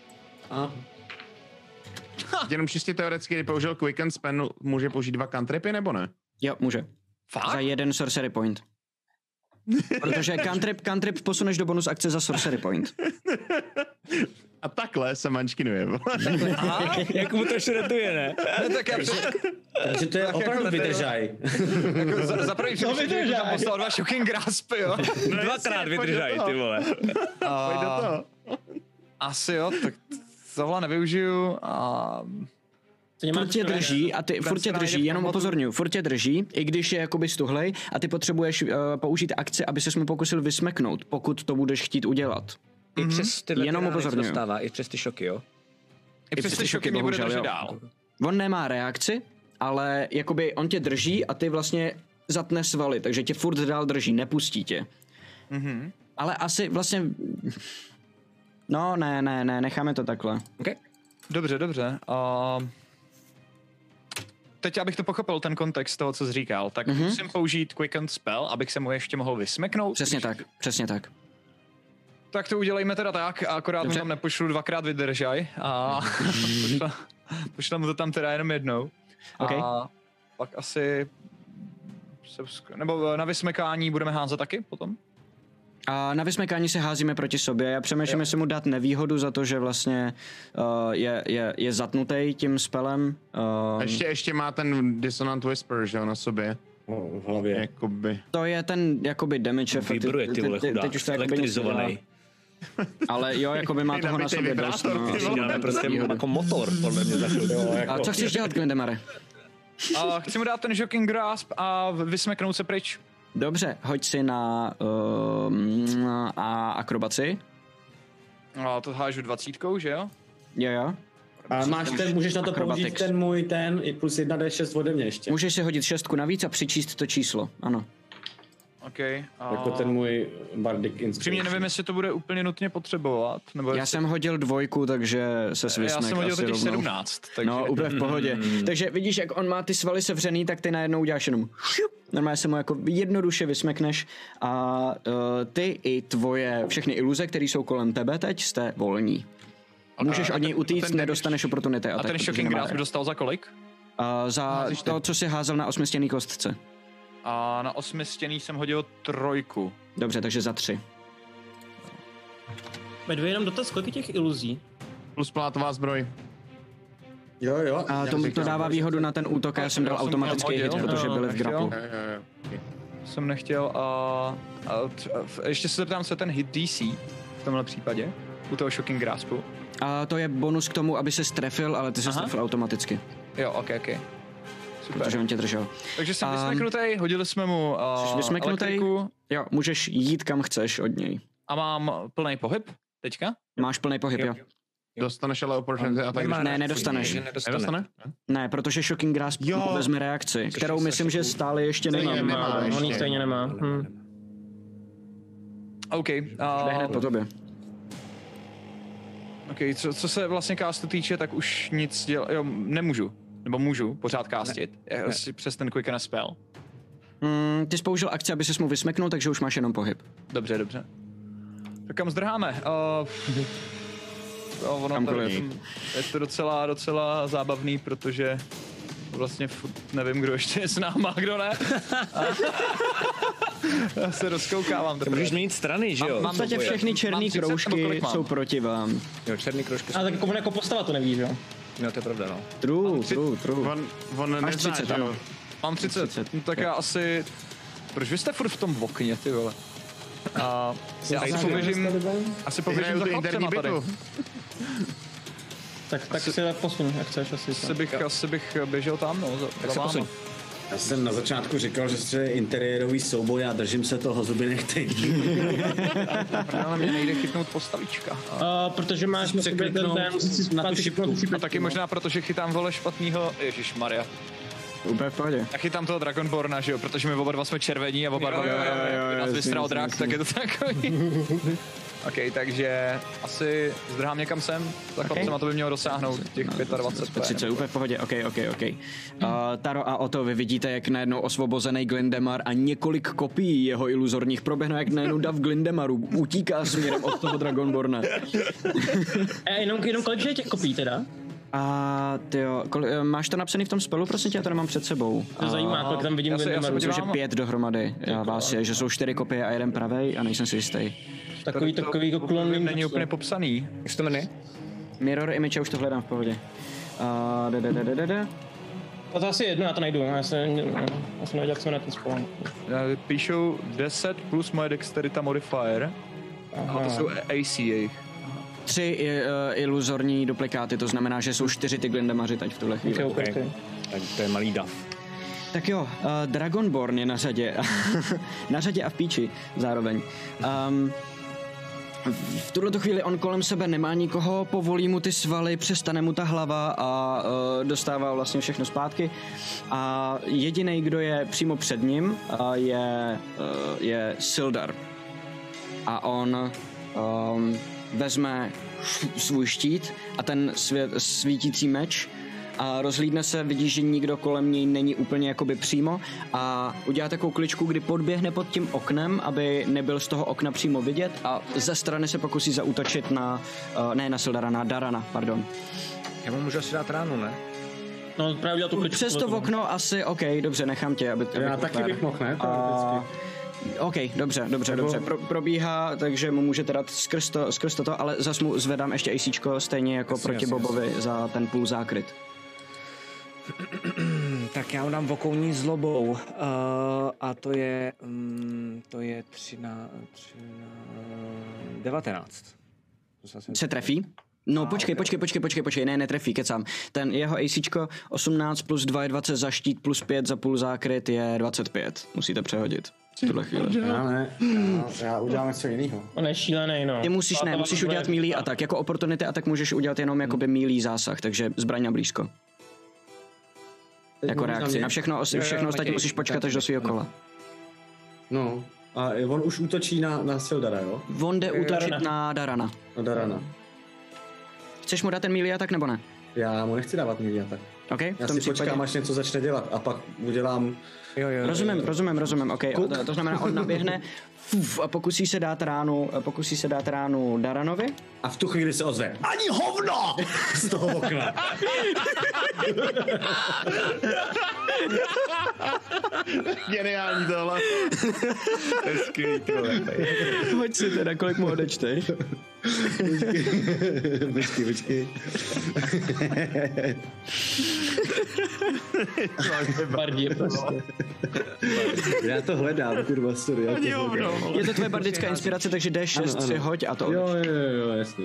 Jenom čistě teoreticky, kdy použil Quicken Spell, může použít 2 cantripy, nebo ne? Jo, může. Fakt? Za 1 sorcery point. Protože cantrip posuneš do bonus akce za sorcery point. A takhle se mančkinuje. Jak mu to šretuje, ne? Takže to je opravdu vydržaj. Za první příště tam poslal 2 Shocking Grasp, jo? 2krát vydržaj, ty vole. Pojď do toho. Asi jo, tak tohle nevyužiju a... Furt tě drží a ty furt tě drží, jenom upozorňuji, furt tě drží, i když je jakoby stuhlej a ty potřebuješ použít akci, aby ses mu pokusil vysmeknout, pokud to budeš chtít udělat. I přes tyhle jenom upozorňuji. Dostává, i přes ty šoky, jo? I přes ty šoky mě bude držet dál. On nemá reakci, ale jakoby on tě drží a ty vlastně zatne svaly, takže tě furt dál drží, nepustí tě. Ale asi vlastně... No, ne, necháme to takhle. Okay. Dobře. Teď, abych to pochopil, ten kontext toho, co jsi říkal, tak musím použít Quicken Spell, abych se mu ještě mohl vysmeknout. Přesně tak. Tak to udělejme teda tak, a akorát mu tam nepošlu 2krát vydržaj a pošle mu to tam teda jenom jednou. Okay. A pak asi... Nebo na vysmekání budeme házet taky potom? A na vysmekání se házíme proti sobě. Já přemýšlím, jestli mu dát nevýhodu za to, že vlastně je zatnutý tím spelem. Ještě má ten Dissonant Whisper, že jo, na sobě. V hlavě. Jakoby. To je ten jakoby damage effect. Vibruje, ty vole, chudák, teď už to elektrizovaný. Ale jo, jako by má toho na sobě dost. Máme prostě jako motor, podle mě. A co chceš dělat, Glendemare? Chci mu dát ten Shocking Grasp a vysmeknout se pryč. Dobře, hoď si na akrobaci. To hážu 20, že jo? Jo. A můžeš na to použít ten můj i plus 1d6 ode mě ještě. Můžeš si hodit 6 navíc a přičíst to číslo, ano. OK. Jako ten můj Bardic Inspiration. Přímě nevím, jestli to bude úplně nutně potřebovat. Nebo Já jsem hodil 2, takže se svysmek. Já jsem hodil totiž 17. Takže... No, úplně v pohodě. Takže vidíš, jak on má ty svaly sevřený, tak ty najednou uděláš jenom normálně se mu jako jednoduše vysmekneš a ty i tvoje všechny iluze, které jsou kolem tebe teď, jste volní. Můžeš od něj utíct, nedostaneš oportunity. A ten Shocking Grasp dostal za kolik? Za to, co si házel na 8stěný kostce. A na 8stěný jsem hodil 3. Dobře, takže za 3. Medvěd, jenom dotaz, kolik těch iluzí? Plus plátová zbroj. Jo. A to dává výhodu na ten útok, já jsem dal automatický hit, protože byly v grapplu. Jsem nechtěl ještě se zeptám, co je ten hit DC v tomhle případě, u toho Shocking Graspu. A to je bonus k tomu, aby se strefil, ale ty se strefil automaticky. Jo, ok. Super. Protože on tě držel. Takže jsem vysmeknutej, hodili jsme mu elektriku. Jo, můžeš jít kam chceš od něj. A mám plný pohyb teďka? Máš plný pohyb, jo. Dostaneš ale opportunity a tak. Ne, nedostaneš. Nedostane? Ne, protože Shocking Grasp vezme reakci, kterou myslím, že stále ještě nemá. On ji stejně nemá. OK. Jde hned po tobě. OK, co se vlastně castu týče, tak už nic dělat, jo, nemůžu. Nebo můžu pořád castit, přes ten Quicken Spell. Ty jsi použil akci, aby ses mu vysmeknul, takže už máš jenom pohyb. Dobře. Tak kam zdrháme? Je to docela zábavný, protože vlastně nevím, kdo ještě je s náma, kdo ne. Já se rozkoukávám. Můžeš změnit strany, že jo? V podstatě všechny černý kroužky jsou proti vám. Jo, černý kroužky jsou. A tak jako postava to neví, že jo? No, to je pravda, no. True. On máš 30, ano. Mám 30. No, tak já asi... Proč vy jste furt v tom okně, ty vole? Já asi poběžím za chlapcema tady. Tak si posun, jak chceš asi bych běžel tam, no, za váma. Já jsem na začátku říkal, že jste interiérový souboj a držím se toho zuby nechtej. Ale mě nejde chytnout postavička. Protože máš na sobě na tu šipku. A taky možná, protože chytám vole špatnýho, ježišmarja. Úplně v pohodě. A chytám toho Dragonborna, že jo, protože my oba dva jsme červení a oba dva nás vystral drak, tak je to takový. OK, takže asi zdrhám někam sem, za chlapcema to by mělo dosáhnout těch 25. 30, úplně v pohodě, OK. Taro a Otto, vy vidíte, jak najednou osvobozený Glindemar a několik kopií jeho iluzorních proběhnou, jak najednou dav Glindemaru utíká směrem od toho Dragonborna. Jenom kolik je těch kopií teda? A tyjo, máš to napsaný v tom spelu, prosím tě, já to nemám před sebou. To zajímá, kolik tam vidím Glindemaru. Myslím, že 5 dohromady, já vás je, že jsou 4 kopie a jeden pravej a nejsem si jistý. Takový klon není úplně popsaný. Jak se to jmenuje? Mirror Image, už to hledám v pohodě. To asi jedno, já to najdu, já jsem nevěděl, jak se jmenuje ten spol. Píšou 10 plus moje Dexterita modifier. A to jsou AC jejich. 3 iluzorní duplikáty, to znamená, že jsou 4 ty Glindemaři teď v tuhle chvíli. Okay. Tak to je malý dav. Tak jo, Dragonborn je na řadě. Na řadě a v píči zároveň. V tuto chvíli on kolem sebe nemá nikoho, povolí mu ty svaly, přestane mu ta hlava a dostává vlastně všechno zpátky. A jedinej, kdo je přímo před ním, je Sildar. A on vezme svůj štít a ten svítící meč a rozhlídne se, vidí, že nikdo kolem něj není úplně jakoby přímo a udělá takovou kličku, kdy podběhne pod tím oknem, aby nebyl z toho okna přímo vidět a ze strany se pokusí zaútočit na Sildara, na Darana, pardon. Já mu můžu asi dát ránu, ne? No právě dělal tu kličku. Přes to okno asi, OK, dobře, nechám tě, aby já taky bych mohl, ne? OK, dobře. Probíhá, takže mu můžete dát skrz toto, ale zas mu zvedám ještě ACčko, stejně jako proti Bobovi za ten půl zákryt. Tak já mu dám vokouní zlobou. A to je 19. Se trefí? No počkej, ne, netrefí, kecám. Ten jeho ACčko 18 plus 2 je 20 za štít plus 5 za půl zákryt je 25. Musíte přehodit. V tuhle chvíli. Já udělám něco jiného. On je šílený, no. Ty musíš udělat melee atak. Jako opportunity atak můžeš udělat jenom jakoby melee zásah, takže zbraň na blízko. Jako reakci. Na všechno ostatní musíš počkat až do svého kola. No. A on už útočí na Sildara, jo? On jde útočit na Darana. Na Darana. Chceš mu dát ten melee atak nebo ne? Já mu nechci dávat melee atak. Okay, já si počkám, až něco začne dělat a pak udělám... Rozumím, ok. To znamená, on naběhne a pokusí se dát ránu Daranovi. A v tu chvíli se ozve ani hovno! Z toho okna. Geniální tohle. Hezký, Hoď si teda, kolik mu odečteš. Počkej. Bardí prostě. Já to hledám, kurva, sorry. Je to tvoje bardická inspirace, takže D6 si hoď a to odečteš. Jo, jasně.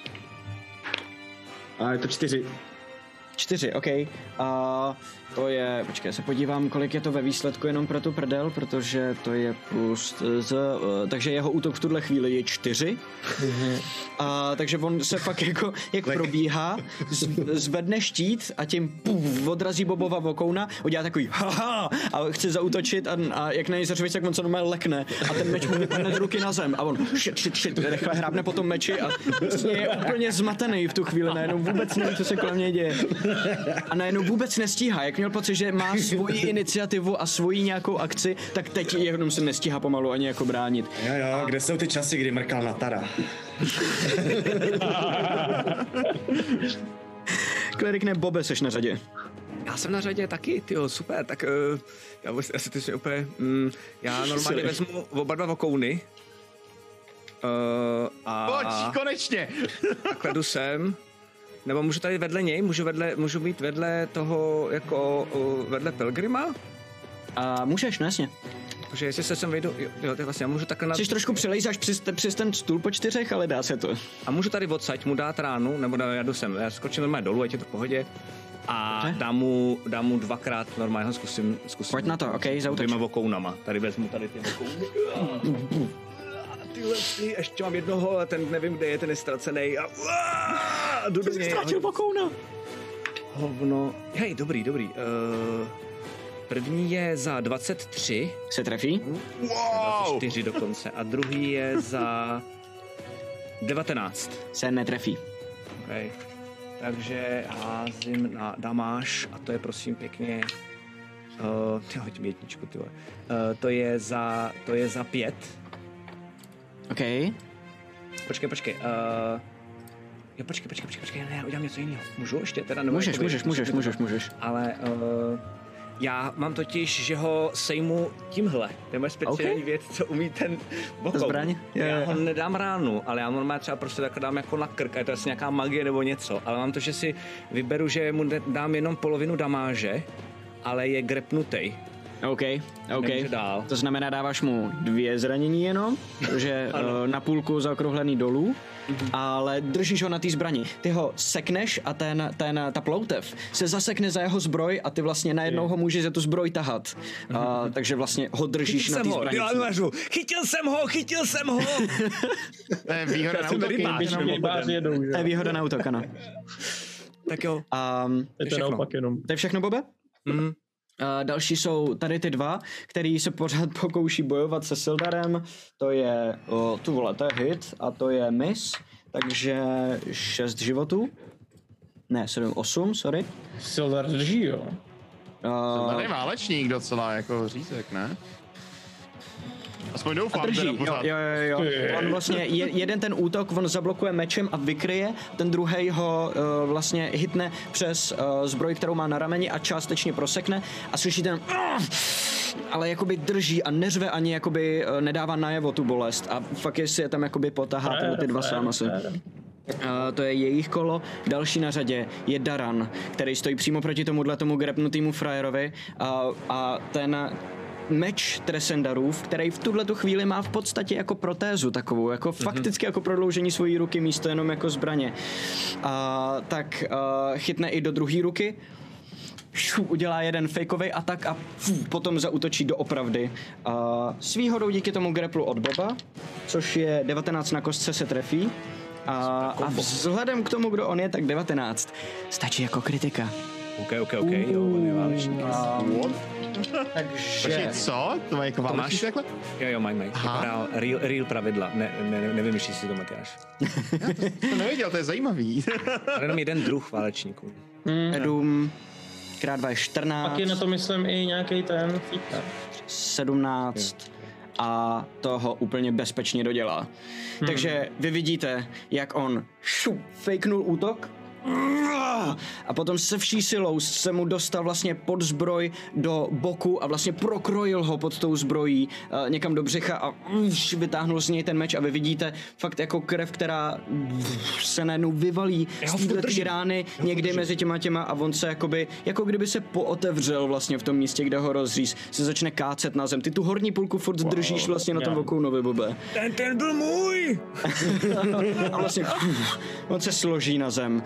A je to 4. 4, ok. A to je, počkej, se podívám, kolik je to ve výsledku jenom pro tu prdel, protože to je plus takže jeho útok v tuhle chvíli je 4. A takže on se fakt jako, jak probíhá, zvedne štít a tím odrazí Bobova vokouna, udělá takový haha a chce zaútočit a jak na něj zařvic, tak on se normálně lekne a ten meč mu vypadne z ruky na zem a on shit, rychle hrábne po tom meči a vlastně je úplně zmatený v tu chvíli, najednou vůbec neví, co se kolem něj děje. A najednou vůbec nestíhá, jak měl pocit, že má svoji iniciativu a svoji nějakou akci, tak teď jenom se nestíhá pomalu ani jako bránit. Jo, kde jsou ty časy, kdy mrkal na Tara? Klerik ne, Bobe, seš na řadě. Já jsem na řadě taky, tyjo, super, tak já si ty úplně, já normálně vezmu oba dva vokouny. Pojď, konečně! A kledu sem. Nebo můžu tady vedle něj, můžu být vedle toho, jako vedle Pilgrima? A můžeš, no jasně. Takže jestli se sem vejdu, jo, to je vlastně, já můžu takhle... Jsi trošku přelejzáš přes ten stůl po 4, ale dá se to. A můžu tady odsaď mu dát ránu, nebo já jdu sem, já skočím normálně dolů, ať je to v pohodě. A dám mu dvakrát normálně, zkusím. Pojď na to, okej, zautoč. Dvěma vokounama, tady vezmu tady ty vokouny. Tyhle, ještě mám jednoho a ten nevím, kde je, ten je ztracený. A jdu do něj. Ztratil vokouna. Hovno. Hej, dobrý. První je za 23. Se trefí? Wow! 24 dokonce. A druhý je za 19. Se netrefí. Okay. Takže házím na damáž a to je prosím pěkně... hoď mi jedničku, tyhle. To je za 5. OK. Počkej. Počkej, ne, udělám něco jiného. Můžu ještě teda? Můžeš. Ale já mám totiž, že ho sejmu tímhle. To je moje speciální věc, co umí ten bokom. Zbraň? Já ho nedám ránu, ale já normálně třeba prostě takhle dám jako na krk, a je to asi nějaká magie nebo něco. Ale mám to, že si vyberu, že mu dám jenom polovinu damáže, ale je grepnutej. OK. To znamená, dáváš mu 2 zranění jenom, protože na půlku zaokrouhlený dolů, ale držíš ho na té zbrani. Ty ho sekneš a ta ploutev se zasekne za jeho zbroj a ty vlastně najednou ho můžeš za tu zbroj tahat. Takže vlastně ho držíš na té zbrani. Chytil jsem ho! To je výhoda na útoky. To je výhoda na útok, ano. Tak jo. To je všechno, Bobe? Další jsou tady ty 2, který se pořád pokouší bojovat se Sildarem. To je, to je hit a to je miss, takže 6 životů. Ne, 8, sorry. Sildar drží, jo. Sildar je válečník docela, jako řízek, ne? Aspoň doufám, drží, jo. On vlastně, jeden ten útok, on zablokuje mečem a vykryje, ten druhej ho vlastně hitne přes zbroj, kterou má na rameni a částečně prosekne a slyší ten ale jakoby drží a neřve ani jakoby nedává najevo tu bolest a fakt jestli je tam jakoby potahá ty 2 sámasy. To je jejich kolo. Další na řadě je Daran, který stojí přímo proti tomu grepnutýmu frajerovi a ten meč Tresendarův, který v tuhletu chvíli má v podstatě jako protézu takovou, jako fakticky jako prodloužení svojí ruky místo jenom jako zbraně. Tak chytne i do druhé ruky, udělá jeden fejkový atak a potom zaútočí doopravdy. S výhodou díky tomu greplu od Boba, což je 19 na kostce se trefí. A vzhledem k tomu, kdo on je, tak 19 stačí jako kritika. OK, jo, on je válečník. Takže... Počkej, co? To má jako válečník takhle? Jo, mají. Real pravidla, nevymyšlíš si to, Matyáš. To nevěděl, to je zajímavý. Ale jenom jeden druh válečníků. Edum, krát 2 je 14. Pak je na to, myslím, i nějaký ten feat. 17. A toho úplně bezpečně dodělá. Takže vy vidíte, jak on fejknul útok a potom se vší silou se mu dostal vlastně pod zbroj do boku a vlastně prokrojil ho pod tou zbrojí někam do břicha a vytáhnul z něj ten meč a vy vidíte fakt jako krev, která se najednou vyvalí z této rány někdy mezi těma a on se jako kdyby se pootevřel vlastně v tom místě, kde ho rozříz, se začne kácet na zem. Ty tu horní půlku furt držíš vlastně na tom vokounovi, Bobe. Ten byl můj! A vlastně on se složí na zem.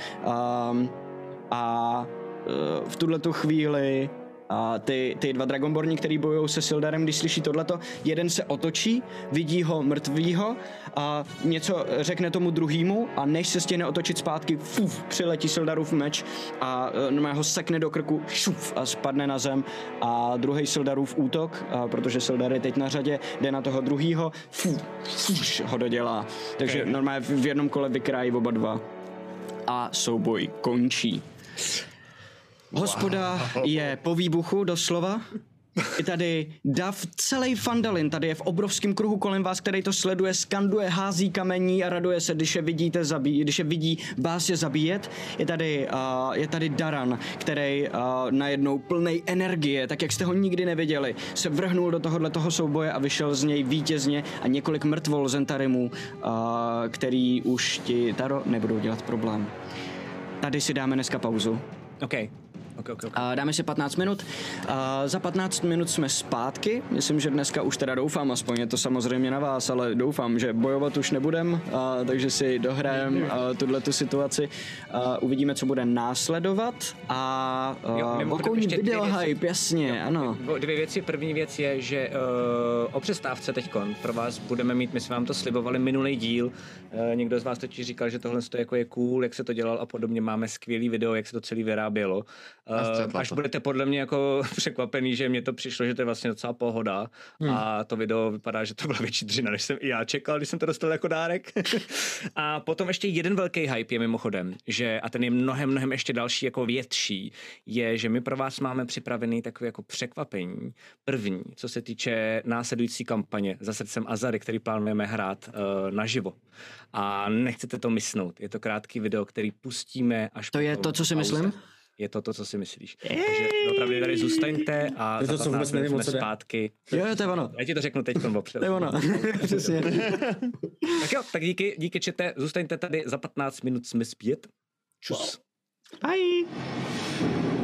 V tuhletu chvíli ty dva Dragonborni, který bojují se Sildarem, když slyší tohleto, jeden se otočí, vidí ho mrtvýho a něco řekne tomu druhýmu a než se stihne otočit zpátky, přiletí Sildarův meč a ho sekne do krku a spadne na zem a druhý Sildarův útok, protože Sildar je teď na řadě, jde na toho druhýho, ho dodělá. Takže normálně v jednom kole vykrájí oba dva. A souboj končí. Hospoda je po výbuchu doslova. Je tady dav celý Fandalin, tady je v obrovském kruhu kolem vás, který to sleduje, skanduje, hází kamení a raduje se, když je vidí vás je zabíjet. Je tady Daran, který najednou plnej energie, tak jak jste ho nikdy neviděli, se vrhnul do tohoto souboje a vyšel z něj vítězně a několik mrtvol Zentarimů, který už ti, Taro, nebudou dělat problém. Tady si dáme dneska pauzu. Okay. Dáme si 15 minut. Za 15 minut jsme zpátky. Myslím, že dneska už teda doufám, aspoň je to samozřejmě na vás, ale doufám, že bojovat už nebudem, takže si dohrajem tuhletu situaci. Uvidíme, co bude následovat a okolní video hype, jasně, ano. Dvě věci. První věc je, že o přestávce teďkon pro vás budeme mít, my jsme vám to slibovali minulý díl. Někdo z vás totiž říkal, že tohle je cool, jak se to dělal a podobně. Máme skvělý video, jak se to celý vyrábělo. Až budete podle mě jako překvapený, že mně to přišlo, že to je vlastně docela pohoda a to video vypadá, že to byla větší dřina, než jsem i já čekal, když jsem to dostal jako dárek. A potom ještě jeden velký hype je mimochodem, že, a ten je mnohem ještě další jako větší, je, že my pro vás máme připravený takové jako překvapení. První, co se týče následující kampaně Za srdcem Azary, který plánujeme hrát naživo. A nechcete to mysnout. Je to krátký video, který pustíme až to je to, co si myslím? Je to, co si myslíš. Takže opravdu tady zůstaňte a to, za 15 minut jsme zpátky. Jo, to je ono. Já ti to řeknu teď vopřed. To je ono, přesně. Tak jo, tak díky čete, zůstaňte tady, za 15 minut jsme zpět. Čus. Bye.